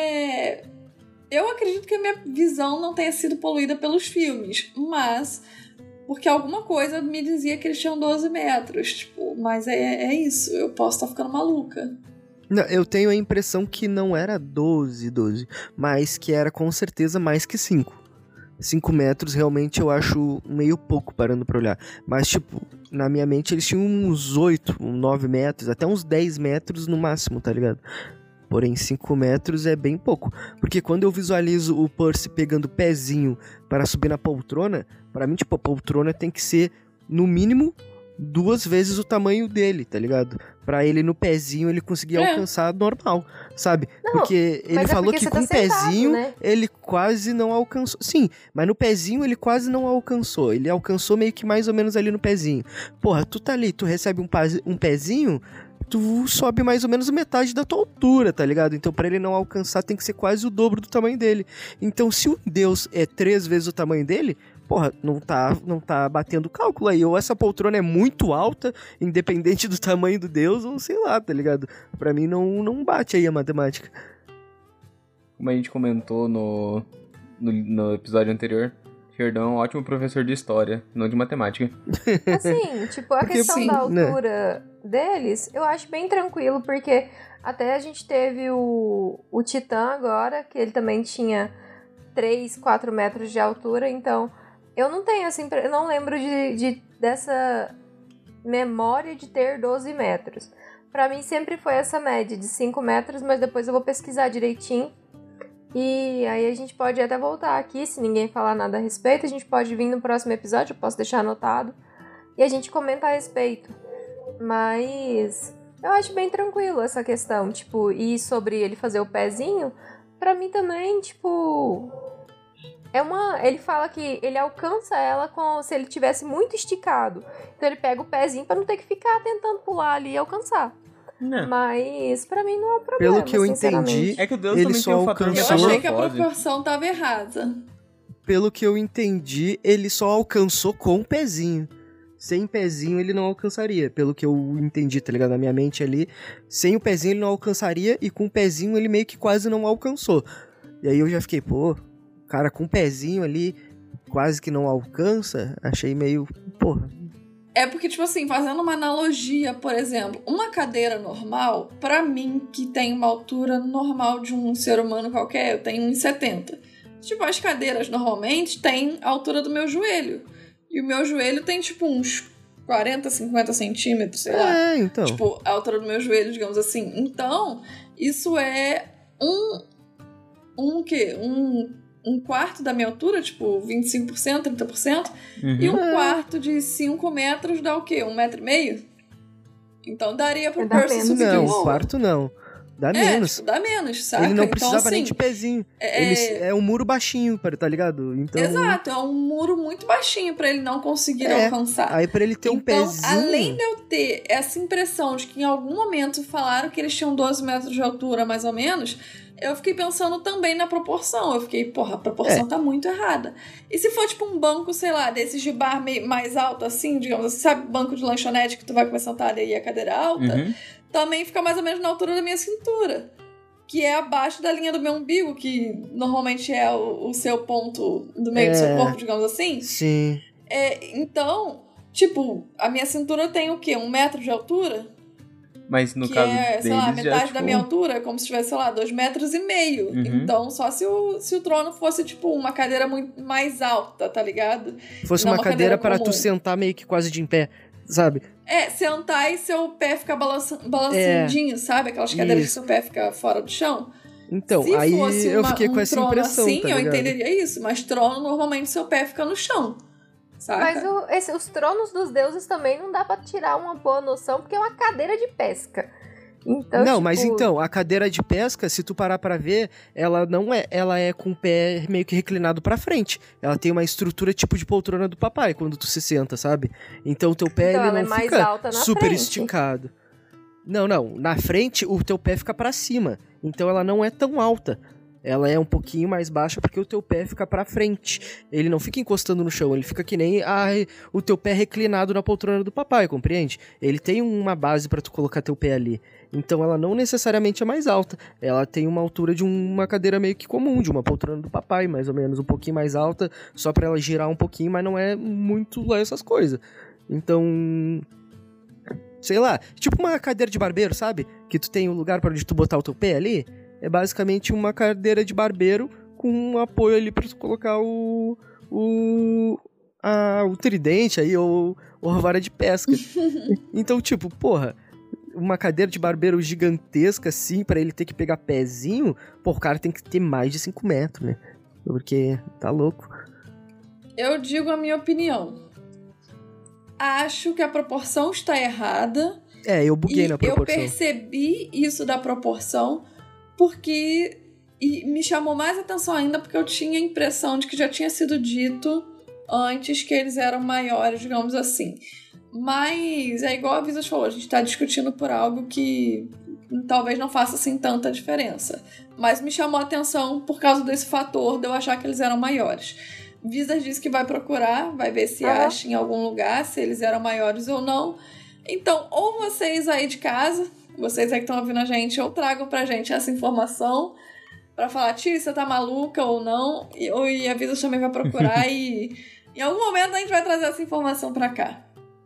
eu acredito que a minha visão não tenha sido poluída pelos filmes, mas porque alguma coisa me dizia que eles tinham 12 metros, tipo, mas é isso. Eu posso estar ficando maluca. Não, eu tenho a impressão que não era 12, mas que era com certeza mais que 5. 5 metros realmente eu acho meio pouco parando pra olhar. Mas, tipo, na minha mente eles tinham uns 8, 9 metros, até uns 10 metros no máximo, tá ligado? Porém, 5 metros é bem pouco. Porque quando eu visualizo o Percy pegando o pezinho para subir na poltrona, pra mim, tipo, a poltrona tem que ser, no mínimo, 2 vezes o tamanho dele, tá ligado? Pra ele no pezinho ele conseguir alcançar normal, sabe? Não, porque ele falou que com o pezinho, né? Ele quase não alcançou. Sim, mas no pezinho ele quase não alcançou. Ele alcançou meio que mais ou menos ali no pezinho. Porra, tu tá ali, tu recebe um pezinho, tu sobe mais ou menos metade da tua altura, tá ligado? Então pra ele não alcançar tem que ser quase o dobro do tamanho dele. Então se o Deus é 3 vezes o tamanho dele, porra, não tá batendo cálculo aí. Ou essa poltrona é muito alta, independente do tamanho do Deus, ou sei lá, tá ligado? Pra mim não bate aí a matemática. Como a gente comentou no episódio anterior, Xerdão é um ótimo professor de história, não de matemática. Assim, tipo, a questão da altura deles, eu acho bem tranquilo, porque até a gente teve o Titã agora, que ele também tinha 3, 4 metros de altura, então eu não tenho assim, eu não lembro dessa memória de ter 12 metros. Pra mim sempre foi essa média de 5 metros, mas depois eu vou pesquisar direitinho. E aí a gente pode até voltar aqui, se ninguém falar nada a respeito, a gente pode vir no próximo episódio, eu posso deixar anotado, e a gente comenta a respeito. Mas eu acho bem tranquilo essa questão, tipo, e sobre ele fazer o pezinho, pra mim também, tipo... Ele fala que ele alcança ela se ele tivesse muito esticado. Então ele pega o pezinho pra não ter que ficar tentando pular ali e alcançar. Não. Mas pra mim não é um problema. Pelo que eu entendi, é que o Deus ele também só tem um fator. Eu achei que a proporção tava errada. Pelo que eu entendi, ele só alcançou com o pezinho. Sem pezinho ele não alcançaria. Pelo que eu entendi, tá ligado? Na minha mente ali, sem o pezinho ele não alcançaria e com o pezinho ele meio que quase não alcançou. E aí eu já fiquei, pô, cara, com o pezinho ali quase que não alcança, achei meio, porra. É porque, tipo assim, fazendo uma analogia, por exemplo, uma cadeira normal, pra mim, que tem uma altura normal de um ser humano qualquer, eu tenho 1,70. Tipo, as cadeiras normalmente têm a altura do meu joelho. E o meu joelho tem, tipo, uns 40, 50 centímetros, sei lá. Então. Tipo, a altura do meu joelho, digamos assim. Então, isso é um quarto da minha altura, tipo 25%, 30%, e um quarto de 5 metros dá o quê? 1,5 metro? Então daria pro Percy subir de novo. Não, quarto não. Dá menos. Tipo, dá menos, saca? Ele não precisava então, assim, nem de pezinho. É um muro baixinho, tá ligado? Então... Exato, é um muro muito baixinho pra ele não conseguir alcançar. Aí pra ele ter um pezinho... Além de eu ter essa impressão de que em algum momento falaram que eles tinham 12 metros de altura, mais ou menos... Eu fiquei pensando também na proporção. Eu fiquei, porra, a proporção tá muito errada. E se for tipo um banco, sei lá, desses de bar mais alto assim, digamos assim, sabe, banco de lanchonete que tu vai comer sentado e a cadeira alta, também fica mais ou menos na altura da minha cintura. Que é abaixo da linha do meu umbigo, que normalmente é o seu ponto do meio do seu corpo, digamos assim. Sim. Então, tipo, a minha cintura tem o quê? 1 metro de altura? Mas no caso deles, sei lá, metade tipo... da minha altura, é como se tivesse, sei lá, 2,5 metros. Então, só se o trono fosse, tipo, uma cadeira muito mais alta, tá ligado? Fosse uma cadeira para tu sentar meio que quase de em pé, sabe? Sentar e seu pé ficar balançandinho, sabe? Aquelas cadeiras que seu pé fica fora do chão. Então, se aí fosse eu fiquei com essa impressão, assim, tá eu ligado? entenderia isso. Mas trono, normalmente, seu pé fica no chão. Saca? Mas os tronos dos deuses também não dá pra tirar uma boa noção, porque é uma cadeira de pesca. Então, não, mas então, a cadeira de pesca, se tu parar pra ver, ela é com o pé meio que reclinado pra frente. Ela tem uma estrutura tipo de poltrona do papai, quando tu se senta, sabe? Então o teu pé então, ele não fica super frente. esticado. Não, na frente o teu pé fica pra cima. Então ela não é tão alta. Ela é um pouquinho mais baixa porque o teu pé fica pra frente. Ele não fica encostando no chão, ele fica que nem o teu pé reclinado na poltrona do papai, compreende? Ele tem uma base pra tu colocar teu pé ali. Então ela não necessariamente é mais alta. Ela tem uma altura de uma cadeira meio que comum, de uma poltrona do papai, mais ou menos. Um pouquinho mais alta, só pra ela girar um pouquinho, mas não é muito lá essas coisas. Então... sei lá, tipo uma cadeira de barbeiro, sabe? Que tu tem um lugar pra onde tu botar o teu pé ali. É basicamente uma cadeira de barbeiro com um apoio ali pra tu colocar o tridente aí, ou a vara de pesca. Então, tipo, porra, uma cadeira de barbeiro gigantesca assim, pra ele ter que pegar pezinho, pô, o cara tem que ter mais de 5 metros, né? Porque tá louco. Eu digo a minha opinião. Acho que a proporção está errada. Eu buguei na proporção. Eu percebi isso da proporção porque... E me chamou mais atenção ainda porque eu tinha a impressão de que já tinha sido dito antes que eles eram maiores, digamos assim. Mas é igual a Visas falou, a gente tá discutindo por algo que talvez não faça assim tanta diferença. Mas me chamou a atenção por causa desse fator de eu achar que eles eram maiores. Visas disse que vai procurar, vai ver se acha em algum lugar, se eles eram maiores ou não. Então, ou vocês aí de casa, vocês aí que estão ouvindo a gente, ou tragam pra gente essa informação pra falar, Tia, você tá maluca ou não, e a Visas também vai procurar e em algum momento a gente vai trazer essa informação pra cá.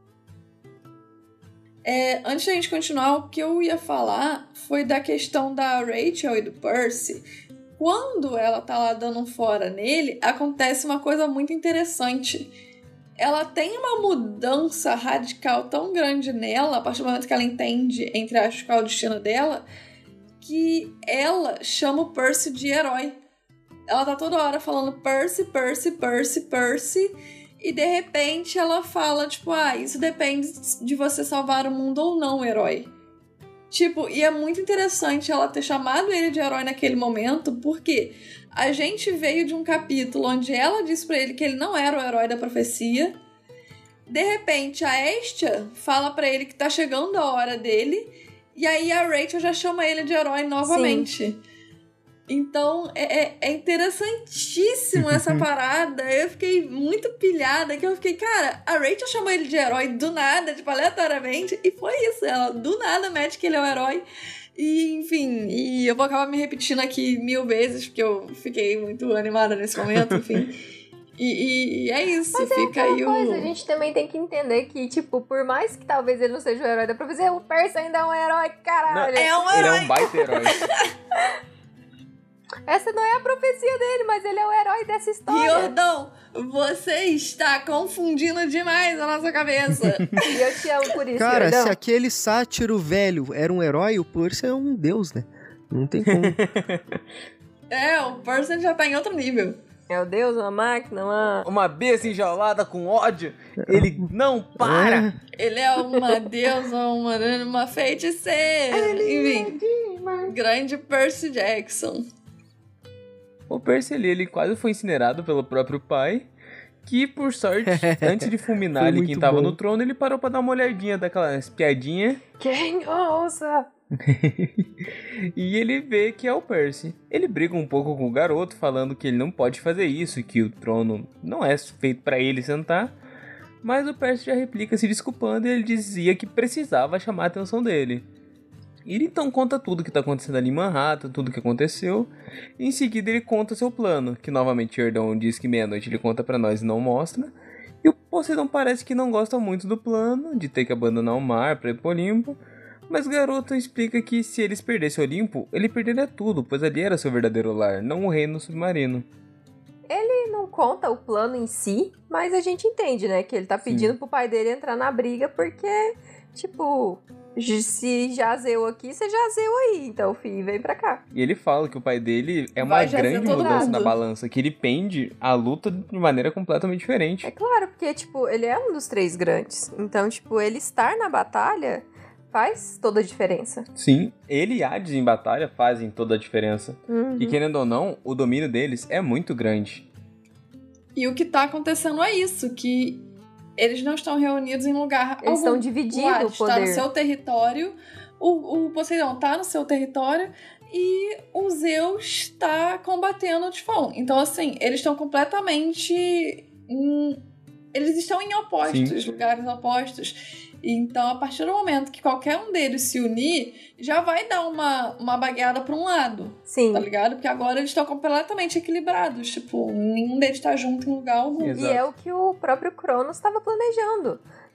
Antes da gente continuar, o que eu ia falar foi da questão da Rachel e do Percy. Quando ela tá lá dando um fora nele, acontece uma coisa muito interessante. Ela tem uma mudança radical tão grande nela, a partir do momento que ela entende, entre aspas, qual é o destino dela, que ela chama o Percy de herói. Ela tá toda hora falando Percy, Percy, Percy, Percy, e de repente ela fala, tipo, isso depende de você salvar o mundo ou não, herói. Tipo, e é muito interessante ela ter chamado ele de herói naquele momento, porque a gente veio de um capítulo onde ela disse pra ele que ele não era o herói da profecia. De repente, a Hestia fala pra ele que tá chegando a hora dele, e aí a Rachel já chama ele de herói novamente. Sim. Então, é interessantíssimo essa parada. Eu fiquei muito pilhada, que eu fiquei, cara, a Rachel chamou ele de herói do nada, tipo, aleatoriamente, e foi isso, ela do nada mete que ele é o herói. E, enfim, e eu vou acabar me repetindo aqui 1000 vezes, porque eu fiquei muito animada nesse momento, enfim. E é isso, mas fica aí coisa, a gente também tem que entender que, tipo, por mais que talvez ele não seja o herói da profecia, o Percy ainda é um herói, caralho. Não, é um herói. Ele é um baita herói. Essa não é a profecia dele, mas ele é o herói dessa história. Jordão, você está confundindo demais a nossa cabeça. E eu te amo por isso, cara, Jordão. se aquele sátiro velho era um herói, o Percy é um deus, né? Não tem como. O Percy já tá em outro nível. É o deus, uma máquina, uma besta enjaulada com ódio. Ele não para. Ele é uma deusa, uma feiticeira. Enfim, grande Percy Jackson. O Percy ele quase foi incinerado pelo próprio pai, que por sorte, antes de fulminar ali quem tava no trono, ele parou pra dar uma olhadinha daquelas piadinhas. Quem ousa? E ele vê que é o Percy. Ele briga um pouco com o garoto, falando que ele não pode fazer isso, que o trono não é feito pra ele sentar. Mas o Percy já replica se desculpando e ele dizia que precisava chamar a atenção dele. Ele então conta tudo que tá acontecendo ali em Manhattan, tudo que aconteceu. E em seguida ele conta seu plano, que novamente Jordão diz que meia-noite ele conta pra nós e não mostra. E o Poseidon parece que não gosta muito do plano, de ter que abandonar o mar pra ir pro Olimpo. Mas o garoto explica que se eles perdessem o Olimpo, ele perderia tudo, pois ali era seu verdadeiro lar, não o reino submarino. Ele não conta o plano em si, mas a gente entende, né? Que ele tá pedindo pro pai dele entrar na briga porque, tipo... Se já zeu aqui, você já zeu aí. Então, filho, vem pra cá. E ele fala que o pai dele é uma grande mudança na balança, que ele pende a luta de maneira completamente diferente. É claro, porque, tipo, ele é um dos 3 grandes. Então, tipo, ele estar na batalha faz toda a diferença. Sim, ele e Hades em batalha fazem toda a diferença. Uhum. E querendo ou não, o domínio deles é muito grande. E o que tá acontecendo é isso, que... Eles não estão reunidos em lugar algum. Eles estão dividindo o poder. Está no seu território, o Poseidon está no seu território e o Zeus está combatendo o Tifão. Então, assim, eles estão completamente... Eles estão em opostos, lugares opostos. Então, a partir do momento que qualquer um deles se unir, já vai dar uma bagueada para um lado. Sim. Tá ligado? Porque agora eles estão completamente equilibrados. Tipo, nenhum deles tá junto em lugar algum. Exato. E é o que o próprio Cronos estava planejando.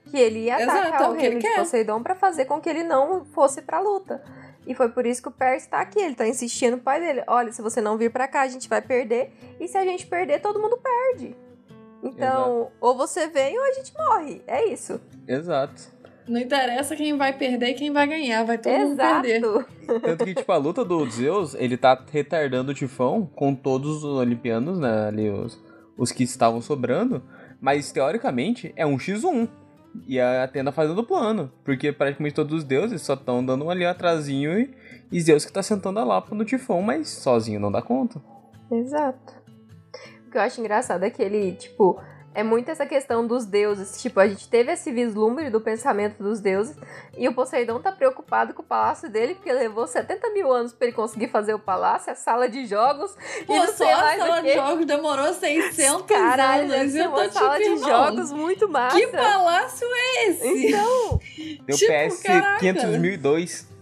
que ele ia atacar Exato, o o que ele reino de quer. Poseidon pra fazer com que ele não fosse pra luta. E foi por isso que o Percy tá aqui. Ele tá insistindo no pai dele. Olha, se você não vir pra cá, a gente vai perder. E se a gente perder, todo mundo perde. Então, ou você vem ou a gente morre. É isso. Exato. Não interessa quem vai perder e quem vai ganhar, vai todo mundo perder. Exato. Tanto que, tipo, a luta do Zeus, ele tá retardando o Tifão com todos os olimpianos, né, ali, os que estavam sobrando, mas, teoricamente, é um x1. E a Atena fazendo o plano, porque praticamente todos os deuses só estão dando ali atrasinho e Zeus que tá sentando a lapa no Tifão, mas sozinho não dá conta. Exato. O que eu acho engraçado é que ele, tipo, é muito essa questão dos deuses. Tipo, a gente teve esse vislumbre do pensamento dos deuses e o Poseidon tá preocupado com o palácio dele porque levou 70 mil anos pra ele conseguir fazer o palácio, a sala de jogos. Pô, e não só sei a mais sala o de quê. jogos demorou 600 Caralho, deve anos. ser Eu tô uma sala de irmão, jogos muito massa. Que palácio é esse? Então, Deu Tipo, PS caraca. 500.002.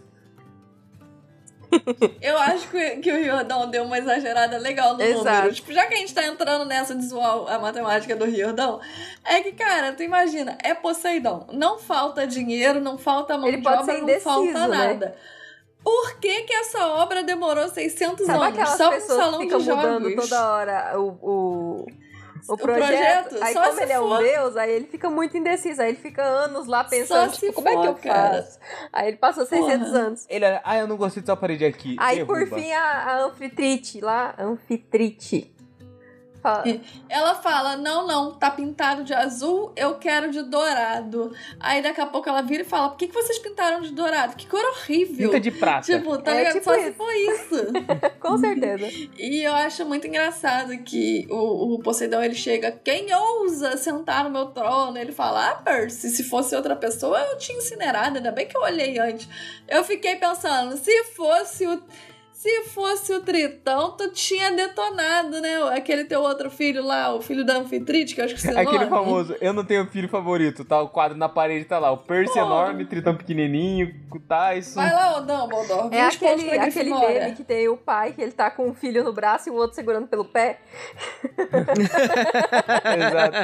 Eu acho que o Riordão deu uma exagerada legal no Exato. número. Tipo, já que a gente tá entrando nessa de zoar a matemática do Riordão, é que, cara, tu imagina, é Poseidon. Não falta dinheiro, não falta mão Ele de pode obra, ser não indeciso, falta né? nada. Por que essa obra demorou 600 sabe anos? aquelas Só um pessoas salão que ficam de mudando jogos. toda hora o projeto? Aí Só como se ele é um for. deus, aí ele fica muito indeciso. Aí ele fica anos lá pensando, se tipo, como é que eu for, cara. faço? Aí ele passou 600 Porra. anos. Ele era, eu não gostei dessa parede aqui. Aí derruba. por fim a Anfitrite lá, Anfitrite. Fala, Ela fala, não, tá pintado de azul, eu quero de dourado. Aí daqui a pouco ela vira e fala, por que vocês pintaram de dourado? Que cor horrível. Pinta de prata. Tipo, tá É ligado? tipo Só isso. se for isso. com certeza. E eu acho muito engraçado que o Poseidon, ele chega, quem ousa sentar no meu trono? Ele fala, Percy, se fosse outra pessoa, eu tinha incinerado, ainda bem que eu olhei antes. Eu fiquei pensando, se fosse o Tritão, tu tinha detonado, né? Aquele teu outro filho lá, o filho da Anfitrite, que eu acho que você Aquele famoso, eu não tenho filho favorito, tá? O quadro na parede tá lá, o Percy enorme, Tritão pequenininho, o Tyson. Vai lá, ô Dumbledore. É 20 pontos pra aquele Grifinória. meme que tem o pai, que ele tá com um filho no braço e o outro segurando pelo pé. Exato.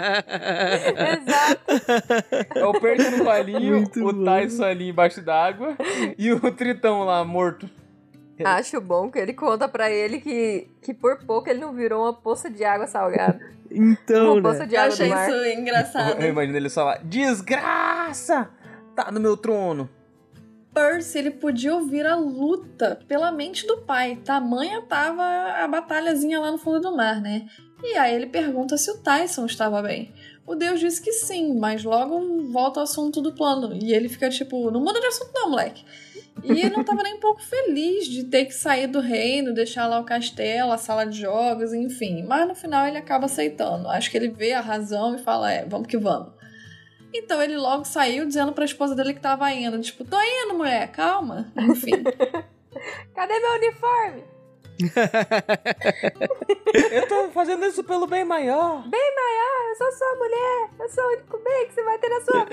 Exato. É o Percy no palinho, Muito o bom. Tyson ali embaixo d'água e o Tritão lá, morto. Acho bom que ele conta pra ele que por pouco ele não virou uma poça de água salgada. Então, Uma né? poça de Eu água achei do mar. isso engraçado. Eu imagino ele só lá, desgraça! Tá no meu trono. Percy, ele podia ouvir a luta pela mente do pai. Tamanha tava a batalhazinha lá no fundo do mar, né? E aí ele pergunta se o Tyson estava bem. O deus disse que sim, mas logo volta ao assunto do plano. E ele fica tipo, não muda de assunto não, moleque. E ele não tava nem um pouco feliz de ter que sair do reino, deixar lá o castelo, a sala de jogos, enfim. Mas no final ele acaba aceitando. Acho que ele vê a razão e fala, vamos que vamos. Então ele logo saiu dizendo pra esposa dele que tava indo. Tipo, tô indo, mulher, calma. Enfim. Cadê meu uniforme? Eu tô fazendo isso pelo bem maior. Eu sou sua mulher. Eu sou o único bem que você vai ter na sua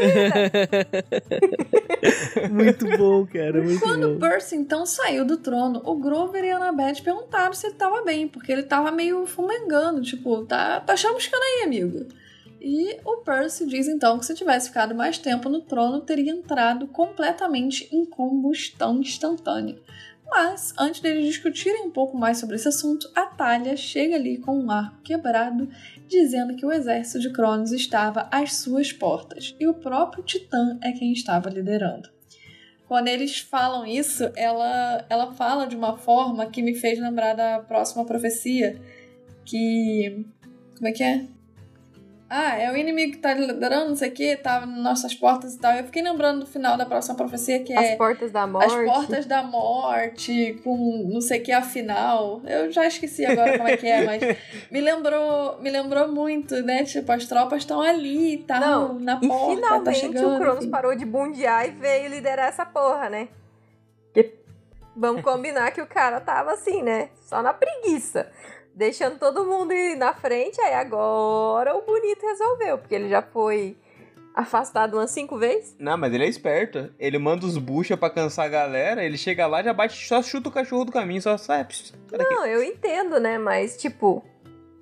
vida. Muito bom, cara, muito Quando bom. Percy então saiu do trono, o Grover e a Annabeth perguntaram se ele tava bem, porque ele tava meio fumegando, tipo, tá chamuscando aí, amigo. E o Percy diz então que se tivesse ficado mais tempo no trono, teria entrado completamente em combustão instantânea. Mas, antes deles discutirem um pouco mais sobre esse assunto, a Thalia chega ali com um arco quebrado, dizendo que o exército de Cronos estava às suas portas, e o próprio Titã é quem estava liderando. Quando eles falam isso, ela fala de uma forma que me fez lembrar da próxima profecia, que... Como é que é? É o inimigo que tá liderando, não sei o que, tá nas nossas portas e tal. Eu fiquei lembrando do final da próxima profecia, que é... As portas da morte. As portas da morte, com não sei o que afinal. Eu já esqueci agora como é que é, mas me lembrou muito, né? Tipo, as tropas estão ali e tal, na E porta, finalmente tá chegando. o Cronos enfim. parou de bundear e veio liderar essa porra, né? Porque vamos combinar que o cara tava assim, né? Só na preguiça. Deixando todo mundo ir na frente, aí agora o bonito resolveu, porque ele já foi afastado umas 5 vezes. Não, mas ele é esperto. Ele manda os bucha pra cansar a galera, ele chega lá, já bate, só chuta o cachorro do caminho, só sai. Sai daqui. Não, eu entendo, né? Mas, tipo,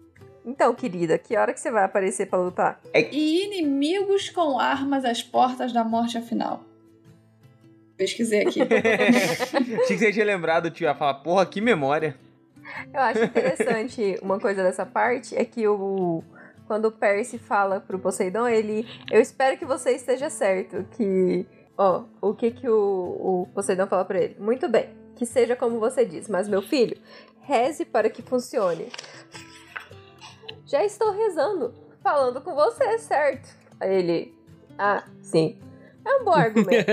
Então, querida, que hora que você vai aparecer pra lutar? E inimigos com armas às portas da morte afinal. Pesquisei aqui. Achei que você tinha lembrado, tio, ia falar, porra, que memória. Eu acho interessante uma coisa dessa parte, é que quando o Percy fala pro Poseidon, eu espero que você esteja certo, que... Ó, o que o Poseidon fala pra ele? Muito bem, que seja como você diz, mas meu filho, reze para que funcione. Já estou rezando, falando com você, certo? Aí ele, sim. É um bom argumento.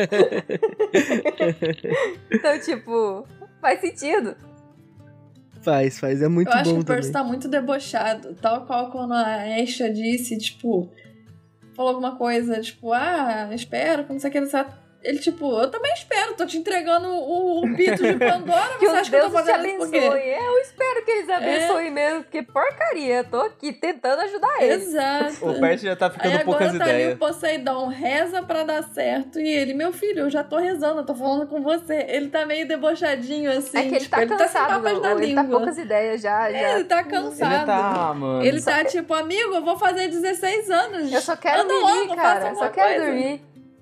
Então, tipo, faz sentido. Faz, é muito bom também. Eu acho que o Percy tá muito debochado, tal qual quando a Esha disse, tipo, falou alguma coisa, tipo, espero que não sei o que, ele, tipo, eu também espero, tô te entregando o pito de Pandora, que você acha que eu tô fazendo isso por quê? Eu espero que eles abençoem mesmo, porque porcaria, eu tô aqui tentando ajudar eles. Exato. O Percy já tá ficando poucas ideias. Agora tá ali o Poseidon, reza pra dar certo, e ele, meu filho, eu já tô rezando, eu tô falando com você. Ele tá meio debochadinho, assim. É que ele tá cansado, ele tá poucas ideias já. Ele tá cansado. Ele tá, mano. Ele tá tipo, amigo, eu vou fazer 16 anos. Eu só quero dormir, cara, eu só quero dormir.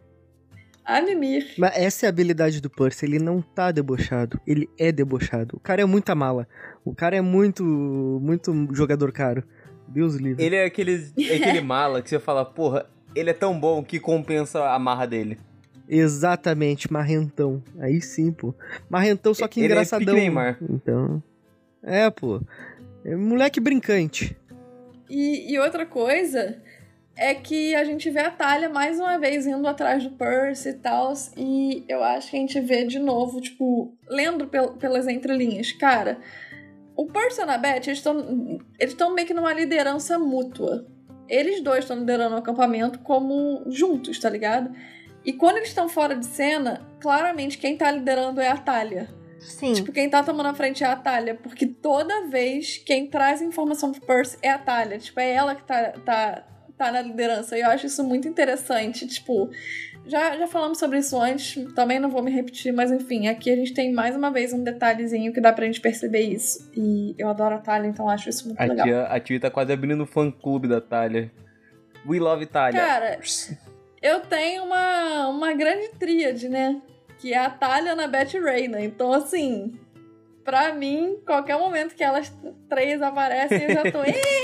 A mimir. Mas essa é a habilidade do Percy, ele não tá debochado, ele é debochado. O cara é muita mala, o cara é muito jogador caro. Deus livre. Ele é aquele mala que você fala, porra, ele é tão bom que compensa a marra dele. Exatamente, marrentão. Aí sim, pô. Marrentão, só que ele engraçadão. É Neymar. Então, pô. É moleque brincante. E outra coisa... é que a gente vê a Thalia mais uma vez indo atrás do Percy e tal, e eu acho que a gente vê de novo, tipo, lendo pelas entrelinhas. Cara, o Percy e a Annabeth, eles estão meio que numa liderança mútua. Eles dois estão liderando o acampamento como juntos, tá ligado? E quando eles estão fora de cena, claramente quem tá liderando é a Thalia. Sim. Tipo, quem tá tomando a frente é a Thalia, porque toda vez quem traz informação pro Percy é a Thalia. Tipo, é ela que tá na liderança, e eu acho isso muito interessante, tipo, já falamos sobre isso antes, também não vou me repetir, mas enfim, aqui a gente tem mais uma vez um detalhezinho que dá pra gente perceber isso, e eu adoro a Thalia, então acho isso muito legal. A tia tá quase abrindo o fã-clube da Thalia. We love Thalia. Cara, eu tenho uma grande tríade, né, que é a Thalia, Annabeth e Reyna, então assim, pra mim, qualquer momento que elas três aparecem, eu já tô...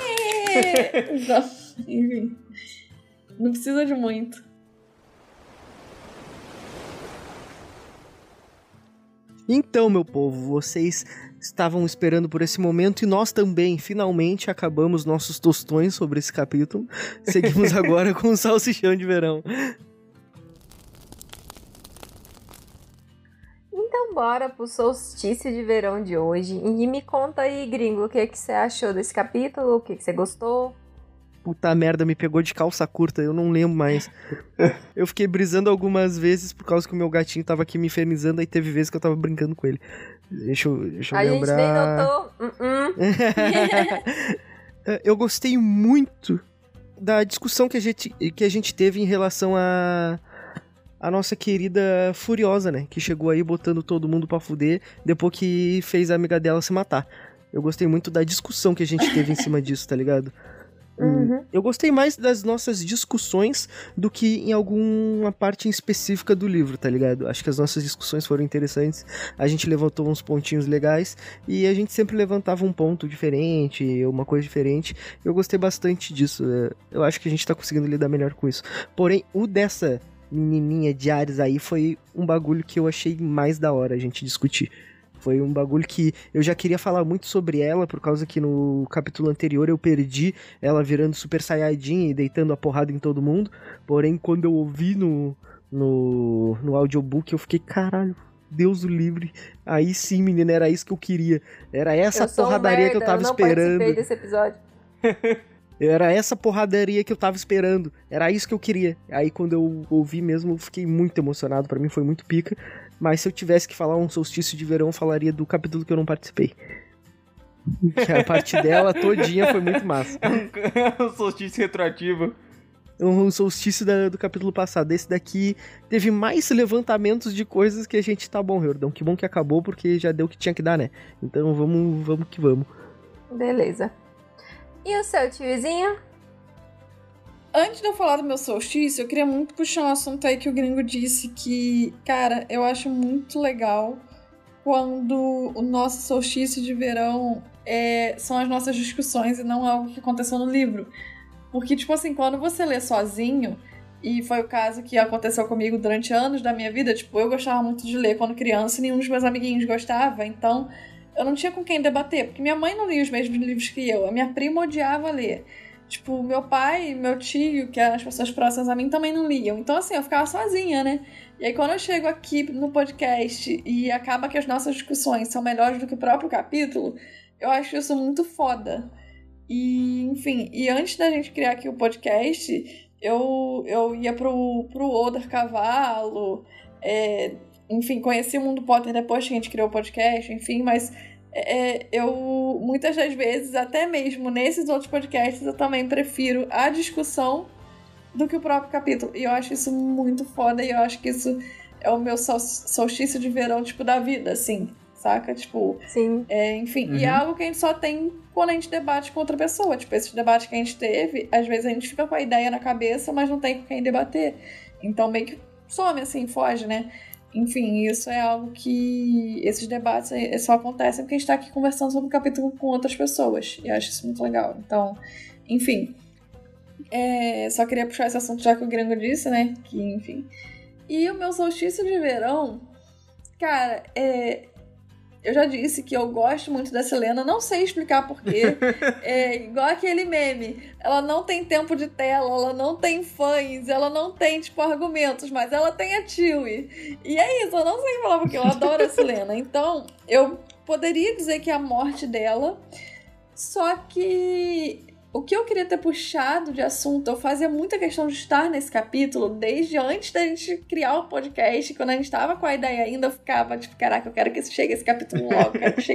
Então, enfim, não precisa de muito. Então, meu povo, vocês estavam esperando por esse momento e nós também, finalmente, acabamos nossos tostões sobre esse capítulo. Seguimos agora com o salsichão de verão. Então bora pro solstício de verão de hoje. E me conta aí, gringo, o que você achou desse capítulo, o que você gostou? Puta merda, me pegou de calça curta, eu não lembro mais. Eu fiquei brisando algumas vezes por causa que o meu gatinho tava aqui me infernizando, aí teve vezes que eu tava brincando com ele. Deixa eu lembrar... A gente nem notou. Eu gostei muito da discussão que a gente teve em relação a nossa querida Furiosa, né? Que chegou aí botando todo mundo pra fuder depois que fez a amiga dela se matar. Eu gostei muito da discussão que a gente teve em cima disso, tá ligado? Uhum. Eu gostei mais das nossas discussões do que em alguma parte em específica do livro, tá ligado? Acho que as nossas discussões foram interessantes, a gente levantou uns pontinhos legais e a gente sempre levantava um ponto diferente, uma coisa diferente. Eu gostei bastante disso, eu acho que a gente tá conseguindo lidar melhor com isso. Porém, o dessa menininha de Ares aí foi um bagulho que eu achei mais da hora a gente discutir. Foi um bagulho que eu já queria falar muito sobre ela, por causa que no capítulo anterior eu perdi ela virando Super Saiyajin e deitando a porrada em todo mundo. Porém, quando eu ouvi no audiobook, eu fiquei, caralho, Deus o livre. Aí sim, menina, era isso que eu queria. Era essa porradaria que eu tava esperando. Eu não participei desse episódio. Era essa porradaria que eu tava esperando. Era isso que eu queria. Aí quando eu ouvi mesmo, eu fiquei muito emocionado. Pra mim foi muito pica. Mas se eu tivesse que falar um solstício de verão, eu falaria do capítulo que eu não participei. A parte dela todinha foi muito massa. Um solstício retroativo. Um solstício do capítulo passado. Esse daqui teve mais levantamentos de coisas que a gente... Tá bom, Riordão, que bom que acabou, porque já deu o que tinha que dar, né? Então vamos que vamos. Beleza. E o seu tiozinho? Antes de eu falar do meu solstício, eu queria muito puxar um assunto aí que o gringo disse que, cara, eu acho muito legal quando o nosso solstício de verão são as nossas discussões e não algo que aconteceu no livro. Porque, tipo assim, quando você lê sozinho, e foi o caso que aconteceu comigo durante anos da minha vida, tipo, eu gostava muito de ler quando criança e nenhum dos meus amiguinhos gostava, então eu não tinha com quem debater, porque minha mãe não lia os mesmos livros que eu, a minha prima odiava ler. Tipo, meu pai e meu tio, que eram as pessoas próximas a mim, também não liam. Então, assim, eu ficava sozinha, né? E aí, quando eu chego aqui no podcast e acaba que as nossas discussões são melhores do que o próprio capítulo, eu acho isso muito foda. E, enfim, e antes da gente criar aqui o podcast, eu ia pro Oder Cavalo, enfim, conheci o Mundo Potter depois que a gente criou o podcast, enfim, mas eu, muitas das vezes, até mesmo nesses outros podcasts, eu também prefiro a discussão do que o próprio capítulo. E eu acho isso muito foda, e eu acho que isso é o meu solstício de verão, tipo, da vida, assim, saca? Tipo, sim. Enfim, e é algo que a gente só tem quando a gente debate com outra pessoa. Tipo, esses debates que a gente teve, às vezes a gente fica com a ideia na cabeça, mas não tem com quem debater. Então meio que some, assim, foge, né? Enfim, isso é algo que... Esses debates só acontecem porque a gente tá aqui conversando sobre o capítulo com outras pessoas. E eu acho isso muito legal. Então, enfim... só queria puxar esse assunto já que o gringo disse, né? Que, enfim... E o meu solstício de verão... Cara, eu já disse que eu gosto muito da Selena, não sei explicar porquê. Igual aquele meme. Ela não tem tempo de tela, ela não tem fãs, ela não tem, tipo, argumentos, mas ela tem a Chewie. E é isso, eu não sei falar porque eu adoro a Selena. Então, eu poderia dizer que é a morte dela, só que... O que eu queria ter puxado de assunto, eu fazia muita questão de estar nesse capítulo desde antes da gente criar o podcast. Quando a gente tava com a ideia ainda, eu ficava tipo, caraca, eu quero que chegue esse capítulo logo,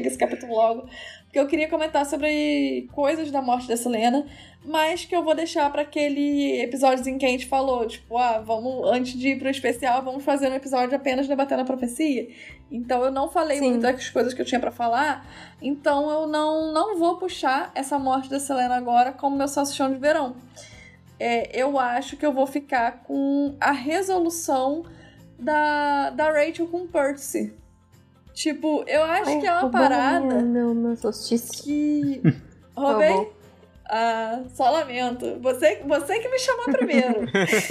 porque eu queria comentar sobre coisas da morte da Selena, mas que eu vou deixar pra aquele episódio em que a gente falou, tipo, vamos, antes de ir pro especial, vamos fazer um episódio apenas debatendo a profecia. Então eu não falei muitas coisas que eu tinha pra falar, então eu não vou puxar essa morte da Selena agora como meu salsichão de verão. Eu acho que eu vou ficar com a resolução da Rachel com Percy. Tipo, eu acho que é uma parada... Meu solstício. Que... Roubei? Só lamento. Você que me chamou primeiro.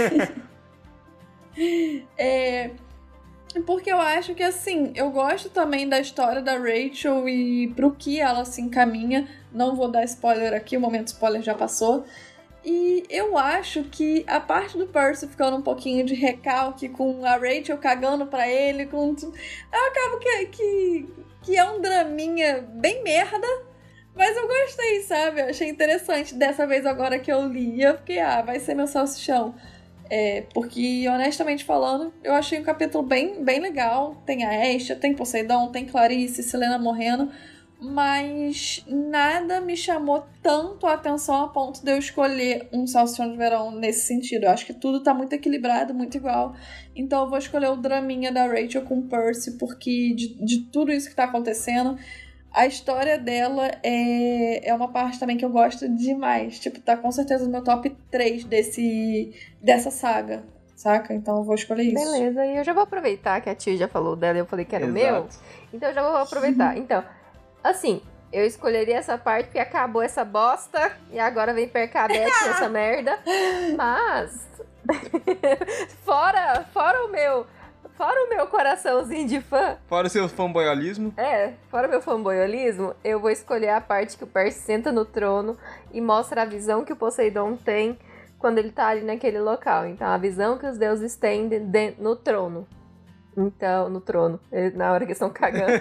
Porque eu acho que, assim, eu gosto também da história da Rachel e pro que ela se encaminha. Não vou dar spoiler aqui, o momento spoiler já passou. E eu acho que a parte do Percy ficando um pouquinho de recalque com a Rachel cagando pra ele, eu acabo que é um draminha bem merda, mas eu gostei, sabe? Eu achei interessante. Dessa vez agora que eu li, eu fiquei, vai ser meu salsichão. Porque, honestamente falando, eu achei um capítulo bem, bem legal. Tem a Estia, tem Poseidon, tem Clarice, Selena morrendo, mas nada me chamou tanto a atenção a ponto de eu escolher um salsichão de verão nesse sentido. Eu acho que tudo tá muito equilibrado, muito igual. Então eu vou escolher o draminha da Rachel com Percy, porque de tudo isso que tá acontecendo, a história dela é uma parte também que eu gosto demais. Tipo, tá com certeza no meu top 3 dessa saga, saca? Então eu vou escolher isso. Beleza, e eu já vou aproveitar que a tia já falou dela e eu falei que era o meu. Então eu já vou aproveitar. Então, assim, eu escolheria essa parte porque acabou essa bosta e agora vem Percabete essa merda. Mas, fora o meu coraçãozinho de fã. Fora o seu fanboyolismo. Fora o meu fanboyolismo, eu vou escolher a parte que o Percy senta no trono e mostra a visão que o Poseidon tem quando ele tá ali naquele local. Então, a visão que os deuses têm no trono. Então, no trono. Na hora que eles estão cagando.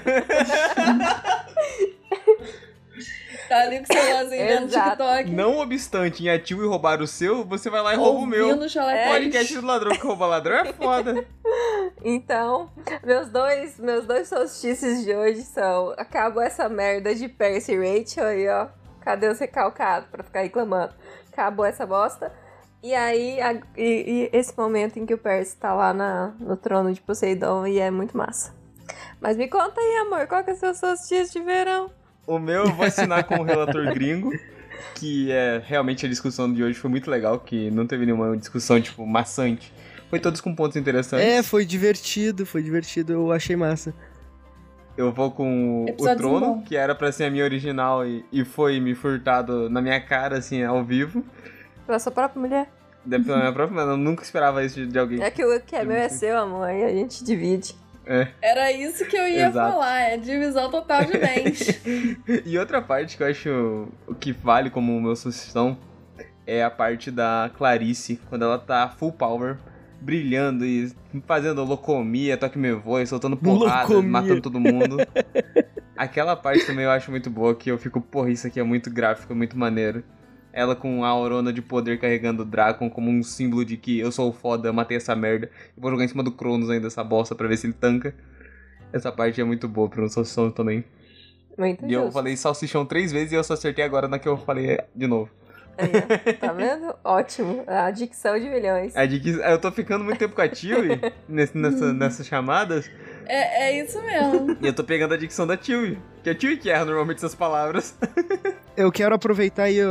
Tá ali com o celularzinho no TikTok. Não obstante, em ativo e roubar o seu, você vai lá e rouba o meu. Podcast do ladrão que rouba ladrão é foda. Então, meus dois solstícios de hoje são: acabou essa merda de Percy e Rachel aí, ó. Cadê os recalcados pra ficar reclamando? Acabou essa bosta. E aí, e esse momento em que o Percy tá lá no trono de Poseidon e é muito massa. Mas me conta aí, amor, qual que é o seu solstício de verão? O meu eu vou assinar com o relator gringo. que realmente a discussão de hoje foi muito legal, que não teve nenhuma discussão, tipo, maçante. Foi todos com pontos interessantes. Foi divertido, eu achei massa. Eu vou com o Trono, que era pra ser a minha original e foi me furtado na minha cara, assim, ao vivo. Pela sua própria mulher? Pela minha própria, mas eu nunca esperava isso de alguém. É que o que é meu é seu, amor, e a gente divide. Era isso que eu ia falar, é divisão total de bens. E outra parte que eu acho que vale como meu sugestão é a parte da Clarice, quando ela tá full power, brilhando e fazendo locomia, toque meu voz, soltando porrada, matando todo mundo. Aquela parte também eu acho muito boa, que eu fico, porra, isso aqui é muito gráfico, é muito maneiro. Ela com a aurona de poder carregando o Drácon como um símbolo de que eu sou o foda, eu matei essa merda. E vou jogar em cima do Cronos ainda essa bosta pra ver se ele tanca. Essa parte é muito boa pra um salsichão também. Muito E eu falei salsichão 3 vezes e eu só acertei agora na que eu falei de novo. Aí, tá vendo? Ótimo. A dicção de milhões. Eu tô ficando muito tempo com a Tilly nessas chamadas. É isso mesmo. E eu tô pegando a dicção da Tilly. Que é a Tilly que erra normalmente essas palavras. Eu quero aproveitar aí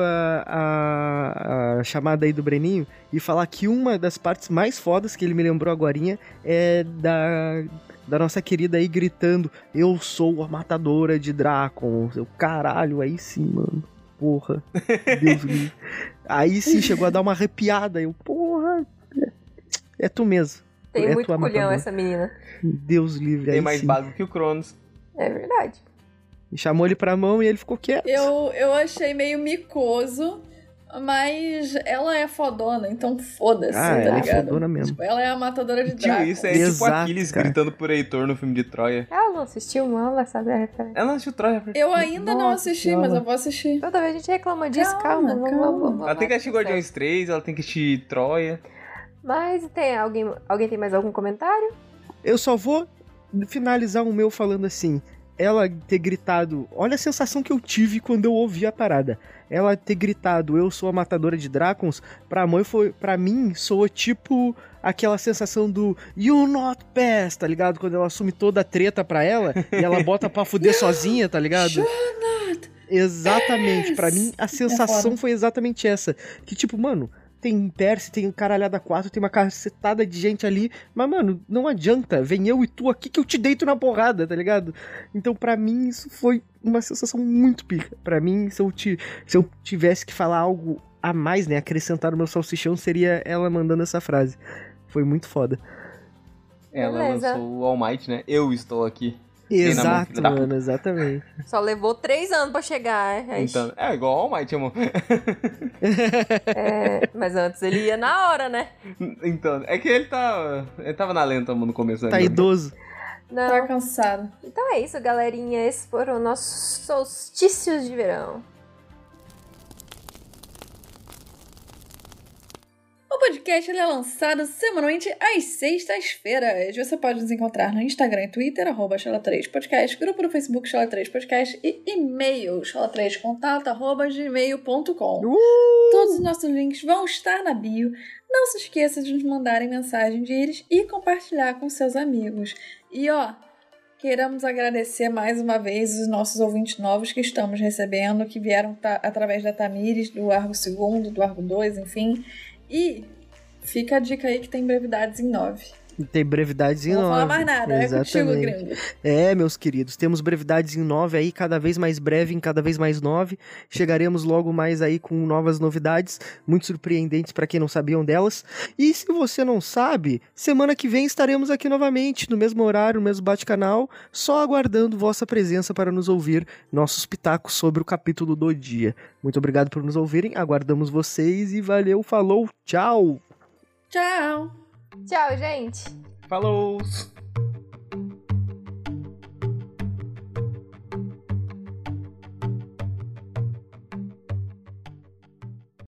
a chamada aí do Breninho e falar que uma das partes mais fodas que ele me lembrou agorinha é da nossa querida aí gritando: eu sou a matadora de Drácon. Eu, caralho, aí sim, mano. Porra, Deus me livre. Aí sim chegou a dar uma arrepiada. Eu, porra, é tu mesmo. Tem muito culhão essa menina. Deus livre. Tem mais bago que o Cronos. É verdade. E chamou ele pra mão e ele ficou quieto. Eu achei meio micoso, mas ela é fodona, então foda-se, tá ligado? Ela é fodona mesmo. Tipo, ela é a matadora de Drácon. Isso é tipo Aquiles gritando por Heitor no filme de Troia. Ela não assistiu, não vai saber a referência. Ela não assistiu Troia. Eu ainda não assisti, mas eu vou assistir. Toda vez a gente reclama disso, calma. Ela tem que assistir Guardiões 3, ela tem que assistir Troia. Mas tem alguém tem mais algum comentário? Eu só vou finalizar o meu falando assim: ela ter gritado, olha a sensação que eu tive quando eu ouvi a parada. Ela ter gritado, eu sou a matadora de Drácons, pra mim soa tipo aquela sensação do You Not Pass, tá ligado? Quando ela assume toda a treta pra ela e ela bota pra fuder sozinha, tá ligado? Exatamente, pra mim a sensação foi exatamente essa. Que tipo, mano, tem Percy, tem caralhada 4, tem uma cacetada de gente ali, mas, mano, não adianta, vem eu e tu aqui que eu te deito na porrada, tá ligado? Então, pra mim, isso foi uma sensação muito pica. Pra mim, se eu tivesse que falar algo a mais, né, acrescentar no meu salsichão, seria ela mandando essa frase. Foi muito foda. Ela lançou o All Might, né? Eu estou aqui. Exato, mano, exatamente. Só levou 3 anos pra chegar, Então, é igual All Might, amor. Mas antes ele ia na hora, né? Então, é que ele tava na lenta, amor, no começo. Tá idoso. Não. Tá cansado. Então é isso, galerinha. Esses foram nossos solstícios de verão. O podcast ele é lançado semanalmente às sextas-feiras. Você pode nos encontrar no Instagram e Twitter, @Chala3podcast, grupo do Facebook Chala3podcast e e-mail chala3contato@gmail.com. Todos os nossos links vão estar na bio. Não se esqueça de nos mandarem mensagem de íris e compartilhar com seus amigos. E queremos agradecer mais uma vez os nossos ouvintes novos que estamos recebendo, que vieram através da Tamires, do Argo 2, do Argo 2, enfim. E fica a dica aí que tem brevidades em 9. Tem brevidades em 9. Não vou falar mais nada, exatamente. É contigo, gringo. Meus queridos, temos brevidades em 9 aí, cada vez mais breve, em cada vez mais 9. Chegaremos logo mais aí com novas novidades, muito surpreendentes para quem não sabiam delas. E se você não sabe, semana que vem estaremos aqui novamente, no mesmo horário, no mesmo bate-canal, só aguardando vossa presença para nos ouvir nossos pitacos sobre o capítulo do dia. Muito obrigado por nos ouvirem, aguardamos vocês e valeu, falou, tchau! Tchau! Tchau, gente! Falou!